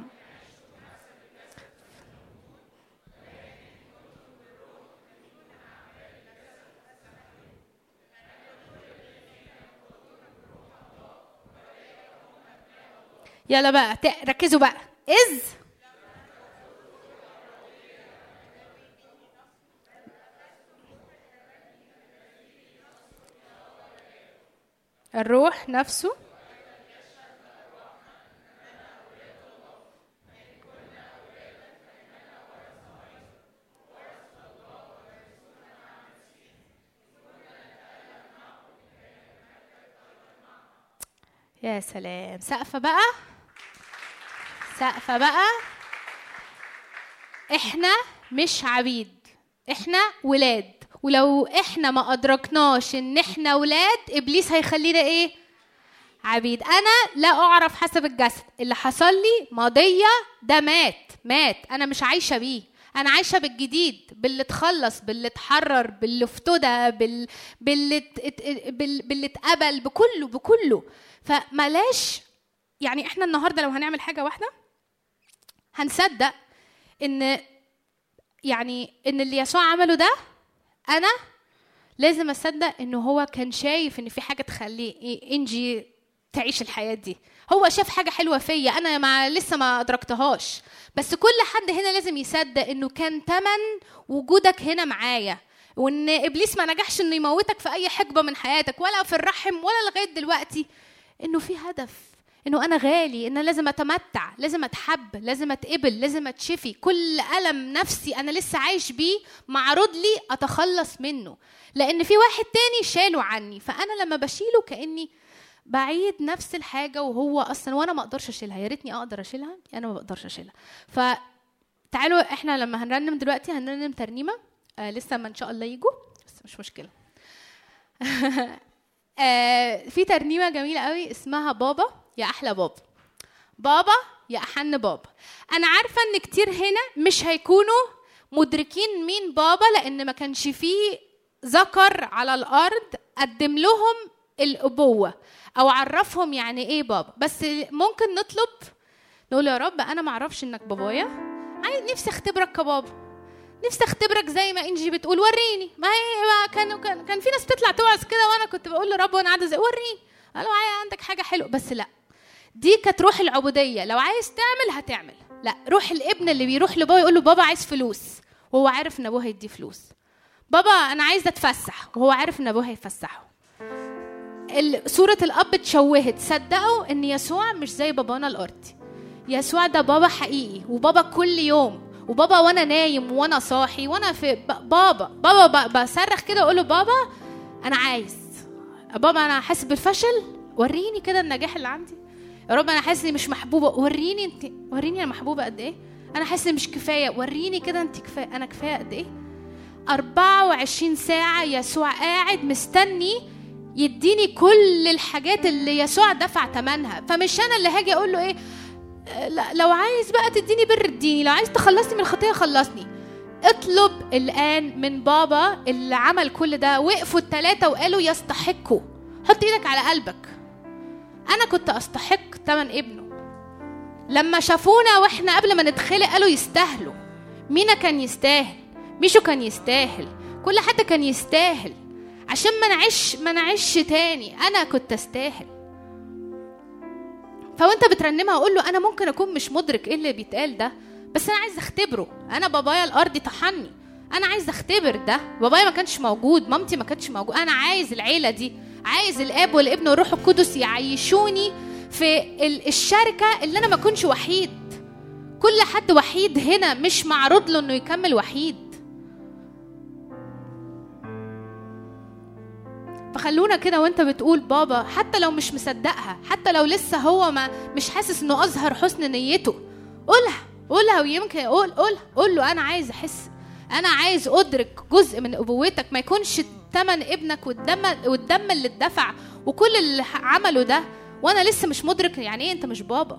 يلا بقى ركزوا بقى. إذ الروح نفسه يا سلام. سقفة بقى. احنا مش عبيد، احنا ولاد. ولو احنا ما ادركناش ان احنا ولاد، ابليس هيخلينا ايه؟ عبيد. انا لا اعرف حسب الجسد، اللي حصل لي ماضية ده مات. انا مش عايشة بيه، انا عايشة بالجديد، باللي اتخلص، باللي اتحرر، باللي افتدى، باللي اتقبل، بكله. فملاش يعني احنا النهارده لو هنعمل حاجه واحده هنصدق ان اللي يسوع عمله ده، انا لازم اصدق انه هو كان شايف ان في حاجه تخليه انجي تعيش الحياه دي. هو شاف حاجه حلوه فيا انا لسه ما ادركتهاش، بس كل حد هنا لازم يصدق انه كان تمن وجودك هنا معايا، وان ابليس ما نجحش انه يموتك في اي حقبه من حياتك ولا في الرحم ولا لغايه دلوقتي، انه في هدف، انه انا غالي، ان لازم اتمتع، لازم اتحب، لازم اتقبل، لازم اتشفي. كل الم نفسي انا لسه عايش بيه معروض لي اتخلص منه، لان في واحد تاني شاله عني. فانا لما بشيله كاني بعيد نفس الحاجه وهو اصلا وانا ما اقدرش اشيلها. يا ريتني اقدر اشيلها، انا ما بقدرش اشيلها. فتعالوا احنا لما هنرنم دلوقتي هنرنم ترنيمه لسه ما ان شاء الله يجوا، بس مش مشكله. في ترنيمة جميلة قوي اسمها بابا يا أحلى بابا، بابا يا أحن بابا. أنا عارفة إن كتير هنا مش هيكونوا مدركين مين بابا، لأن ما كانش فيه ذكر على الأرض قدم لهم الأبوة أو عرفهم يعني إيه بابا. بس ممكن نطلب نقول يا رب أنا معرفش إنك بابايا، نفسي أختبرك كبابا، نفسي أختبرك زي ما إنجي بتقول وريني. ما هي كان في ناس بتطلع توعظ كده، وأنا كنت بقول لرب وأنا قاعدة زي وريني، قالوا معايا عندك حاجة حلوة. بس لا، دي كانت روح العبودية. لو عايز تعمل هتعمل. لا، روح الابن اللي بيروح لبابا يقول له بابا عايز فلوس وهو عارف ان ابوه هيديه فلوس. بابا انا عايز اتفسح وهو عارف ان ابوه هيفسحه. صورة الاب اتشوهت. صدقوا ان يسوع مش زي بابانا الارضي. يسوع ده بابا حقيقي، وبابا كل يوم، وبابا وانا نايم وانا صاحي وانا في بابا بصرخ كده اقول له بابا انا عايز، بابا انا حاسس بالفشل وريني كده النجاح اللي عندي. يا رب انا حاسس اني مش محبوبه وريني انت، وريني انا محبوبه قد ايه. انا حاسس اني مش كفايه وريني كده انت كفايه، انا كفايه قد ايه. 24 ساعه يسوع قاعد مستني يديني كل الحاجات اللي يسوع دفع ثمنها. فمش انا اللي هاجي اقول له ايه لا لو عايز بقى تديني بر اديني، لو عايز تخلصني من الخطيه خلصني. اطلب الان من بابا اللي عمل كل ده. وقفوا الثلاثه وقالوا يستحقوا. حط ايدك على قلبك. أنا كنت أستحق ثمن ابنه. لما شافونا وإحنا قبل ما نتخلق قالوا يستاهلوا. مينا كان يستاهل، ميشو كان يستاهل، كل حد كان يستاهل عشان ما نعيش تاني. أنا كنت أستاهل. فوانت بترنمها أقول له أنا ممكن أكون مش مدرك إيه اللي بيتقال ده، بس أنا عايز أختبره. أنا بابايا الأرضي طحني، أنا عايز أختبر ده. بابايا ما كانش موجود، مامتي ما كانتش موجود. أنا عايز العيلة دي، عايز الاب والابن والروح القدس يعيشوني في الشركه اللي انا ما كنش وحيد. كل حد وحيد هنا مش معروض له انه يكمل وحيد. فخلونا كده وانت بتقول بابا، حتى لو مش مصدقها، حتى لو لسه هو مش حاسس انه اظهر حسن نيته، قولها ويمكن قول له انا عايز احس، انا عايز ادرك جزء من ابوتك. ما يكونش ثمن ابنك والدم اللي اتدفع وكل اللي عمله ده وانا لسه مش مدرك يعني ايه انت مش بابا.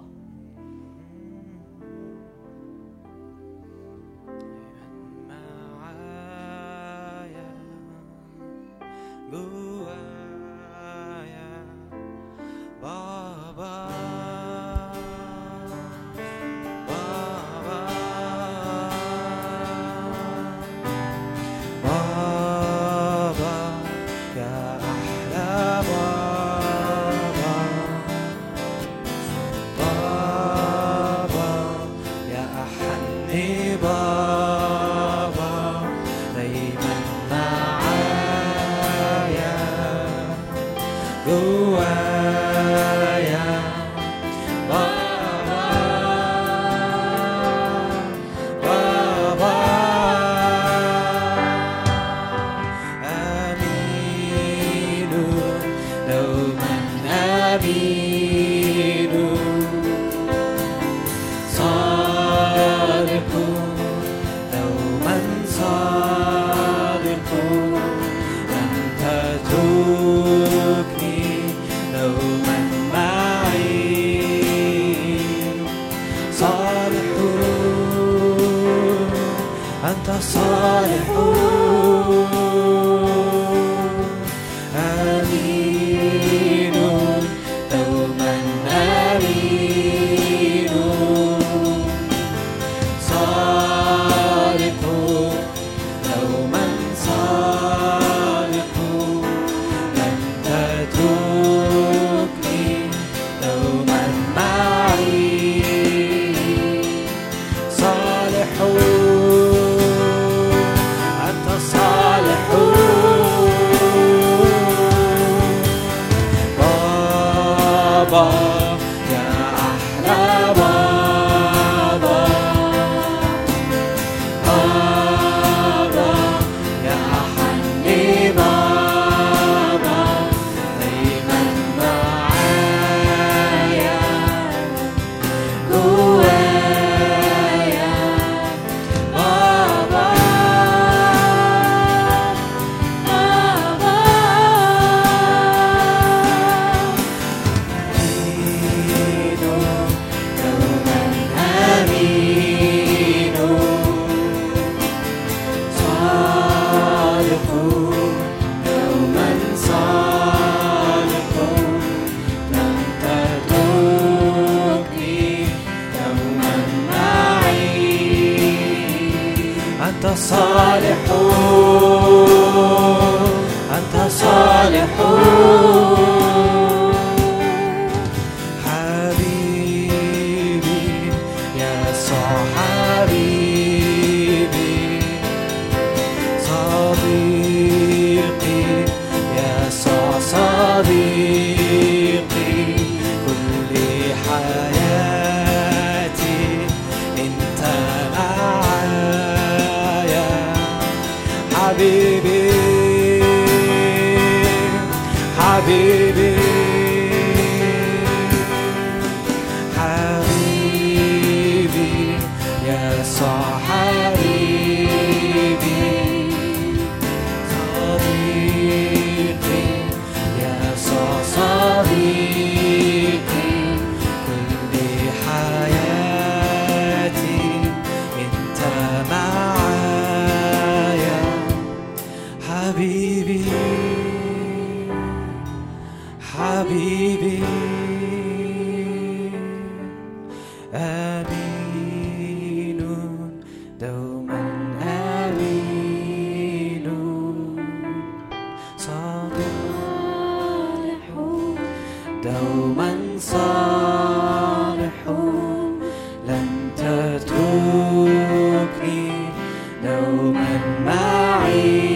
صالح أنت صالح حبيبي يسوع حبيبي صديقي يسوع صديقي كل حياتي انت معايا حبيبي حبيبي حبيبي يسوع حبيبي صديقي يسوع صديقي كل حياتي انت معايا حبيبي حبيبي آمين دوما آمين صالح دوما صالح لن تتركني دوما معي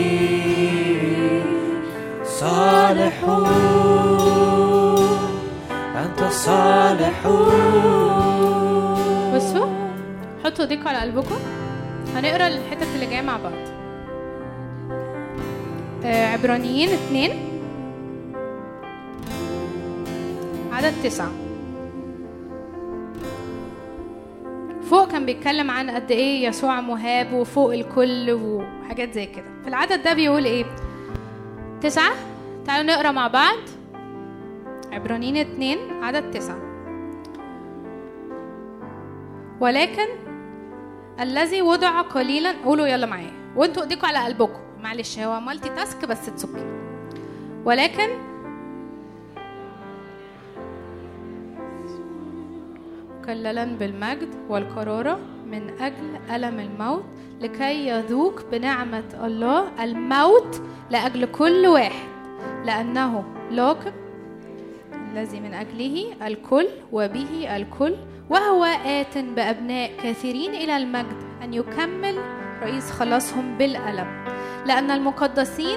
صالح أنت صالح. بصوا حطوا ايديكم على قلبكم، هنقرا الحتت اللي جايه مع بعض. عبرانيين 2 عدد 9. فوق كان بيتكلم عن قد ايه يسوع مهاب وفوق الكل وحاجات زي كده. في العدد ده بيقول ايه؟ 9. تعالوا نقرا مع بعض عبرانيين 2 عدد 9. ولكن الذي وضع قليلا، قولوا يلا معايا وانتوا ايديكم على قلبكم، معلش هو مالتي تاسك بس تسكي. ولكن مكللا بالمجد والقرارة من أجل ألم الموت لكي يذوق بنعمة الله الموت لأجل كل واحد، لأنه لاقب الذي من أجله الكل وبه الكل، وهو آت بأبناء كثيرين إلى المجد أن يكمل رئيس خلاصهم بالألم، لأن المقدسين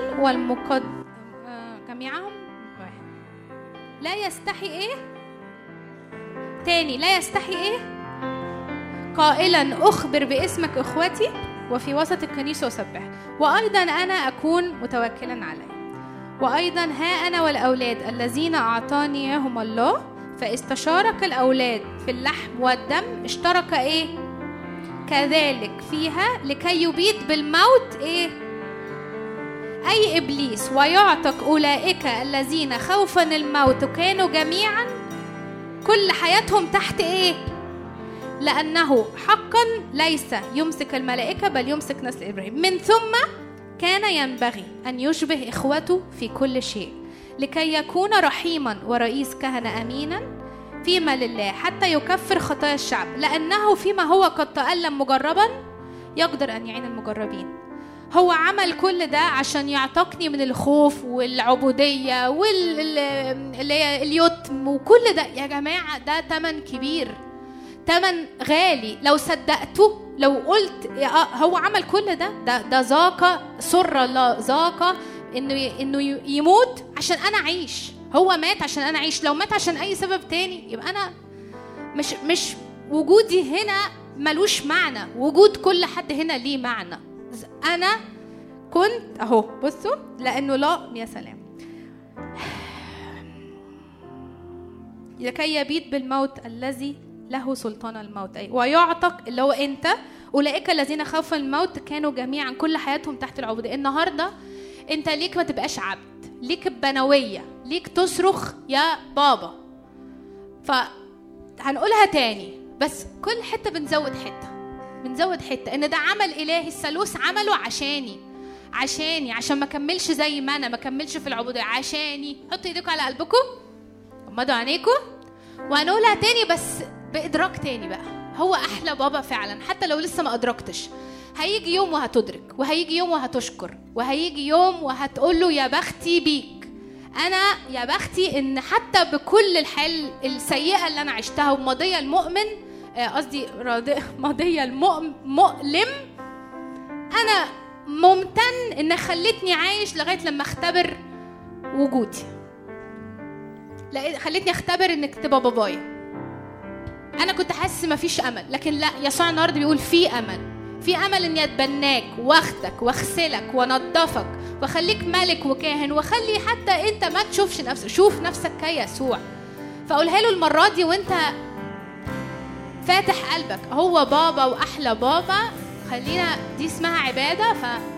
جميعهم واحد. لا يستحي إيه؟ تاني، لا يستحي إيه؟ قائلا أخبر باسمك إخوتي وفي وسط الكنيسة وسبح، وأيضا أنا أكون متوكلا عليه. وأيضا ها أنا والأولاد الذين أعطاني إياهم الله، فاستشارك الأولاد في اللحم والدم اشترك إيه؟ كذلك فيها لكي يبيد بالموت إيه؟ أي إبليس، ويعتق أولئك الذين خوفا الموت كانوا جميعا كل حياتهم تحت إيه؟ لأنه حقا ليس يمسك الملائكة بل يمسك نسل إبراهيم. من ثم كان ينبغي أن يشبه إخوته في كل شيء لكي يكون رحيما ورئيس كهنة أمينا فيما لله حتى يكفر خطايا الشعب، لأنه فيما هو قد تألم مجربا يقدر أن يعين المجربين. هو عمل كل ده عشان يعتقني من الخوف والعبودية واليتم وكل ده. يا جماعة ده تمن كبير، تمن غالي. لو صدقته، لو قلت هو عمل كل ده ذاق سر الله، ذاق انه يموت عشان انا اعيش. هو مات عشان انا اعيش. لو مات عشان اي سبب تاني يبقى انا مش وجودي هنا ملوش معنى. وجود كل حد هنا ليه معنى. انا كنت اهو، بصوا، لانه لا، يا سلام، لكي يبيد بالموت الذي له سلطان الموت، أي ويعتق اللي هو انت اولئك الذين خافوا الموت كانوا جميعا كل حياتهم تحت العبودية. النهارده انت ليك ما تبقاش عبد، ليك بنوية، ليك تصرخ يا بابا. فهنقولها تاني، بس كل حتة بنزود حتة ان ده عمل الهي. الثالوث عمله عشان ما كملش زي ما انا ما كملش في العبودية، عشاني. حطوا ايديكم على قلبكم، غمضوا عينيكم، وهنقولها تاني بس بإدراك تاني بقى. هو أحلى بابا فعلا، حتى لو لسه ما أدركتش. هيجي يوم وهتدرك، وهيجي يوم وهتشكر، وهيجي يوم وهتقول له يا بختي بيك. أنا يا بختي إن حتى بكل الحال السيئة اللي أنا عشتها وماضية المؤمن قصدي ماضية المؤلم، أنا ممتن إن خلتني عايش لغاية لما اختبر وجودي، خلتني اختبر إنك تبقى بابايا. أنا كنت حاسس مفيش أمل، لكن لا، يسوع النهارده بيقول في أمل، في أمل إني أتبناك واخدك واغسلك ونضفك وخليك ملك وكاهن، وخلي حتى أنت ما تشوفش نفسك، شوف نفسك كيسوع. فأقولها له المرة دي وأنت فاتح قلبك، هو بابا وأحلى بابا. خلينا دي اسمها عبادة.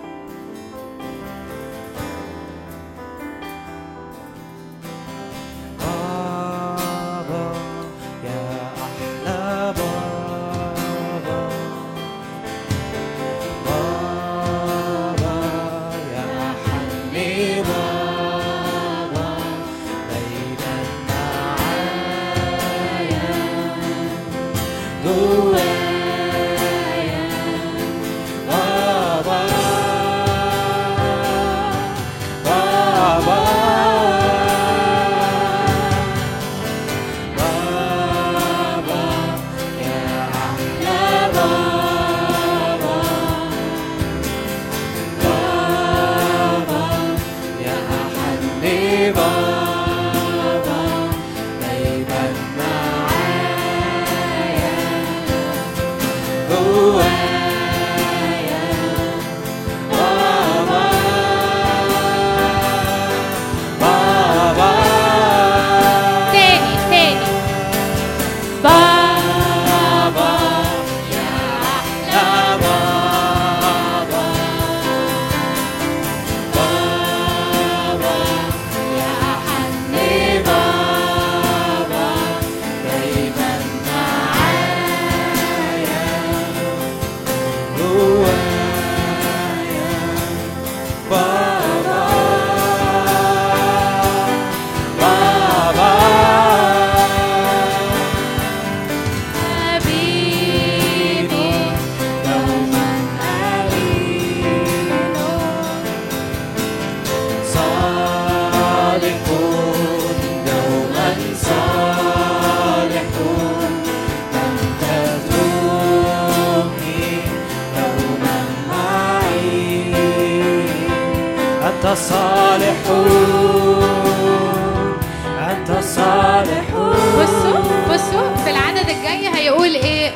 بصوا في العدد الجاي هيقول ايه؟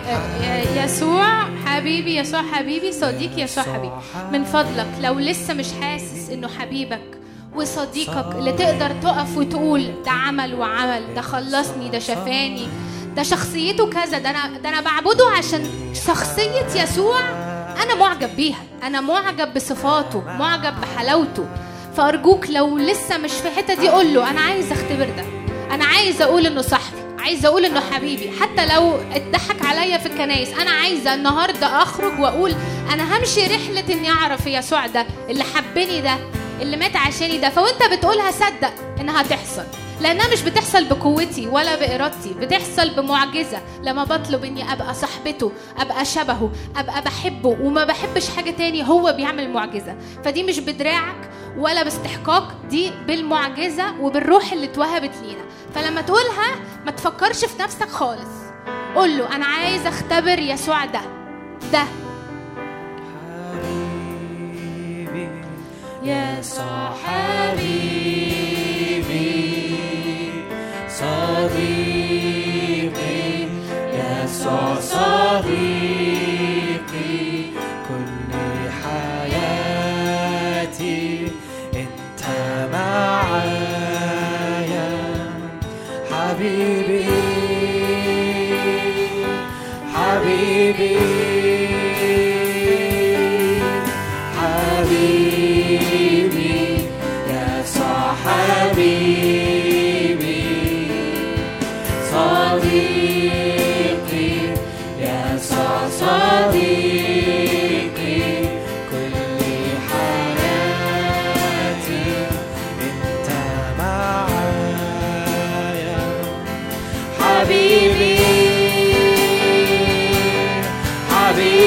يسوع حبيبي، يسوع حبيبي، صديق يسوع حبيبي. من فضلك لو لسه مش حاسس انه حبيبك وصديقك اللي تقدر تقف وتقول ده عمل وعمل، ده خلصني، ده شفاني، ده شخصيته كذا، ده انا بعبده عشان شخصية يسوع انا معجب بيها، انا معجب بصفاته، معجب بحلاوته. فأرجوك لو لسه مش في الحتة دي قول له أنا عايز أختبر ده، أنا عايز أقول إنه صاحبي، عايز أقول إنه حبيبي. حتى لو اتضحك عليا في الكنايس، أنا عايزة النهاردة أخرج وأقول أنا همشي رحلة إني أعرف يسوع ده اللي حبني، ده اللي مات عشاني ده. فوانت بتقولها صدق إنها تحصل، لأنها مش بتحصل بقوتي ولا بإرادتي، بتحصل بمعجزة لما بطلب إني أبقى صاحبته، أبقى شبهه، أبقى بحبه وما بحبش حاجة تاني، هو بيعمل معجزة. فدي مش بدراعك ولا باستحقاق، دي بالمعجزة وبالروح اللي اتوهبت لينا. فلما تقولها ما تفكرش في نفسك خالص، قول له أنا عايز أختبر يسوع ده حبيبي يسوع حبيبي صديقي يسوع صديقي كل حياتي انت معايا حبيبي حبيبي حبيبي يسوع حبيبي صديقي يسوع صديقي كل حياتي انت معايا حبيبي حبيبي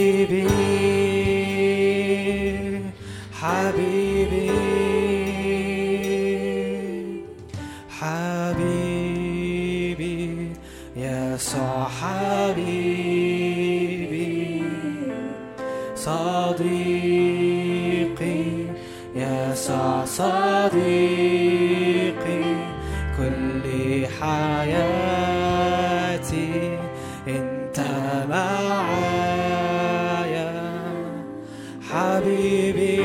حبيبي حبيبي يسوع حبيبي صديقي يسوع صديقي كل حياتي انت معايا حبيبي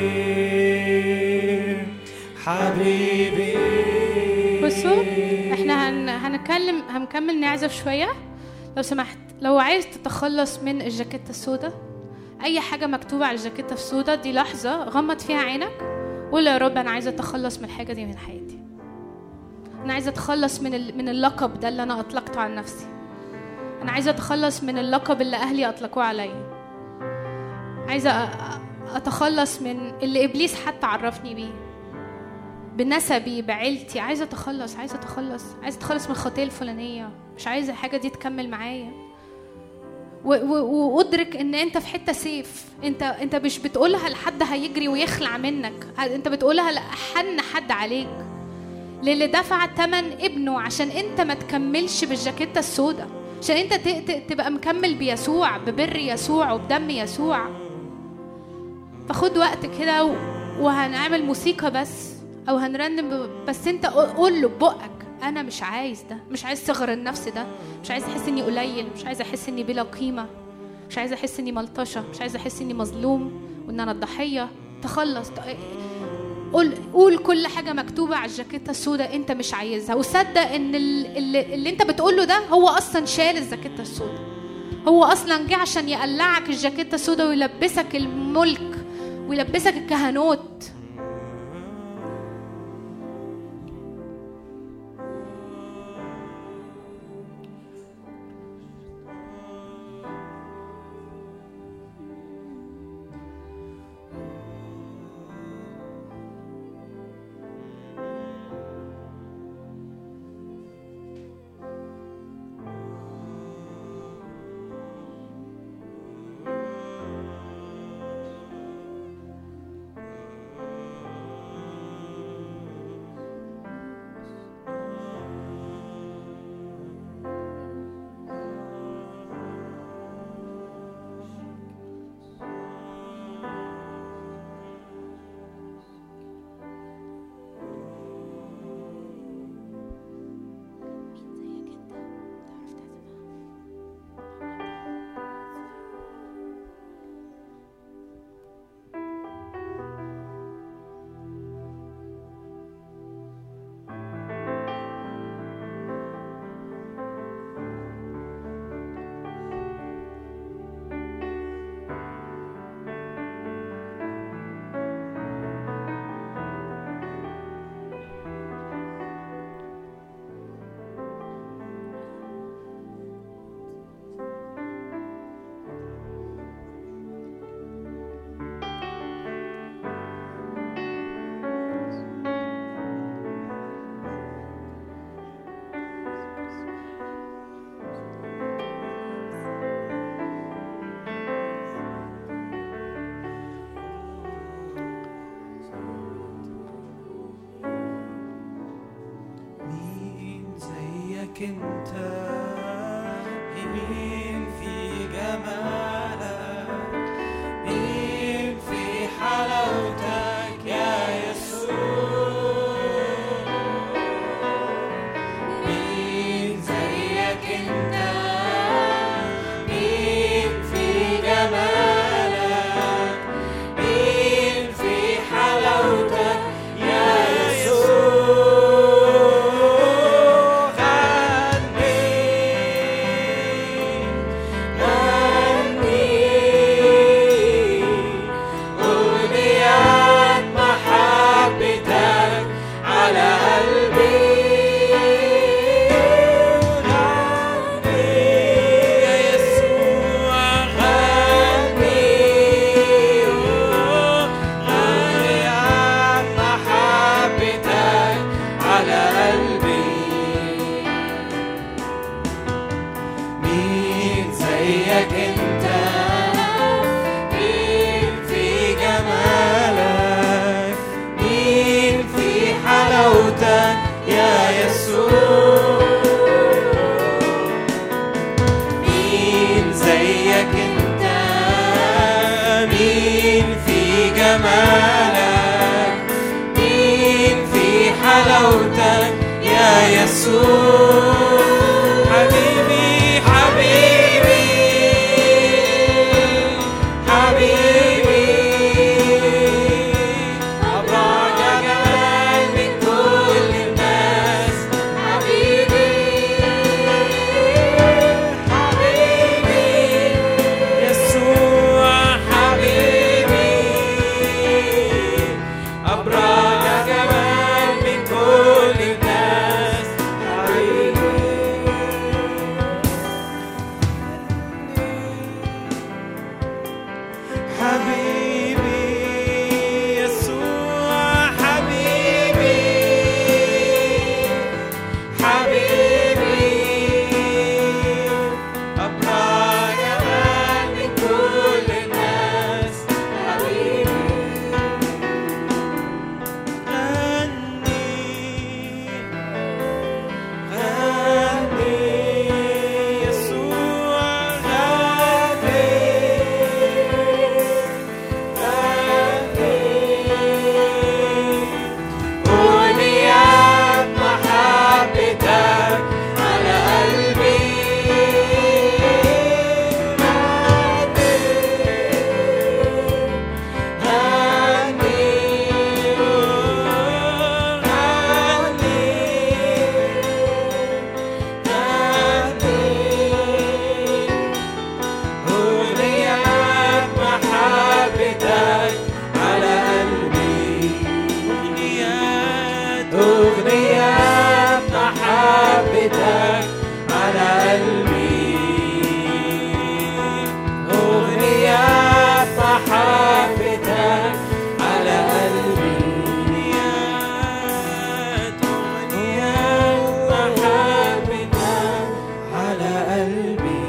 حبيبي. بصوا احنا هنكمل نعزف شوية. لو سمحت لو عايز تتخلص من الجاكيتة السوداء، اي حاجة مكتوبة على الجاكيتة السوداء دي، لحظة غمض فيها عينك قول يا رب انا عايزة اتخلص من الحاجة دي من حياتي. انا عايزة اتخلص من اللقب ده اللي انا اطلقته عن نفسي. انا عايزة اتخلص من اللقب اللي اهلي اطلقوه عليا. عايزة اتخلص من اللي ابليس حتى عرفني بيه، بنسبي بعيلتي. عايزة اتخلص من الخطية الفلانية. مش عايزة الحاجة دي تكمل معايا. وادرك ان انت في حتة سيف. انت مش بتقولها لحد هيجري ويخلع منك، انت بتقولها لأحن حد عليك، للي دفع ثمن ابنه عشان انت ما تكملش بالجاكيتة السوداء، عشان انت تبقى مكمل بيسوع، ببر يسوع وبدم يسوع. فخد وقت كده وهنعمل موسيقى بس او هنرنم بس انت قول له ببقك انا مش عايز ده، مش عايز صغر النفس ده، مش عايز احس اني قليل، مش عايز احس اني بلا قيمة، مش عايز احس اني ملطشة، مش عايز احس اني مظلوم وان انا الضحية. تخلص. قول كل حاجة مكتوبة على الجاكيتة السوداء انت مش عايزها، وصدق ان اللي انت بتقوله ده هو اصلا شال الجاكيتة السوداء. هو اصلا جه عشان يقلعك الجاكيتة السوداء ويلبسك الملك ويلبسك الكهنوت. انت مين في جمالك، مين في حلاوتك يا يسوع، مين زيك انت، مين في جمالك، مين في حلاوتك يا يسوع. جمالك مين في حلاوتك يا يسوع حبيبي حبيبي حبيبي أبرع جمال من كل الناس حبيبي حبيبي يسوع حبيبي أبرع جمال من كل الناس حبيبي حبيبي يسوع حبيبي حبيبي أبرع جمال من كل الناس حبيبي غني غني يسوع غني أغنيات محبتك على قلبي أغنيات محبتك على قلبي أغنيات محبتك على قلبي أغنيات محبتك على قلبي أغنيات محبتك على قلبي.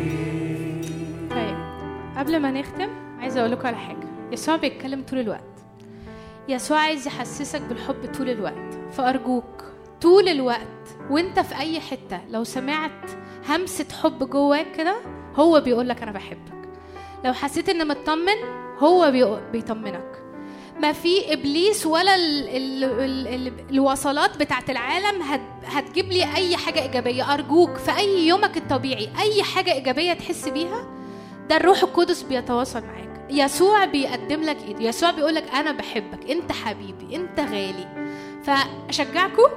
طيب قبل ما نختم عايزه اقول لكم على حاجه. يسوع بيتكلم طول الوقت. يسوع عايز يحسسك بالحب طول الوقت، فارجوك طول الوقت وانت في اي حته لو سمعت همسه حب جواك كده هو بيقول لك انا بحبك. لو حسيت ان مطمن هو بيطمنك. ما في ابليس ولا الوصلات بتاعت العالم هتجيب لي اي حاجه ايجابيه. ارجوك في اي يومك الطبيعي اي حاجه ايجابيه تحس بيها، ده الروح القدس بيتواصل معاك. يسوع بيقدم لك ايده. يسوع بيقول لك انا بحبك، انت حبيبي، انت غالي. فاشجعكم.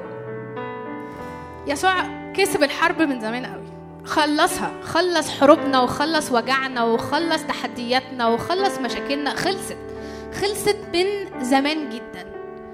يسوع كسب الحرب من زمان قوي، خلصها، خلص حروبنا وخلص وجعنا وخلص تحدياتنا وخلص مشاكلنا. خلصت من زمان جدا.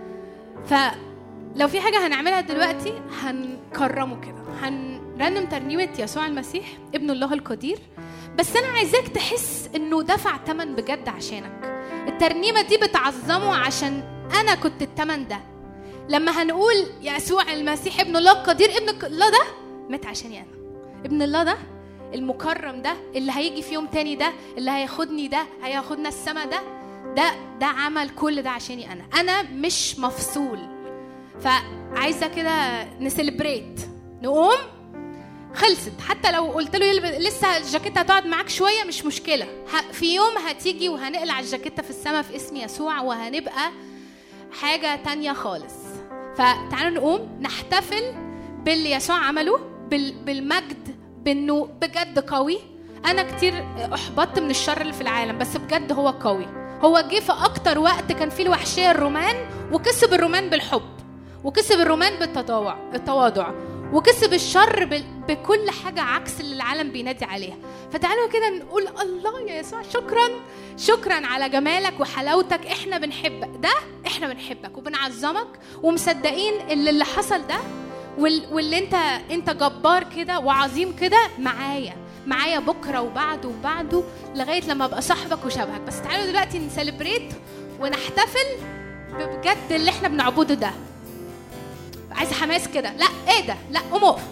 فلو في حاجة هنعملها دلوقتي هنكرمه كده، هنرنم ترنيمة يسوع المسيح ابن الله القدير. بس أنا عايزاك تحس إنه دفع تمن بجد عشانك. الترنيمة دي بتعظمه عشان أنا كنت التمن ده. لما هنقول يسوع المسيح ابن الله القدير، ابن الله ده مات عشاني أنا. ابن الله ده المكرم ده اللي هيجي في يوم تاني، ده اللي هياخدني، ده هياخدنا السما، ده عمل كل ده عشاني أنا مش مفصول. فعايزة كده نسلبريت، نقوم. خلصت. حتى لو قلت له لسه الجاكيتة هتقعد معاك شوية مش مشكلة، في يوم هتيجي وهنقلع الجاكيتة في السما في اسم يسوع وهنبقى حاجة تانية خالص. فتعالوا نقوم نحتفل باللي يسوع عمله، بالمجد، بأنه بجد قوي. أنا كتير أحبطت من الشر اللي في العالم، بس بجد هو قوي. هو جه في أكتر وقت كان فيه الوحشية الرومان، وكسب الرومان بالحب، وكسب الرومان بالتواضع، وكسب الشر بكل حاجة عكس اللي العالم بينادي عليها. فتعالوا كده نقول الله يا يسوع شكرا على جمالك وحلاوتك. احنا بنحبك، احنا بنحبك وبنعظمك ومصدقين اللي حصل ده، واللي انت جبار كده وعظيم كده معايا بكرة وبعده لغاية لما ابقى صاحبك وشبهك. بس تعالوا دلوقتي نسلبريت ونحتفل بجد اللي احنا بنعبده ده. عايز حماس كده. لا ايه ده، لا قوم اقف.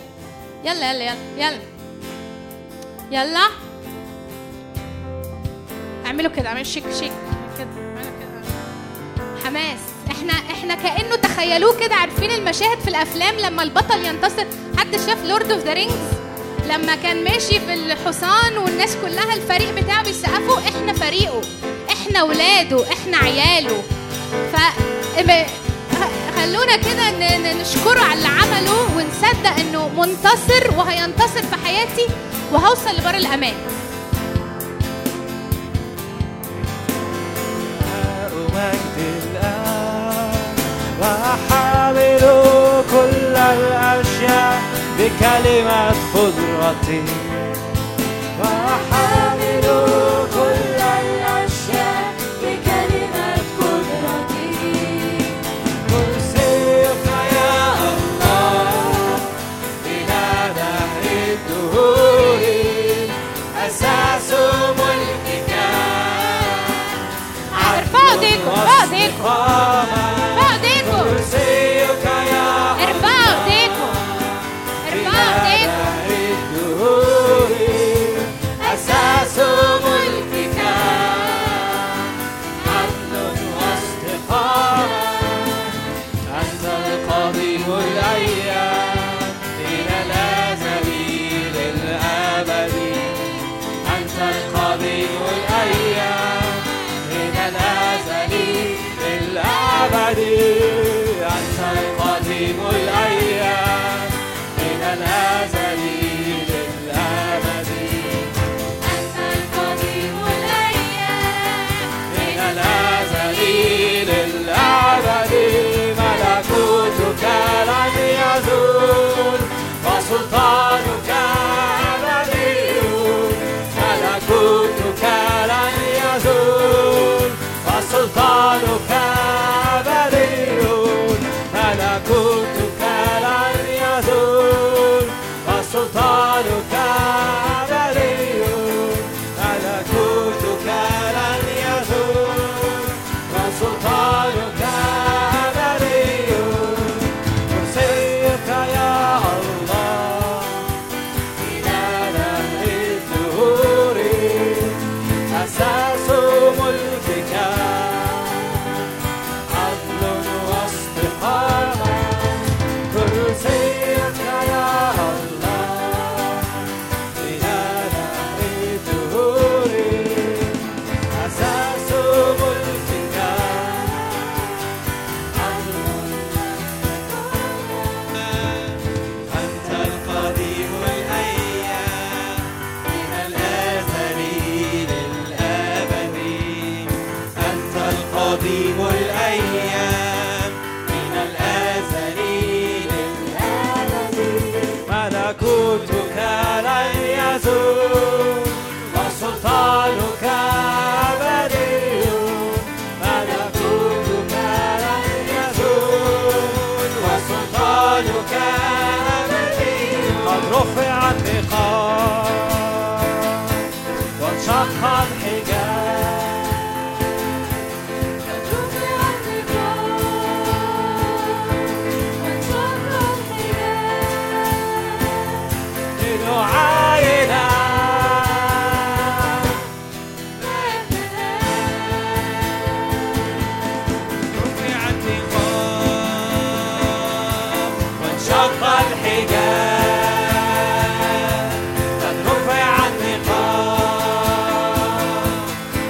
يلا اعملوا كده، اعملوا شيك كده، اعملوا كده حماس. احنا كأنه تخيلوه كده. عارفين المشاهد في الافلام لما البطل ينتصر؟ حد شاف لورد اوف ذا رينجز لما كان ماشي في الحصان والناس كلها الفريق بتاعه بيسقفوا؟ احنا فريقه، احنا احنا ولاده، احنا عياله. خلونا كده نشكره على اللي عمله ونصدق انه منتصر وهينتصر في حياتي وهوصل لبر الامان. مجد الآن وأحمل كل الأشياء بكلمة قدرتي، وأحمل كل الأشياء بكلمة قدرتي. كرسيك يا الله إلى دهر الدهور، أساس ملكك. ارفعوا ايديكم، ارفعوا ايديكم، ارفعوا ايديكم، كرسيك يا ارفعوا ايديكم، ارفعوا ايديكم. أساس ملكك عدل واستقامة. أنت القديم الأيام من الأزل للأبد. أنت القديم الأيام من الأزل للأبد. أنت القديم الأيام من الأزل للأبد. أنت القديم الأيام من الأزل للأبد. ملكوتك لن يزول وسلطانك أبدي. ملكوتك لن يزول وسلطانك أبدي. ملكوتك لن يزول وسلطانك أبدي. ملكوتك لن يزول وسلطانك أبدي. كرسيك يا الله إلى دهر الدهور، أساس ملكك عدل واستقامة. كرسيك يا الله إلى دهر الدهور، أساس ملكك عدل واستقامة. أنت القديم الأيام من الأزل للأبد. أنت القديم الأيام من الأزل للأبد. ملكوتك لن يزول وسلطانك أبدي. ملكوتك لن يزول وسلطانك أبدي. قد رفع النقاب وانشق الحجاب. قد رفع النقاب وانشق الحجاب لنعاينا رفع النقاب وانشق الحجاب. قد رفع النقاب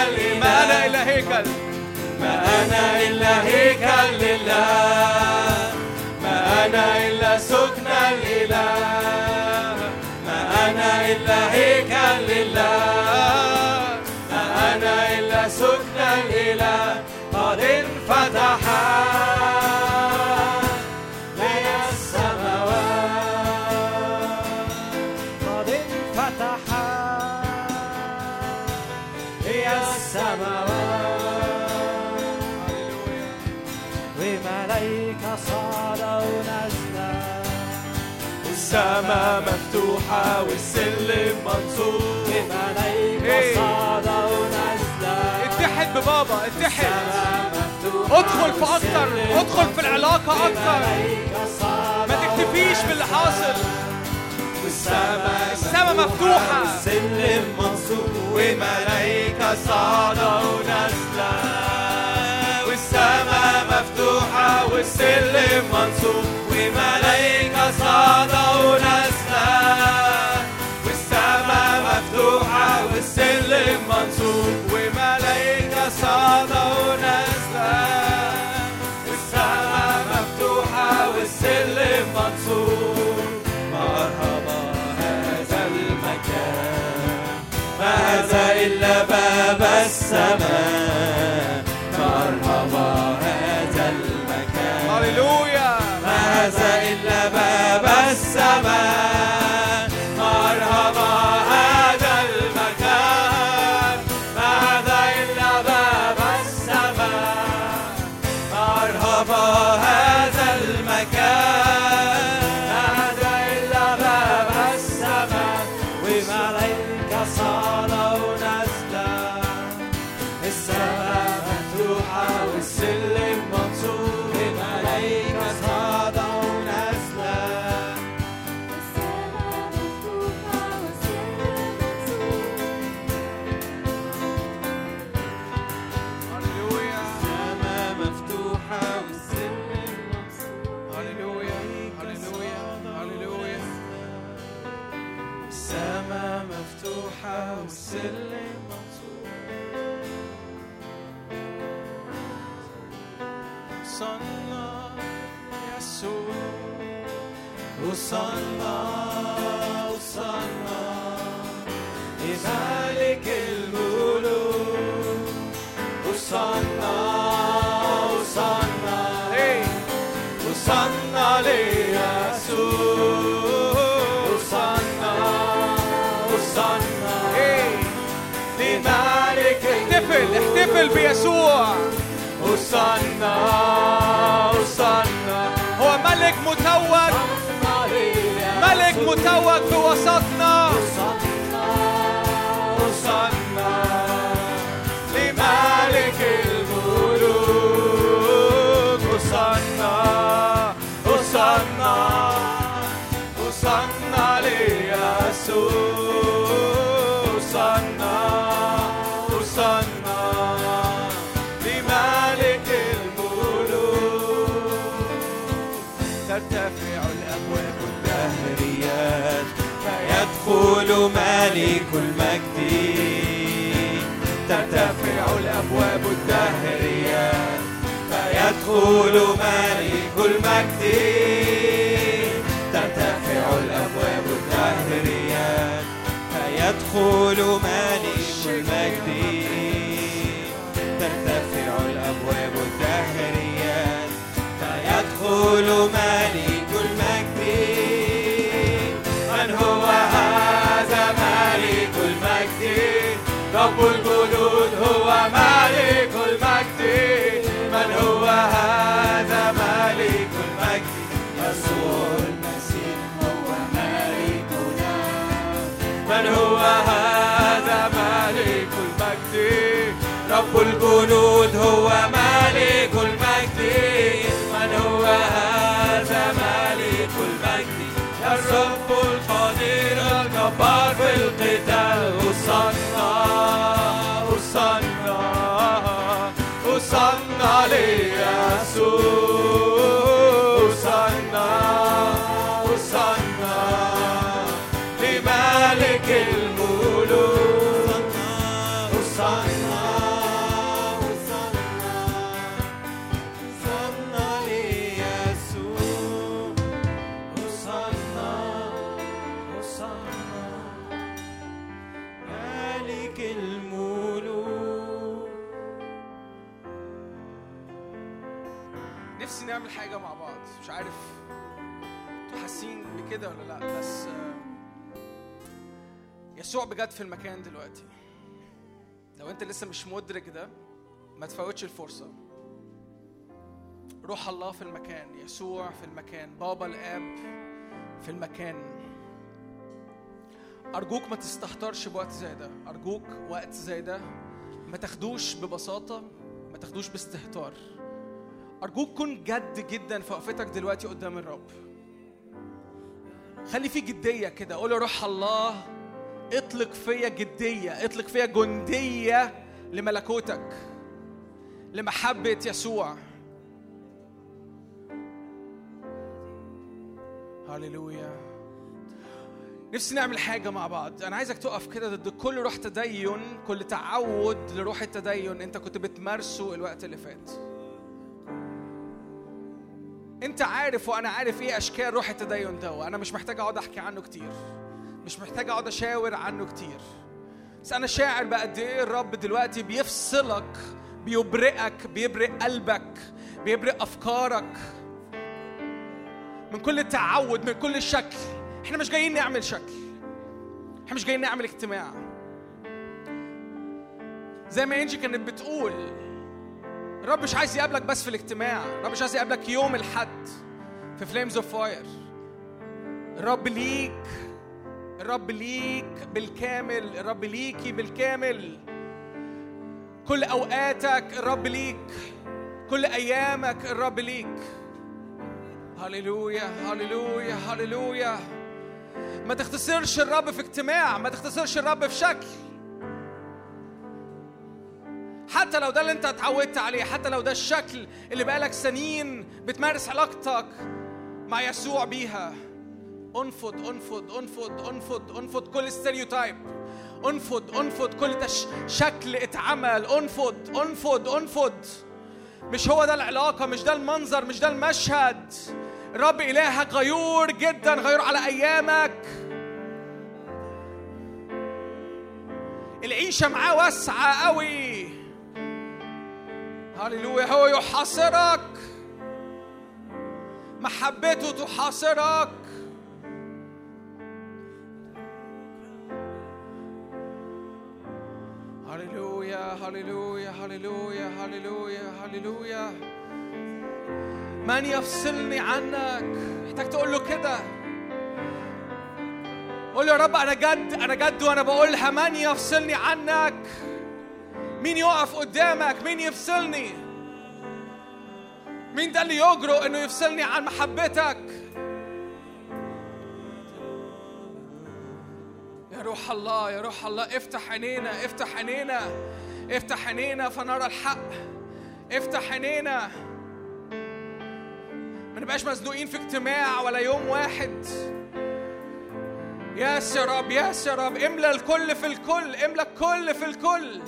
هيكل، ما أنا إلا هيكل، ما أنا إلا هيكل لله، ما أنا إلا سكن الإله، ما أنا إلا هيكل لله، ما أنا إلا سكن الإله. قد انفتح لي السماوات، قد انفتح لي السماوات، وملائكة صعدوا نزلا، السماء مفتوحة والسلم منصوب، وملائكة صعدوا نزلا. اتحد ببابا، اتحد، ادخل في أكتر، ادخل في العلاقة أكتر، ما تكتفيش باللي حاصل. السماء مفتوحة والسلم منصوب، وملائكة صعدوا نزلا، والسماء مفتوحة والسلم منصوب، وملائكة صعدوا نزلا، والسماء مفتوحة والسلم منصوب، وملائكة صعدوا نزلا، والسماء مفتوحة والسلم منصوب. مرحبا هذا المكان، ما هذا إلا باب السماء، مرحبا هذا المكان، هللويا، ما هذا إلا باب السماء، مرحبا هذا المكان، ما هذا إلا باب السماء، مرحبا هذا المكان، ما هذا إلا باب السماء، وملائكة صعدوا نزلا، السماء مفتوحة والسلم منصوب، وملائكة صعدوا نزلا، السماء مفتوحة والسلم منصوب، هللويا، السماء مفتوحة والسلم منصوب، هللويا، هللويا، هللويا. السماء مفتوحة والسلم منصوب. صلى يسوع، وصلنا وصلنا لملك الملوك، وصلنا وصلنا وصلنا ليسوع، وصلنا وصلنا لملك احتفل، احتفل بيسوع. وصلنا وصلنا، هو ملك متوج، ملك متوج في وسطنا. وصلنا لملك الملوك، وصلنا وصلنا وصلنا ليسوع، وصلنا وصلنا لملك الملوك. ترتفع الأبواب الدهريات فيدخل ملك المجد، ترتفع الأبواب الدهريات فيدخل ملك المجد، ترتفع الأبواب الدهريات فيدخل ملك المجد، ترتفع الأبواب الدهريات فيدخل ملك المجد. من هو هذا ملك المجد؟ رب الجنود هو ملك المجد. من هو هذا ملك المجد؟ يسوع المسيح هو ملكنا. من هو هذا ملك المجد؟ رب الجنود هو ملك المجد. من هو هذا ملك المجد؟ الرب القدير الجبار في القتال. وصلنا وصلنا وصلنا ليسوع، وصلنا وصلنا لملك الملوك، وصلنا نعمل حاجة مع بعض. مش عارف انتوا حاسين بكده ولا لا، بس يسوع بجد في المكان دلوقتي. لو انت لسه مش مدرك ده ما تفوتش الفرصة. روح الله في المكان، يسوع في المكان، بابا الآب في المكان. أرجوك ما تستهترش بوقت زي ده. أرجوك وقت زي ده ما تاخدوش ببساطة، ما تاخدوش باستهتار. أرجوك كن جد جدا في وقفتك دلوقتي قدام الرب. خلي فيه جدية كده. قول يا روح الله اطلق فيا جدية، اطلق فيا جندية لملكوتك، لمحبة يسوع. هاليلويا. نفسي نعمل حاجة مع بعض. أنا عايزك تقف كده ضد كل روح تدين، كل تعود لروح التدين أنت كنت بتمارسه الوقت اللي فات. أنت عارف وأنا عارف إيه أشكال روح التدين ده، وأنا مش محتاج أقعد أحكي عنه كتير، مش محتاج أقعد أشاور عنه كتير. بس أنا شاعر بقد إيه الرب دلوقتي بيفصلك، بيبرئك، بيبرئ قلبك، بيبرئ أفكارك من كل التعود، من كل الشكل. احنا مش جايين نعمل شكل، احنا مش جايين نعمل اجتماع. زي ما انجي كانت بتقول، الرب مش عايز يقابلك بس في الاجتماع، الرب مش عايز يقابلك يوم الحد في فليمز اوف فاير. الرب ليك، الرب ليك بالكامل، الرب ليكي بالكامل. كل اوقاتك الرب ليك، كل ايامك الرب ليك. هاليلويا هاليلويا هاليلويا. ما تختصرش الرب في اجتماع، ما تختصرش الرب في شكل، حتى لو ده اللي انت اتعودت عليه، حتى لو ده الشكل اللي بقالك سنين بتمارس علاقتك مع يسوع بيها. انفض انفض انفض انفض انفض كل ستيريوتايب، انفض كل شكل اتعمل، انفض انفض انفض. مش هو ده العلاقة، مش ده المنظر، مش ده المشهد. الرب إلهك غيور جدا، غيور على أيامك. العيشة معاه واسعة قوي. هاليلويا. هو يحاصرك، محبته تحاصرك. هاليلويا هاليلويا هاليلويا هاليلويا هاليلويا. من يفصلني عنك؟ محتاج تقول له كده. قول له يا رب أنا جد، أنا جد وأنا بقولها. من يفصلني عنك؟ مين يقف قدامك؟ مين يفصلني؟ مين ده اللي يجرؤ إنه يفصلني عن محبتك؟ يا روح الله، يا روح الله افتح عينينا، افتح عينينا، افتح عينينا فنرى الحق. افتح عينينا، ما نبقاش مزنوقين في اجتماع ولا يوم واحد. ياس يا رب، ياس يا رب. املى الكل في الكل، املى الكل في الكل.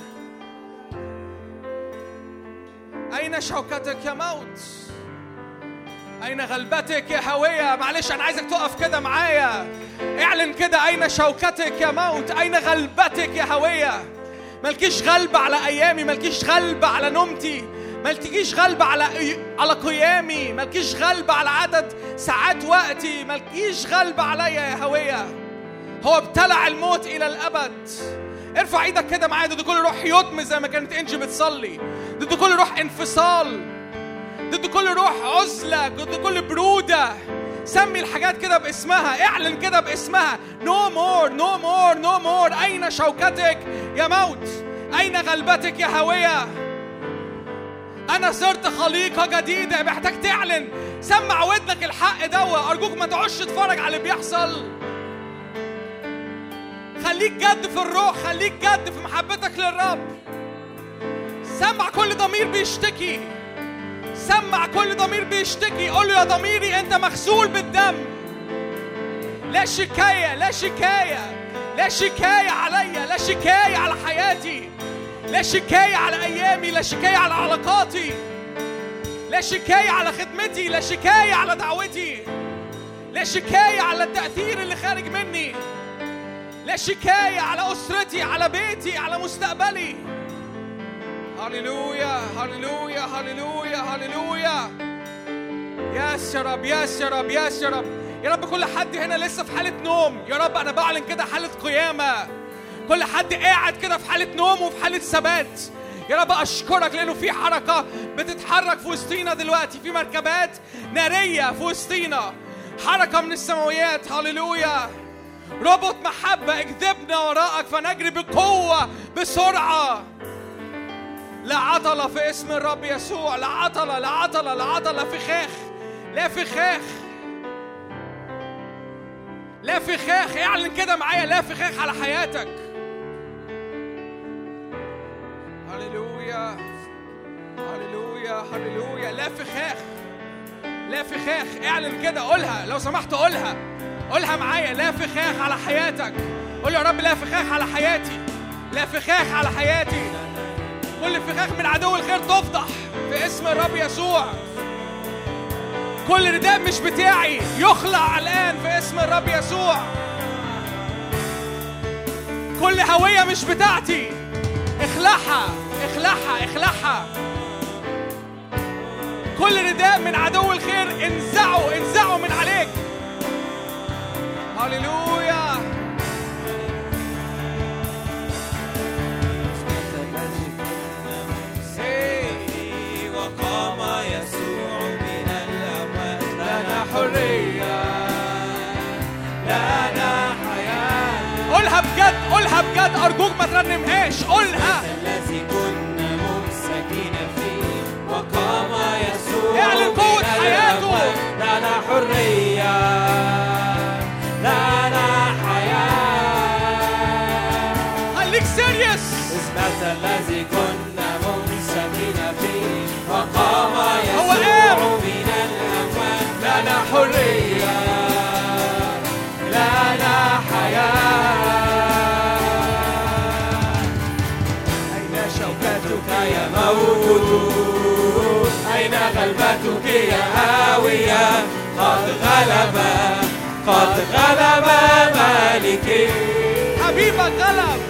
أين شوكتك يا موت؟ أين غلبتك يا هوية؟ معلش أنا عايزك تقف كده معايا، اعلن كده. أين شوكتك يا موت؟ أين غلبتك يا هوية؟ مالكيش غلبة على أيامي، مالكيش غلبة على نومتي، مالكيش غلبة على قيامي، مالكيش غلبة على عدد ساعات وقتي، مالكيش غلبة عليا يا هوية. هو ابتلع الموت إلى الأبد. ارفع ايدك كده معايا ضد كل روح يدم زي ما كانت انجي بتصلي، ضد كل روح انفصال، ضد كل روح عزلة، ضد كل برودة. سمي الحاجات كده باسمها، اعلن كده باسمها. No more, no more, no more. أين شوكتك يا موت؟ أين غلبتك يا هوية؟ أنا صرت خليقة جديدة. محتاج تعلن. سمع ودنك الحق دوا. أرجوك ما تقعدش تتفرج على اللي بيحصل. خليك جد في الروح، خليك جد في محبتك للرب. سمع كل ضمير بيشتكي، سمع كل ضمير بيشتكي. قول له يا ضميري أنت مغسول بالدم. لا شكاية، لا شكاية، لا شكاية عليا، لا شكاية على حياتي، لا شكاية على أيامي، لا شكاية على علاقاتي، لا شكاية على خدمتي، لا شكاية على دعوتي، لا شكاية على التأثير اللي خارج مني، لا شكاية على أسرتي، على بيتي، على مستقبلي. هاليلويا هاليلويا هاليلويا هاليلويا. ياس يا رب، ياس يا رب، ياس يا رب. يا رب كل حد هنا لسه في حالة نوم، يا رب أنا بعلن كده حالة قيامة. كل حد قاعد كده في حالة نوم وفي حالة ثبات. يا رب أشكرك لأنه في حركة بتتحرك في وسطينا دلوقتي، في مركبات نارية في وسطينا، حركة من السماويات. هاليلويا. ربط محبة، اجذبنا وراءك فنجري بقوة بسرعة. لا عطلة في اسم الرب يسوع، لا عطلة، لا عطلة، لا عطلة، فخاخ، لا فخاخ، لا فخاخ. اعلن كده معايا، لا فخاخ على حياتك. هللويا هللويا هللويا. لا فخاخ، لا فخاخ. اعلن كده، قولها لو سمحت، قولها، قولها معايا. لا فخاخ على حياتك. قول يا رب لا فخاخ على حياتي، لا فخاخ على حياتي. كل فخاخ من عدو الخير تفضح في اسم الرب يسوع. كل رداء مش بتاعي يخلع الآن في اسم الرب يسوع. كل هوية مش بتاعتي اخلعها، اخلعها، اخلعها. كل رداء من عدو الخير انزعوا، انزعوا من عليك. هاليلويا. وقام يسوع من الأموات، لنا حرية، لنا حياة. قولها بجد، قولها بجد، أرجوك ما ترنمهاش، قولها. الذي كنا ممسكين فيه وقام يسوع اعلن قوة حياته. لنا حرية، لنا حياة. خليك سيريس. اسمك الذي كنا ممسكين فيه وقام هو يسوع من الأموات، لنا حرية، لنا حياة. أين شوكتك يا موت؟ أين غلبتك يا هاوية؟ قد غلب، قد غلب مالكي. حبيبك غلب.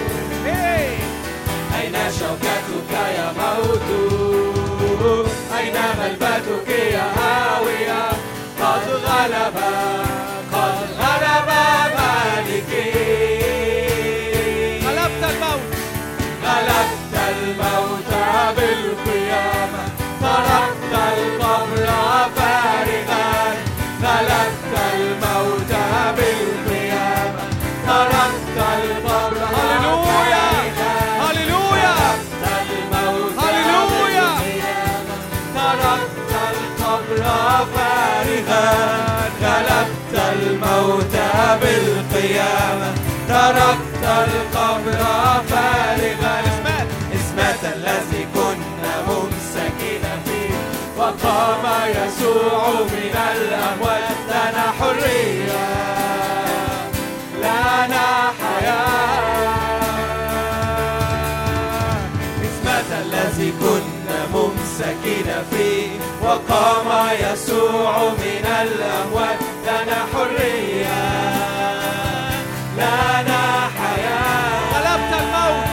أين شوكتك يا موت؟ أين غلبتك يا هاوية؟ قد غلب، قد غلب مالكي. غلبت الموت، غلبت الموت بالقيامة، تركت القبر فارغا. غلبت الموت بالقيامة، تركت القبر هللويا هللويا هللويا. تركت القبر فارغا. غلبت الموت بالقيامة، تركت القبر فارغا. اسمك الذي كنا ممسكين فيه وقام يسوع من الأموات، لنا حرية، لنا حياة. اسمك الذي كنا ممسكين فيه وقام يسوع من الأموات، لنا حرية، لنا حياة. غلبت الموت،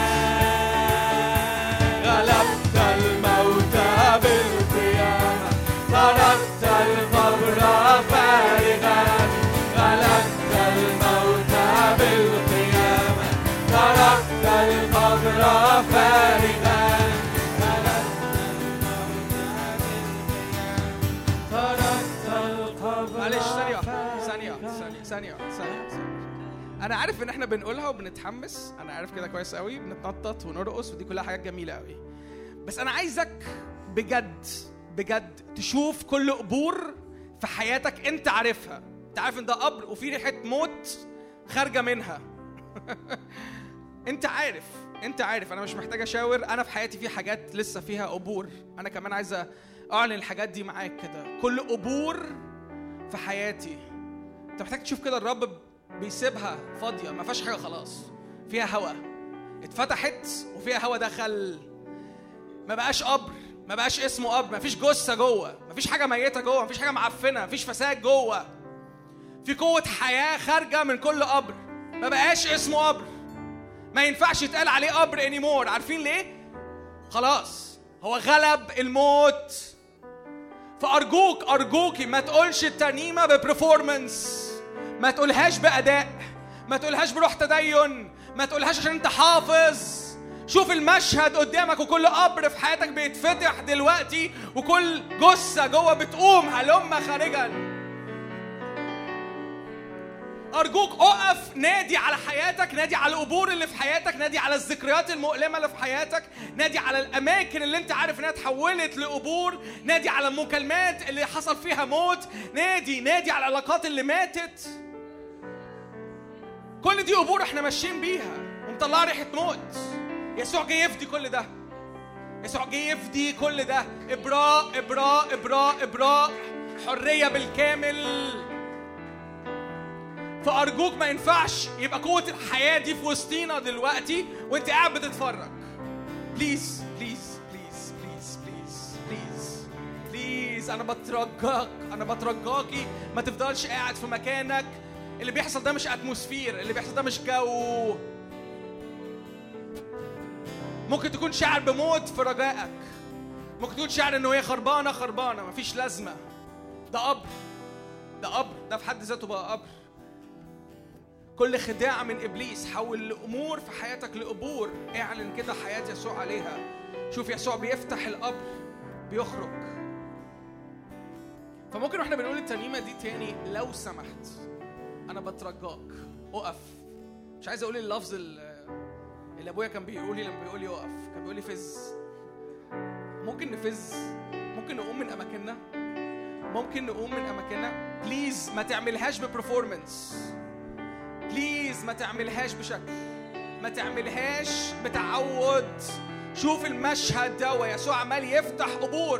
غلبت الموت بالقيامة، تركت القبر فارغا. غلبت الموت بالقيامة، تركت القبر فارغا. معلش ثانية. أنا عارف إن إحنا بنقولها وبنتحمس، أنا عارف كده كويس قوي، بنتنطط ونرقص ودي كلها حاجات جميلة قوي. بس أنا عايزك بجد بجد تشوف كل قبور في حياتك أنت عارفها. أنت عارف إن ده قبر وفي ريحة موت خارجة منها. أنت عارف. أنا مش محتاج أشاور. أنا في حياتي في حاجات لسه فيها قبور. أنا كمان عايزة أعلن الحاجات دي معاك كده. كل قبور في حياتي أنت محتاج تشوف كده الرب بيسيبها فاضية، ما فيهاش حاجة خلاص، فيها هوا اتفتحت وفيها هوا دخل. ما بقاش قبر، ما بقاش اسمه قبر، ما فيش جثة جوه، ما فيش حاجة ميتة جوه، ما فيش حاجة معفنة، ما فيش فساد جوه. في قوة حياة خارجة من كل قبر. ما بقاش اسمه قبر، ما ينفعش يتقال عليه قبر anymore. عارفين ليه؟ خلاص هو غلب الموت، فأرجوك أرجوكي ما تقولش الترنيمة ببرفورمانس، ما تقولهاش بأداء، ما تقولهاش بروح تدين، ما تقولهاش عشان انت حافظ. شوف المشهد قدامك، وكل قبر في حياتك بيتفتح دلوقتي، وكل جثة جوه بتقوم هلم خارجا. أرجوك أقف، نادي على حياتك، نادي على القبور اللي في حياتك، نادي على الذكريات المؤلمة اللي في حياتك، نادي على الأماكن اللي أنت عارف إنها تحولت لقبور، نادي على المكالمات اللي حصل فيها موت، نادي على العلاقات اللي ماتت. كل دي قبور احنا ماشيين بيها ومطلعة ريحة موت. يسوع جاي يفدي كل ده، يسوع جاي يفدي كل ده. إبراء إبراء إبراء إبراء، حرية بالكامل. فأرجوك ما ينفعش يبقى قوة الحياة دي في وسطينا دلوقتي وانت قاعد بتتفرج. بليز بليز بليز بليز بليز بليز بليز، أنا بترجاكي ما تفضلش قاعد في مكانك. اللي بيحصل ده مش أتموسفير، اللي بيحصل ده مش جو. ممكن تكون شاعر بموت في رجائك، ممكن تكون شاعر انه هي خربانة مفيش لازمة. ده قبر، ده في حد ذاته بقى قبر. كل خداع من إبليس حول الأمور في حياتك لقبور. اعلن كده حياة يسوع عليها. شوف يسوع بيفتح القبر بيخرج. فممكن واحنا بنقول الترنيمة دي تاني، لو سمحت أنا بترجاك أقف. مش عايز أقول اللفظ اللي أبويا كان بيقولي لما بيقولي أقف، كان بيقولي فز. ممكن نفز، ممكن نقوم من أماكننا. بليز ما تعملهاش ببرفورمانس، بليز ما تعملهاش بشكل، ما تعملهاش بتعود. شوف المشهد ده ويسوع عمال يفتح قبور.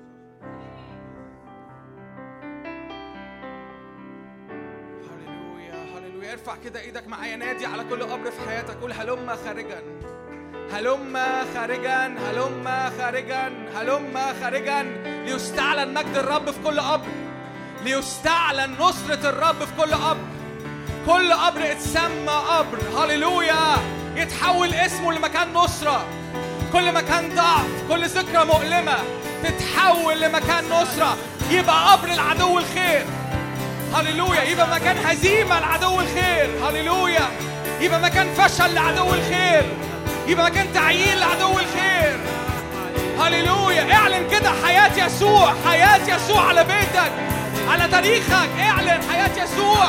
هللويا. ارفع كده ايدك معايا، نادي على كل قبر في حياتك، قول هلم خارجا، هلم خارجا، هلم خارجا، هلم خارجا، ليستعلن مجد الرب في كل قبر، ليستعلن نصرة الرب في كل قبر. كل قبر اتسمى قبر، هللويا، يتحول اسمه لمكان نصرة. كل مكان ضعف، كل ذكرى مؤلمة تتحول لمكان نصرة. يبقى قبر العدو الخير، هللويا. يبقى مكان هزيمة لعدو الخير، هللويا. يبقى مكان فشل لعدو الخير، يبقى مكان تعيين لعدو الخير، هللويا. اعلن كده حياة يسوع، حياة يسوع على بيتك، على تاريخك. اعلن حياة يسوع.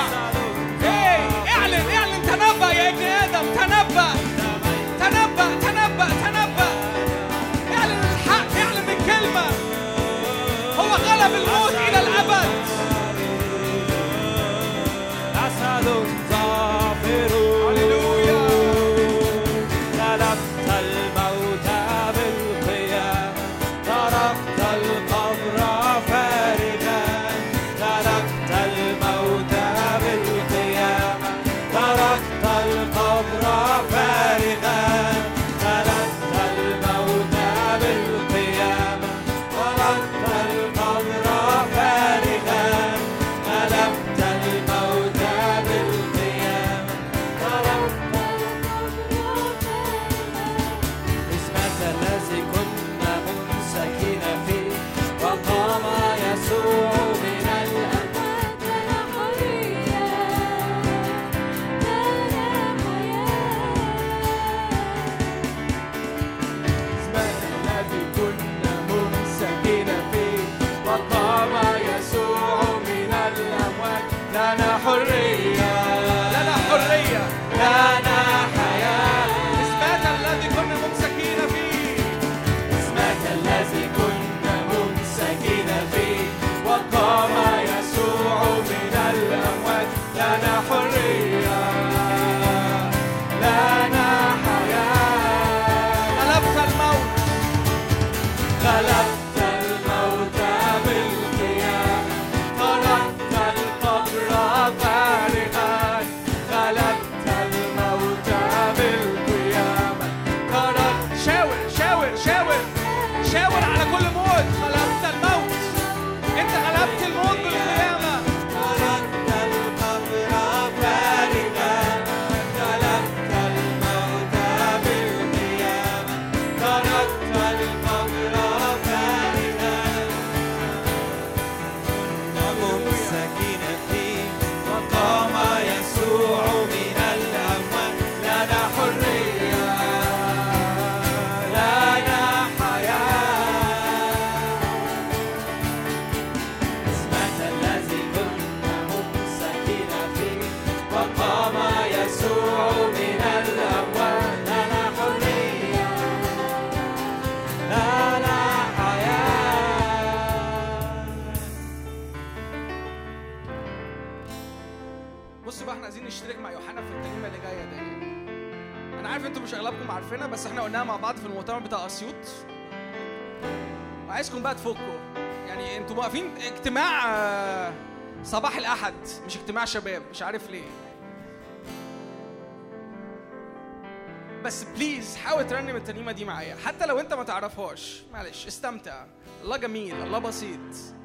اعلن تنبأ يا ابن آدم، تنبأ. اعلن الحق، اعلن الكلمة. هو غلب الموت إلى الأبد. أسد ظافر، هللويا. غلبت الموت بالقيام، تركت القبر فارغا. غلبت الموت بالقيام، تركت القبر فارغا. غلبت الموت بالقيام، تركت القبر فارغا. غلبت الموت بالقيام، تركت القبر فارغا. اسمك الذي كنا ممسكين فيه، وقام يسوع من الأموات. لنا حرية، لنا حياة. اسمك الذي كنا ممسكين فيه، وقام يسوع من الأموات. لنا حرية، لنا حرية، لنا حياة. اسمك الذي كنا ممسكين فيه، اسمك الذي كنا ممسكين فيه، وقام يسوع من الأموات. لنا حرية، لنا حياة. غلبت الموت، غلبت الموت بالقيام، تركت القبر فارغا. غلبت الموت انا عارف انتوا مش اغلبكم عارفينها، بس احنا قلناها مع بعض في المؤتمر بتاع اسيوط، وعايزكم بقى تفكوا. يعني انتوا واقفين اجتماع صباح الاحد، مش اجتماع شباب، مش عارف ليه. بس بليز حاول ترنم الترنيمه دي معايا، حتى لو انت ما تعرفهاش، معلش استمتع. الله جميل، الله بسيط.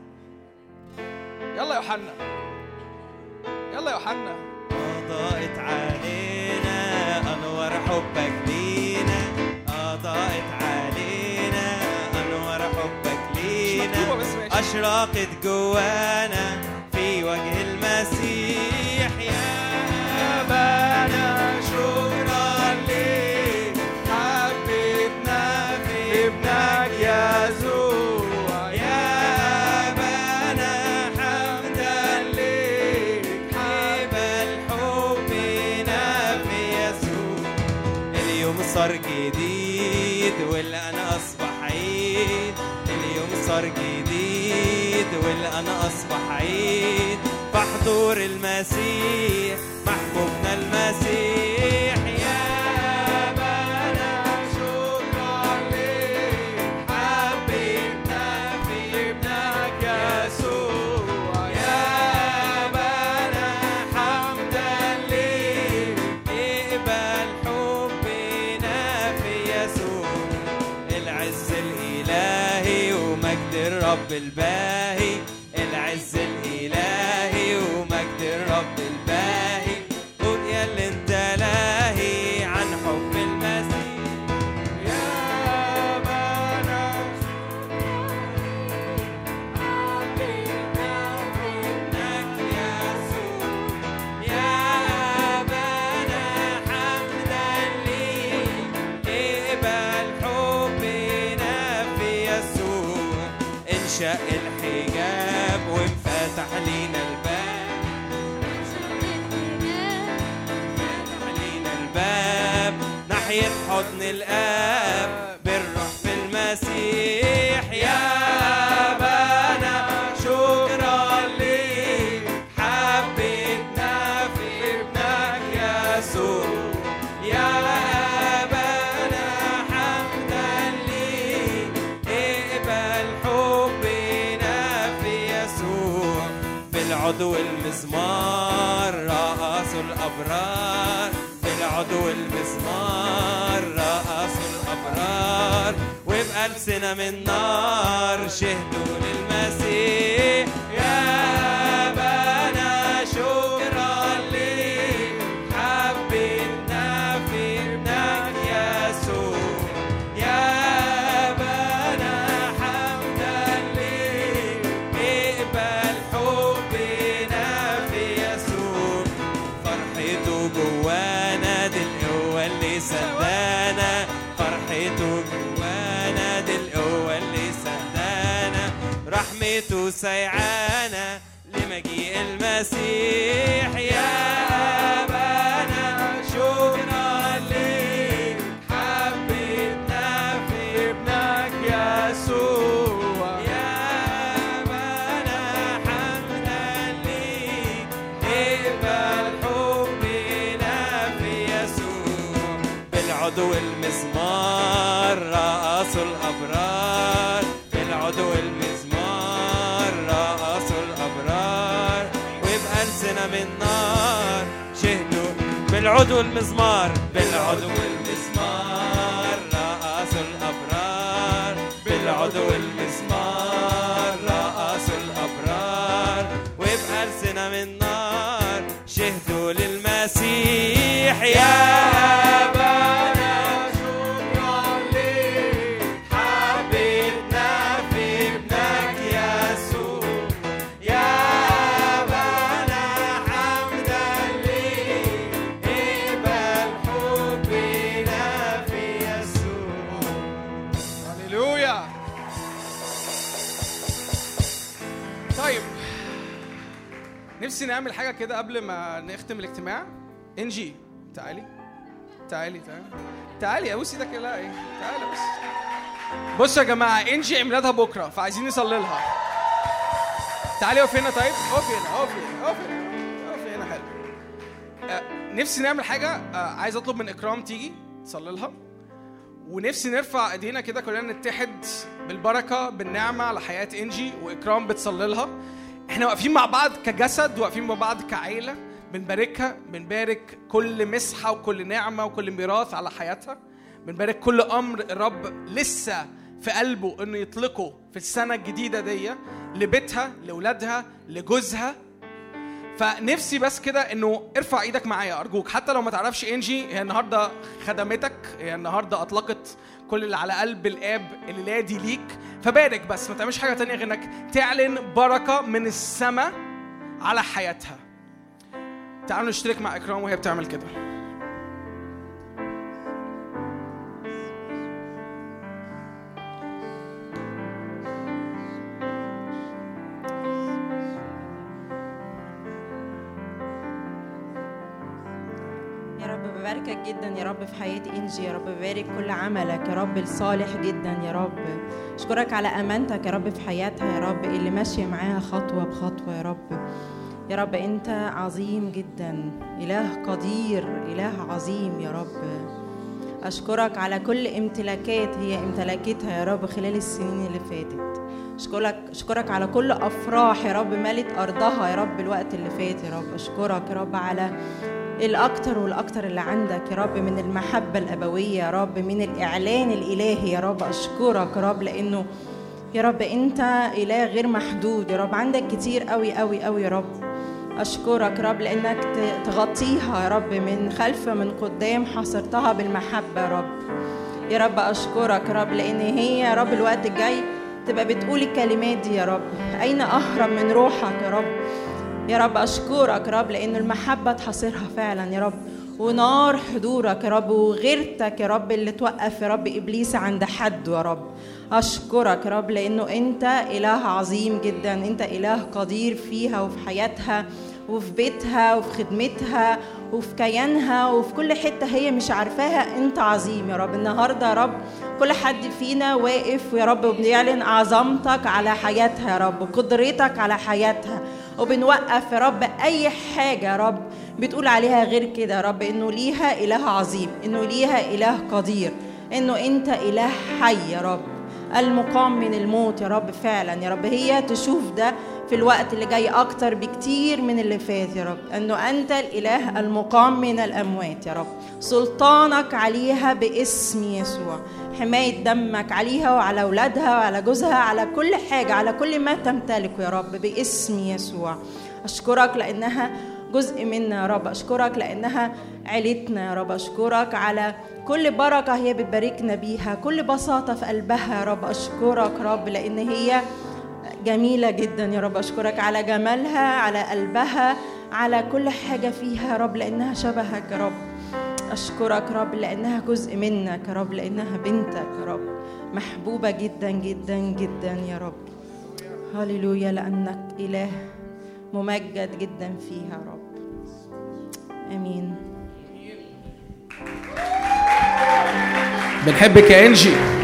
يلا يا يوحنا، يلا يا يوحنا. أضاءت علينا أنوار حبك لينا، أضاءت علينا أنوار حبك لينا، أشرقت جوانا في وجه المسيح. يا أبانا شكرا ليك، حبيبنا في ابنك يسوع. يا أبانا حمدا ليك، حبل حبنا في يسوع. اليوم صار جديد والآن أصبح عيد، اليوم صار جديد والآن أصبح عيد، فحضور المسيح محبوبنا المسيح. يا أبانا شكرا ليك، حبيبنا في ابنك يسوع. يا أبانا حمدا ليك، اقبل حبنا في يسوع. العز الإلهي ومجد الرب الباهي، العز الإلهي ومجد الرب الباهي. قول يا اللي انت لاهي عن حب المسيح. يا أبانا حبيبنا في ابنك يسوع. يا أبانا حمدا ليك، اقبل حبنا في يسوع. انشق الحجاب وانفتح لينا الباب، انفتح لينا الباب ناحية حضن الآب بالروح في المسيح. يا أبانا شكرا ليك، حبيتنا في ابنك يسوع. يا أبانا حمدا ليك، اقبل حبنا في يسوع. بالعضو المزمار رقصوا الأبرار، بالعضو المزمار رقصوا الأبرار، وبألسنة من نار شهدوا للمسيح. يا أبانا شكرا ليك، حبيتنا في ابنك يسوع. يا أبانا حمدا ليك، اقبل حبنا في يسوع. فرحته جوانا دي القوة اللي سندانا، فرحته جوانا دي القوة اللي سندانا، رحمته سيعانا لمجيء المسيح. يا أبانا شكرا ليك، حبيتنا في ابنك يسوع. يا أبانا حمدا ليك، اقبل حبنا في يسوع. بالعضو المزمار رقصوا الأبرار، بالعضو المزمار رقصوا الأبرار، وبألسنة من نار شهدوا. بالعضو المزمار، بالعضو المزمار رقصوا الأبرار، بالعضو المزمار رقصوا الأبرار، وبألسنة من نار شهدوا للمسيح. يا أبانا شكرا ليك، حبيتنا في ابنك يسوع. يا أبانا حمدا ليك، اقبل حبنا في يسوع. هللويا. طيب نفسي نعمل حاجة كده قبل ما نختم الاجتماع. إنجي تعالي تعالي تعالي تعالي، ابوس ايدك. لا ايه، تعالى بس. بصوا يا جماعه، انجي عيد ميلادها بكره، فعايزين نصلي لها. تعالي اقف هنا. طيب اقفي هنا، اقفي هنا، اقفي هنا، اقفي هنا. حلو. نفسي نعمل حاجه. عايز اطلب من اكرام تيجي تصلي لها. ونفسي نرفع ايدينا كده كلنا نتحد بالبركه بالنعمه على حياه انجي واكرام بتصلي لها. احنا واقفين مع بعض كجسد، واقفين مع بعض كعيله، بنباركها، بنبارك كل مسحه وكل نعمه وكل ميراث على حياتها. بنبارك كل امر الرب لسه في قلبه انه يطلقه في السنه الجديده دي لبيتها، لاولادها، لجوزها. فنفسي بس كده انه ارفع ايدك معايا ارجوك، حتى لو ما تعرفش انجي، هي النهارده خدمتك، هي النهارده اطلقت كل اللي على قلب الاب الليله دي ليك. فبارك بس، ما تعملش حاجه تانية غير انك تعلن بركه من السماء على حياتها. تعالوا نشترك مع اكرام وهي بتعمل كده. بباركك جدا يا رب في حياة إنجي يا رب. ببارك كل عملك يا رب الصالح جدا يا رب. أشكرك على أمانتك يا رب في حياتها يا رب، اللي ماشية معاها خطوة بخطوة يا رب. يا رب أنت عظيم جدا، إله قدير، إله عظيم يا رب. أشكرك على كل امتلاكات هي امتلكتها يا رب خلال السنين اللي فاتت. أشكرك على كل أفراح يا رب ملت أرضها يا رب الوقت اللي فات يا رب. أشكرك يا رب على الأكتر والأكتر اللي عندك يا رب من المحبة الأبوية يا رب، من الإعلان الإلهي يا رب. أشكرك يا رب لأنه يا رب أنت إله غير محدود يا رب، عندك كتير قوي قوي قوي يا رب. أشكرك يا رب لأنك تغطيها يا رب من خلف من قدام، حصرتها بالمحبة يا رب. يا رب أشكرك يا رب لأن هي يا رب الوقت الجاي تبقى بتقول الكلمات دي يا رب، أين أهرب من روحك يا رب. يا رب أشكرك يا رب لأن المحبة تحاصرها فعلا يا رب، ونار حضورك يا رب وغيرتك يا رب اللي توقف يا رب إبليس عند حد يا رب. أشكرك يا رب لأنه أنت إله عظيم جدا، أنت إله قدير فيها وفي حياتها وفي بيتها وفي خدمتها وفي كيانها وفي كل حتة هي مش عارفاها. أنت عظيم يا رب. النهاردة يا رب كل حد فينا واقف يا رب وبنعلن عظمتك على حياتها يا رب، قدرتك على حياتها، وبنوقف يا رب أي حاجة يا رب بتقول عليها غير كده يا رب، إنه ليها إله عظيم، إنه ليها إله قدير، إنه أنت إله حي يا رب المقام من الموت يا رب. فعلا يا رب هي تشوف ده في الوقت اللي جاي أكتر بكتير من اللي فات يا رب، أنه أنت الإله المقام من الأموات يا رب. سلطانك عليها باسم يسوع، حماية دمك عليها وعلى أولادها وعلى جوزها، على كل حاجة، على كل ما تمتلكه يا رب باسم يسوع. أشكرك لأنها جزء منا يا رب، أشكرك لأنها عيلتنا يا رب، أشكرك على كل بركة هي بتباركنا بيها، كل بساطة في قلبها يا رب. أشكرك يا رب لأن هي جميلة جدا يا رب. أشكرك على جمالها، على قلبها، على كل حاجة فيها يا رب لأنها شبهك يا رب. أشكرك يا رب لأنها جزء منك يا رب، لأنها بنتك يا رب، محبوبة جدا جدا جدا يا رب. هاليلويا لأنك إله ممجد جدا فيها يا رب. آمين. بنحبك يا إنجي.